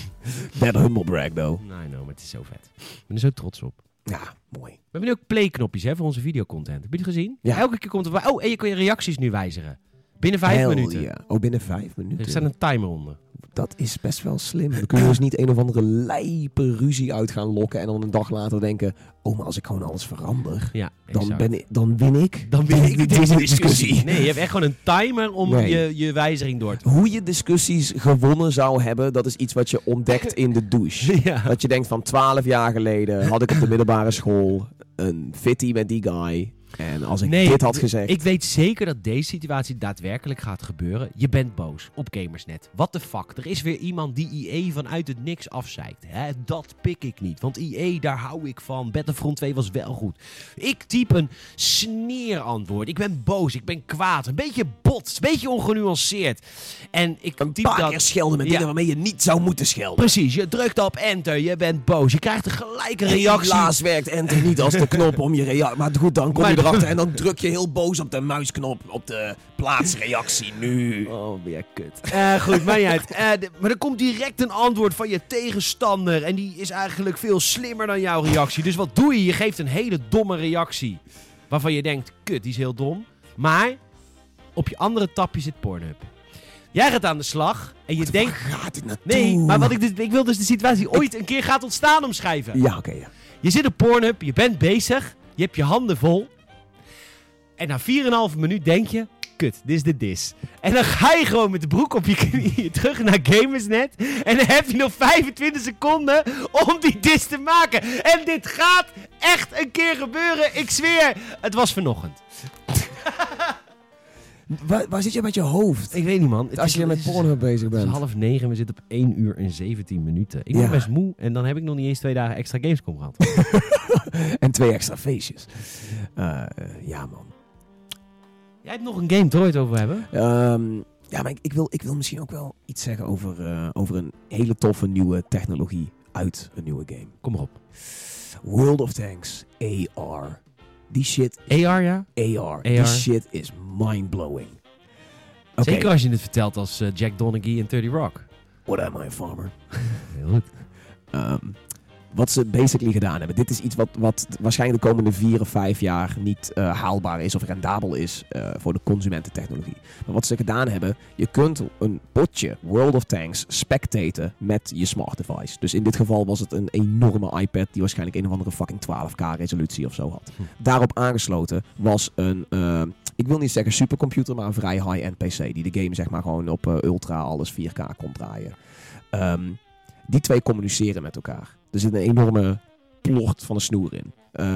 [SPEAKER 2] That humble brag, though.
[SPEAKER 1] Nou, maar het is zo vet. Ik ben er zo trots op.
[SPEAKER 2] Ja, mooi.
[SPEAKER 1] We hebben nu ook play-knopjes voor onze videocontent. Heb je het gezien?
[SPEAKER 2] Ja.
[SPEAKER 1] Elke keer komt er... Oh, en je kan je reacties nu wijzigen. Binnen 5 minuten.
[SPEAKER 2] Ja. Oh, binnen 5 minuten.
[SPEAKER 1] Er staat een timer onder.
[SPEAKER 2] Dat is best wel slim. Dan kun je dus niet een of andere lijpe ruzie uit gaan lokken en dan een dag later denken, oh, maar als ik gewoon alles verander, dan win ik.
[SPEAKER 1] Dan win ik deze discussie. Nee, je hebt echt gewoon een timer om je wijziging door te doen.
[SPEAKER 2] Hoe je discussies gewonnen zou hebben, dat is iets wat je ontdekt in de douche. Ja. Dat je denkt van 12 jaar geleden had ik op de middelbare school een fitty met die guy. En als ik dit had gezegd...
[SPEAKER 1] Ik weet zeker dat deze situatie daadwerkelijk gaat gebeuren. Je bent boos op Gamersnet. What the fuck? Er is weer iemand die EA vanuit het niks afzeikt. Dat pik ik niet. Want EA, daar hou ik van. Battlefront 2 was wel goed. Ik typ een sneerantwoord. Ik ben boos. Ik ben kwaad. Een beetje bots. Een beetje ongenuanceerd. En ik
[SPEAKER 2] een paar keer schelden met dingen waarmee je niet zou moeten schelden.
[SPEAKER 1] Precies. Je drukt op enter. Je bent boos. Je krijgt een gelijke reactie.
[SPEAKER 2] Helaas werkt enter niet als de knop om je reactie... Maar goed, dan kom je erachter en dan druk je heel boos op de muisknop op de plaatsreactie nu.
[SPEAKER 1] Oh, ben jij kut. Goed, maar niet uit. Maar er komt direct een antwoord van je tegenstander en die is eigenlijk veel slimmer dan jouw reactie. Dus wat doe je? Je geeft een hele domme reactie. Waarvan je denkt, kut, die is heel dom. Maar op je andere tapje zit Pornhub. Jij gaat aan de slag en je denkt...
[SPEAKER 2] Waar gaat dit naartoe?
[SPEAKER 1] Nee, maar ik wil dus de situatie ooit een keer gaat ontstaan omschrijven.
[SPEAKER 2] Ja, oké.
[SPEAKER 1] Je zit op Pornhub, je bent bezig, je hebt je handen vol. En na 4,5 minuut denk je, kut, dit is de dis. En dan ga je gewoon met de broek op je knieën terug naar Gamersnet. En dan heb je nog 25 seconden om die dis te maken. En dit gaat echt een keer gebeuren, ik zweer. Het was vanochtend.
[SPEAKER 2] Waar zit je met je hoofd?
[SPEAKER 1] Ik weet niet, man.
[SPEAKER 2] Als je met Pornhub bezig bent.
[SPEAKER 1] Het is 8:30, we zitten op 1 uur en 17 minuten. Ik ben best moe en dan heb ik nog niet eens 2 dagen extra Gamescom gehad.
[SPEAKER 2] En 2 extra feestjes. Ja, man.
[SPEAKER 1] Jij hebt nog een game er ooit over hebben?
[SPEAKER 2] Ja, maar ik wil misschien ook wel iets zeggen over een hele toffe nieuwe technologie uit een nieuwe game.
[SPEAKER 1] Kom maar op.
[SPEAKER 2] World of Tanks AR. Die shit...
[SPEAKER 1] AR, ja?
[SPEAKER 2] AR. Die shit is mindblowing.
[SPEAKER 1] Zeker als je het vertelt als Jack Donaghy in 30 Rock.
[SPEAKER 2] What am I, a farmer?
[SPEAKER 1] Heel goed.
[SPEAKER 2] Wat ze basically gedaan hebben. Dit is iets wat waarschijnlijk de komende 4 of 5 jaar niet haalbaar is of rendabel is voor de consumententechnologie. Maar wat ze gedaan hebben, je kunt een potje World of Tanks spectaten met je smart device. Dus in dit geval was het een enorme iPad die waarschijnlijk een of andere fucking 12K resolutie of zo had. Daarop aangesloten was een, ik wil niet zeggen supercomputer, maar een vrij high-end PC die de game zeg maar gewoon op ultra alles 4K kon draaien. Die twee communiceren met elkaar. Er zit een enorme plort van een snoer in.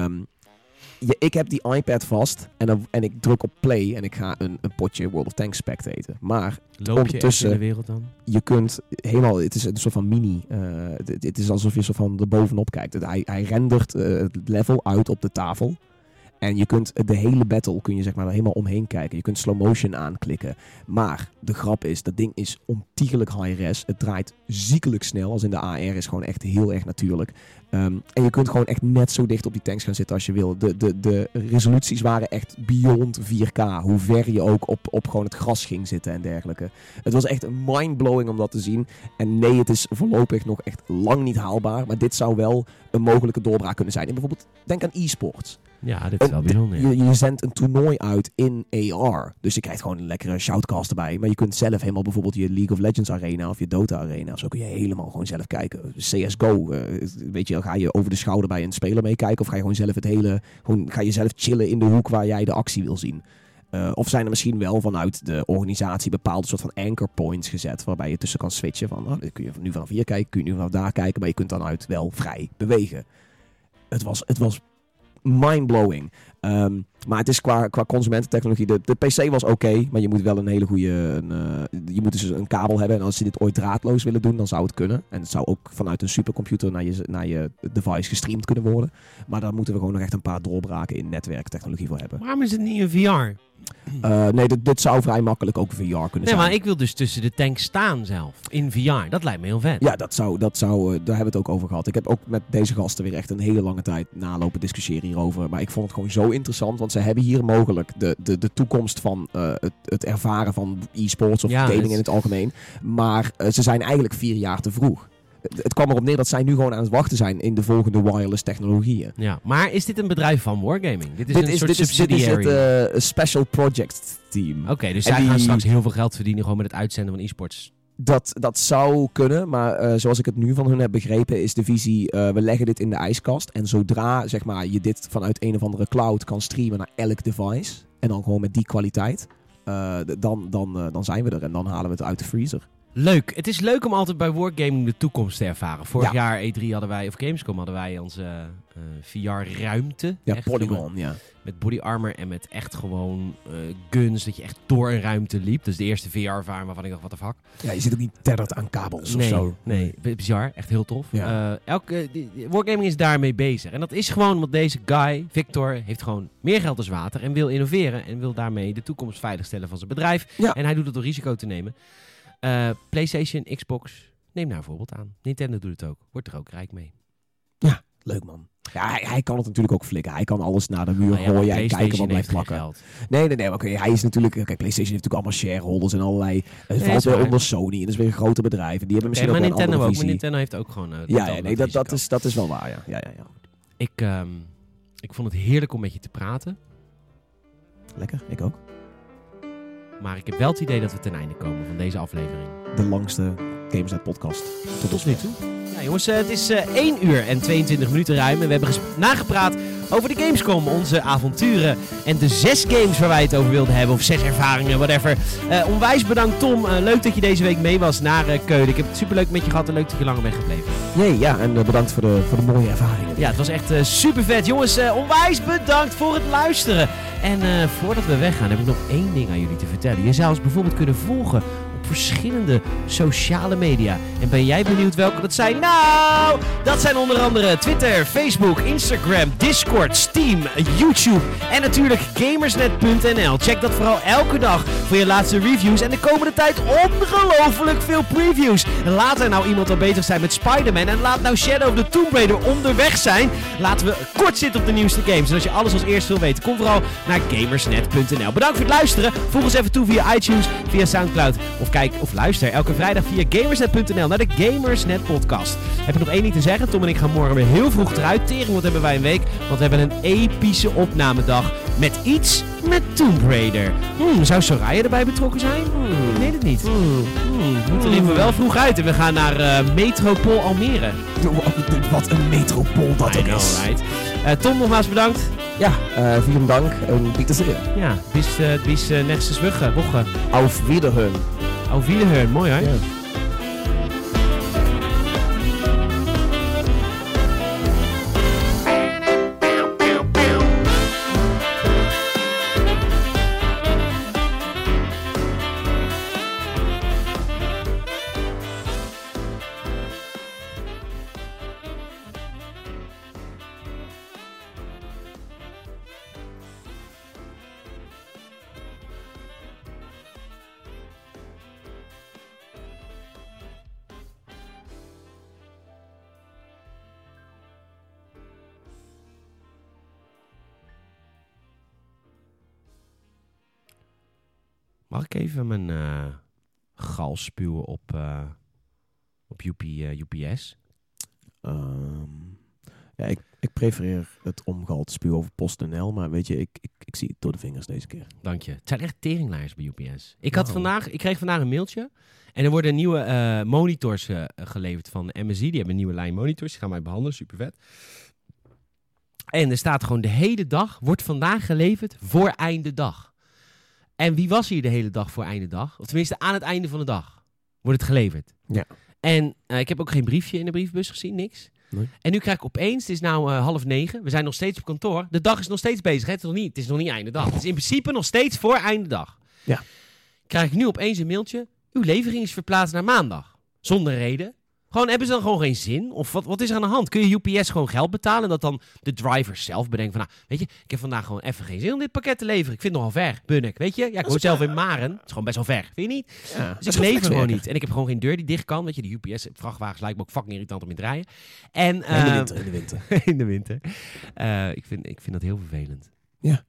[SPEAKER 2] Ik heb die iPad vast en ik druk op play en ik ga een potje World of Tanks spectaten. Maar
[SPEAKER 1] loop je echt in de wereld dan?
[SPEAKER 2] Je kunt helemaal, het is een soort van mini. Het is alsof je soort van erbovenop kijkt. Hij rendert het level uit op de tafel. En je kunt de hele battle kun je zeg maar helemaal omheen kijken. Je kunt slow motion aanklikken. Maar de grap is, dat ding is ontiegelijk high res. Het draait ziekelijk snel. Als in de AR is gewoon echt heel erg natuurlijk. En je kunt gewoon echt net zo dicht op die tanks gaan zitten als je wil. De resoluties waren echt beyond 4K. Hoe ver je ook op gewoon het gras ging zitten en dergelijke. Het was echt mindblowing om dat te zien. En nee, het is voorlopig nog echt lang niet haalbaar. Maar dit zou wel een mogelijke doorbraak kunnen zijn. En bijvoorbeeld, denk aan e-sports.
[SPEAKER 1] Ja, dit is wel bijzonder.
[SPEAKER 2] Je zendt een toernooi uit in AR. Dus je krijgt gewoon een lekkere shoutcast erbij. Maar je kunt zelf helemaal bijvoorbeeld je League of Legends arena of je Dota arena. Zo kun je helemaal gewoon zelf kijken. CSGO, weet je, ga je over de schouder bij een speler meekijken? Of ga je gewoon zelf ga je zelf chillen in de hoek waar jij de actie wil zien? Of zijn er misschien wel vanuit de organisatie bepaalde soort van anchor points gezet. Waarbij je tussen kan switchen van, dit kun je nu vanaf hier kijken, kun je nu vanaf daar kijken. Maar je kunt dan uit wel vrij bewegen. Het was mindblowing. Maar het is qua consumententechnologie. De PC was oké, maar je moet wel een hele goede. Je moet dus een kabel hebben. En als ze dit ooit draadloos willen doen, dan zou het kunnen. En het zou ook vanuit een supercomputer naar je device gestreamd kunnen worden. Maar daar moeten we gewoon nog echt een paar doorbraken in netwerktechnologie voor hebben.
[SPEAKER 1] Waarom is het niet een VR?
[SPEAKER 2] Nee, dit zou vrij makkelijk ook VR kunnen zijn.
[SPEAKER 1] Nee, maar ik wil dus tussen de tanks staan zelf. In VR. Dat lijkt me heel vet.
[SPEAKER 2] Ja, dat zou daar hebben we het ook over gehad. Ik heb ook met deze gasten weer echt een hele lange tijd nalopen discussiëren hierover. Maar ik vond het gewoon zo interessant. Want ze hebben hier mogelijk de toekomst van het ervaren van e-sports of gaming in het algemeen. Maar ze zijn eigenlijk 4 jaar te vroeg. Het kwam erop neer dat zij nu gewoon aan het wachten zijn in de volgende wireless technologieën.
[SPEAKER 1] Ja, maar is dit een bedrijf van Wargaming? Dit is een soort subsidiary.
[SPEAKER 2] Dit is het Special Project Team.
[SPEAKER 1] Oké, dus zij gaan straks heel veel geld verdienen gewoon met het uitzenden van e-sports.
[SPEAKER 2] Dat zou kunnen, maar zoals ik het nu van hun heb begrepen is de visie, we leggen dit in de ijskast. En zodra zeg maar, je dit vanuit een of andere cloud kan streamen naar elk device, en dan gewoon met die kwaliteit, dan zijn we er en dan halen we het uit de freezer.
[SPEAKER 1] Leuk. Het is leuk om altijd bij Wargaming de toekomst te ervaren. Vorig jaar E3 hadden wij, of Gamescom hadden wij onze VR-ruimte.
[SPEAKER 2] Ja, Polygon, ja.
[SPEAKER 1] Met body armor en met echt gewoon guns, dat je echt door een ruimte liep. Dus de eerste VR-ervaring waarvan ik dacht, what the fuck.
[SPEAKER 2] Ja, je zit ook niet tethered aan kabels of zo.
[SPEAKER 1] Nee, bizar. Echt heel tof.
[SPEAKER 2] Ja.
[SPEAKER 1] Wargaming is daarmee bezig. En dat is gewoon omdat deze guy, Victor, heeft gewoon meer geld als water en wil innoveren. En wil daarmee de toekomst veiligstellen van zijn bedrijf. Ja. En hij doet het door risico te nemen. PlayStation, Xbox, neem daar een voorbeeld aan. Nintendo doet het ook. Wordt er ook rijk mee.
[SPEAKER 2] Ja, leuk man. Ja, hij kan het natuurlijk ook flikken. Hij kan alles naar de muur gooien en kijken wat blijft plakken. Nee, oké, hij is natuurlijk... Kijk, PlayStation heeft natuurlijk allemaal shareholders en allerlei... Het valt weer onder Sony en dat is weer grote bedrijven. Die hebben misschien ook een andere visie. Maar
[SPEAKER 1] Nintendo heeft ook gewoon...
[SPEAKER 2] dat is wel waar, ja.
[SPEAKER 1] Ik vond het heerlijk om met je te praten.
[SPEAKER 2] Lekker, ik ook.
[SPEAKER 1] Maar ik heb wel het idee dat we ten einde komen van deze aflevering.
[SPEAKER 2] De langste Gamersnet podcast tot nu toe.
[SPEAKER 1] Ja jongens, het is 1 uur en 22 minuten ruim. En we hebben nagepraat over de Gamescom, onze avonturen. En de 6 games waar wij het over wilden hebben. Of 6 ervaringen, whatever. Onwijs bedankt Tom. Leuk dat je deze week mee was naar Keulen. Ik heb het superleuk met je gehad en leuk dat je langer bent gebleven.
[SPEAKER 2] Nee, ja, en bedankt voor de mooie ervaringen.
[SPEAKER 1] Ja, het was echt super vet. Jongens, onwijs bedankt voor het luisteren. En voordat we weggaan heb ik nog 1 ding aan jullie te vertellen. Je zou ons bijvoorbeeld kunnen volgen op verschillende sociale media. En ben jij benieuwd welke dat zijn? Nou, dat zijn onder andere Twitter, Facebook, Instagram, Discord, Steam, YouTube en natuurlijk Gamersnet.nl. Check dat vooral elke dag voor je laatste reviews en de komende tijd ongelooflijk veel previews. En laat er nou iemand al bezig zijn met Spider-Man en laat nou Shadow of the Tomb Raider onderweg zijn. Laten we kort zitten op de nieuwste games. En als je alles als eerst wil weten, kom vooral naar Gamersnet.nl. Bedankt voor het luisteren. Voeg ons even toe via iTunes, via Soundcloud of kijk of luister elke vrijdag via gamersnet.nl naar de Gamersnet podcast. Heb ik nog één ding te zeggen? Tom en ik gaan morgen weer heel vroeg eruit. Tering, wat hebben wij een week? Want we hebben een epische opnamedag met iets met Tomb Raider. Zou Soraya erbij betrokken zijn? Ik weet het niet. We moeten er even wel vroeg uit en we gaan naar Metropool Almere.
[SPEAKER 2] Wat een metropool dat ook is.
[SPEAKER 1] Right. Tom, nogmaals bedankt.
[SPEAKER 2] Ja, vielen Dank en bitte sehr.
[SPEAKER 1] Ja, bis nächstes Woche.
[SPEAKER 2] Auf Wiederhören.
[SPEAKER 1] Auf Wiederhören, mooi hè?
[SPEAKER 2] Ja.
[SPEAKER 1] Mag ik even mijn gal spuwen op UPS?
[SPEAKER 2] Ja, ik prefereer het omgal te spuwen over PostNL, maar weet je, ik zie het door de vingers deze keer.
[SPEAKER 1] Dank je. Het zijn echt teringlaars bij UPS. Ik kreeg vandaag een mailtje en er worden nieuwe monitors geleverd van MSI. Die hebben een nieuwe lijn monitors, die gaan wij behandelen, super vet. En er staat gewoon de hele dag, wordt vandaag geleverd voor einde dag. En wie was hier de hele dag voor einde dag? Of tenminste aan het einde van de dag wordt het geleverd.
[SPEAKER 2] Ja.
[SPEAKER 1] En ik heb ook geen briefje in de brievenbus gezien, niks.
[SPEAKER 2] Nee.
[SPEAKER 1] En nu krijg ik opeens, het is nou 8:30, we zijn nog steeds op kantoor. De dag is nog steeds bezig, het is nog niet einde dag. Het is in principe nog steeds voor einde dag.
[SPEAKER 2] Ja.
[SPEAKER 1] Krijg ik nu opeens een mailtje, uw levering is verplaatst naar maandag. Zonder reden. Gewoon, hebben ze dan gewoon geen zin? Of wat is er aan de hand? Kun je UPS gewoon geld betalen en dat dan de driver zelf bedenkt van, nou, weet je, ik heb vandaag gewoon even geen zin om dit pakket te leveren. Ik vind het nogal ver, Bunnik, weet je? Ja, ik woon zelf in Maren. Het is gewoon best wel ver, vind je niet?
[SPEAKER 2] Ja,
[SPEAKER 1] dus ik lever gewoon niet. En ik heb gewoon geen deur die dicht kan. Weet je, de UPS-vrachtwagens lijkt me ook fucking irritant om in te rijden. En,
[SPEAKER 2] in de winter.
[SPEAKER 1] in de winter. Ik vind dat heel vervelend.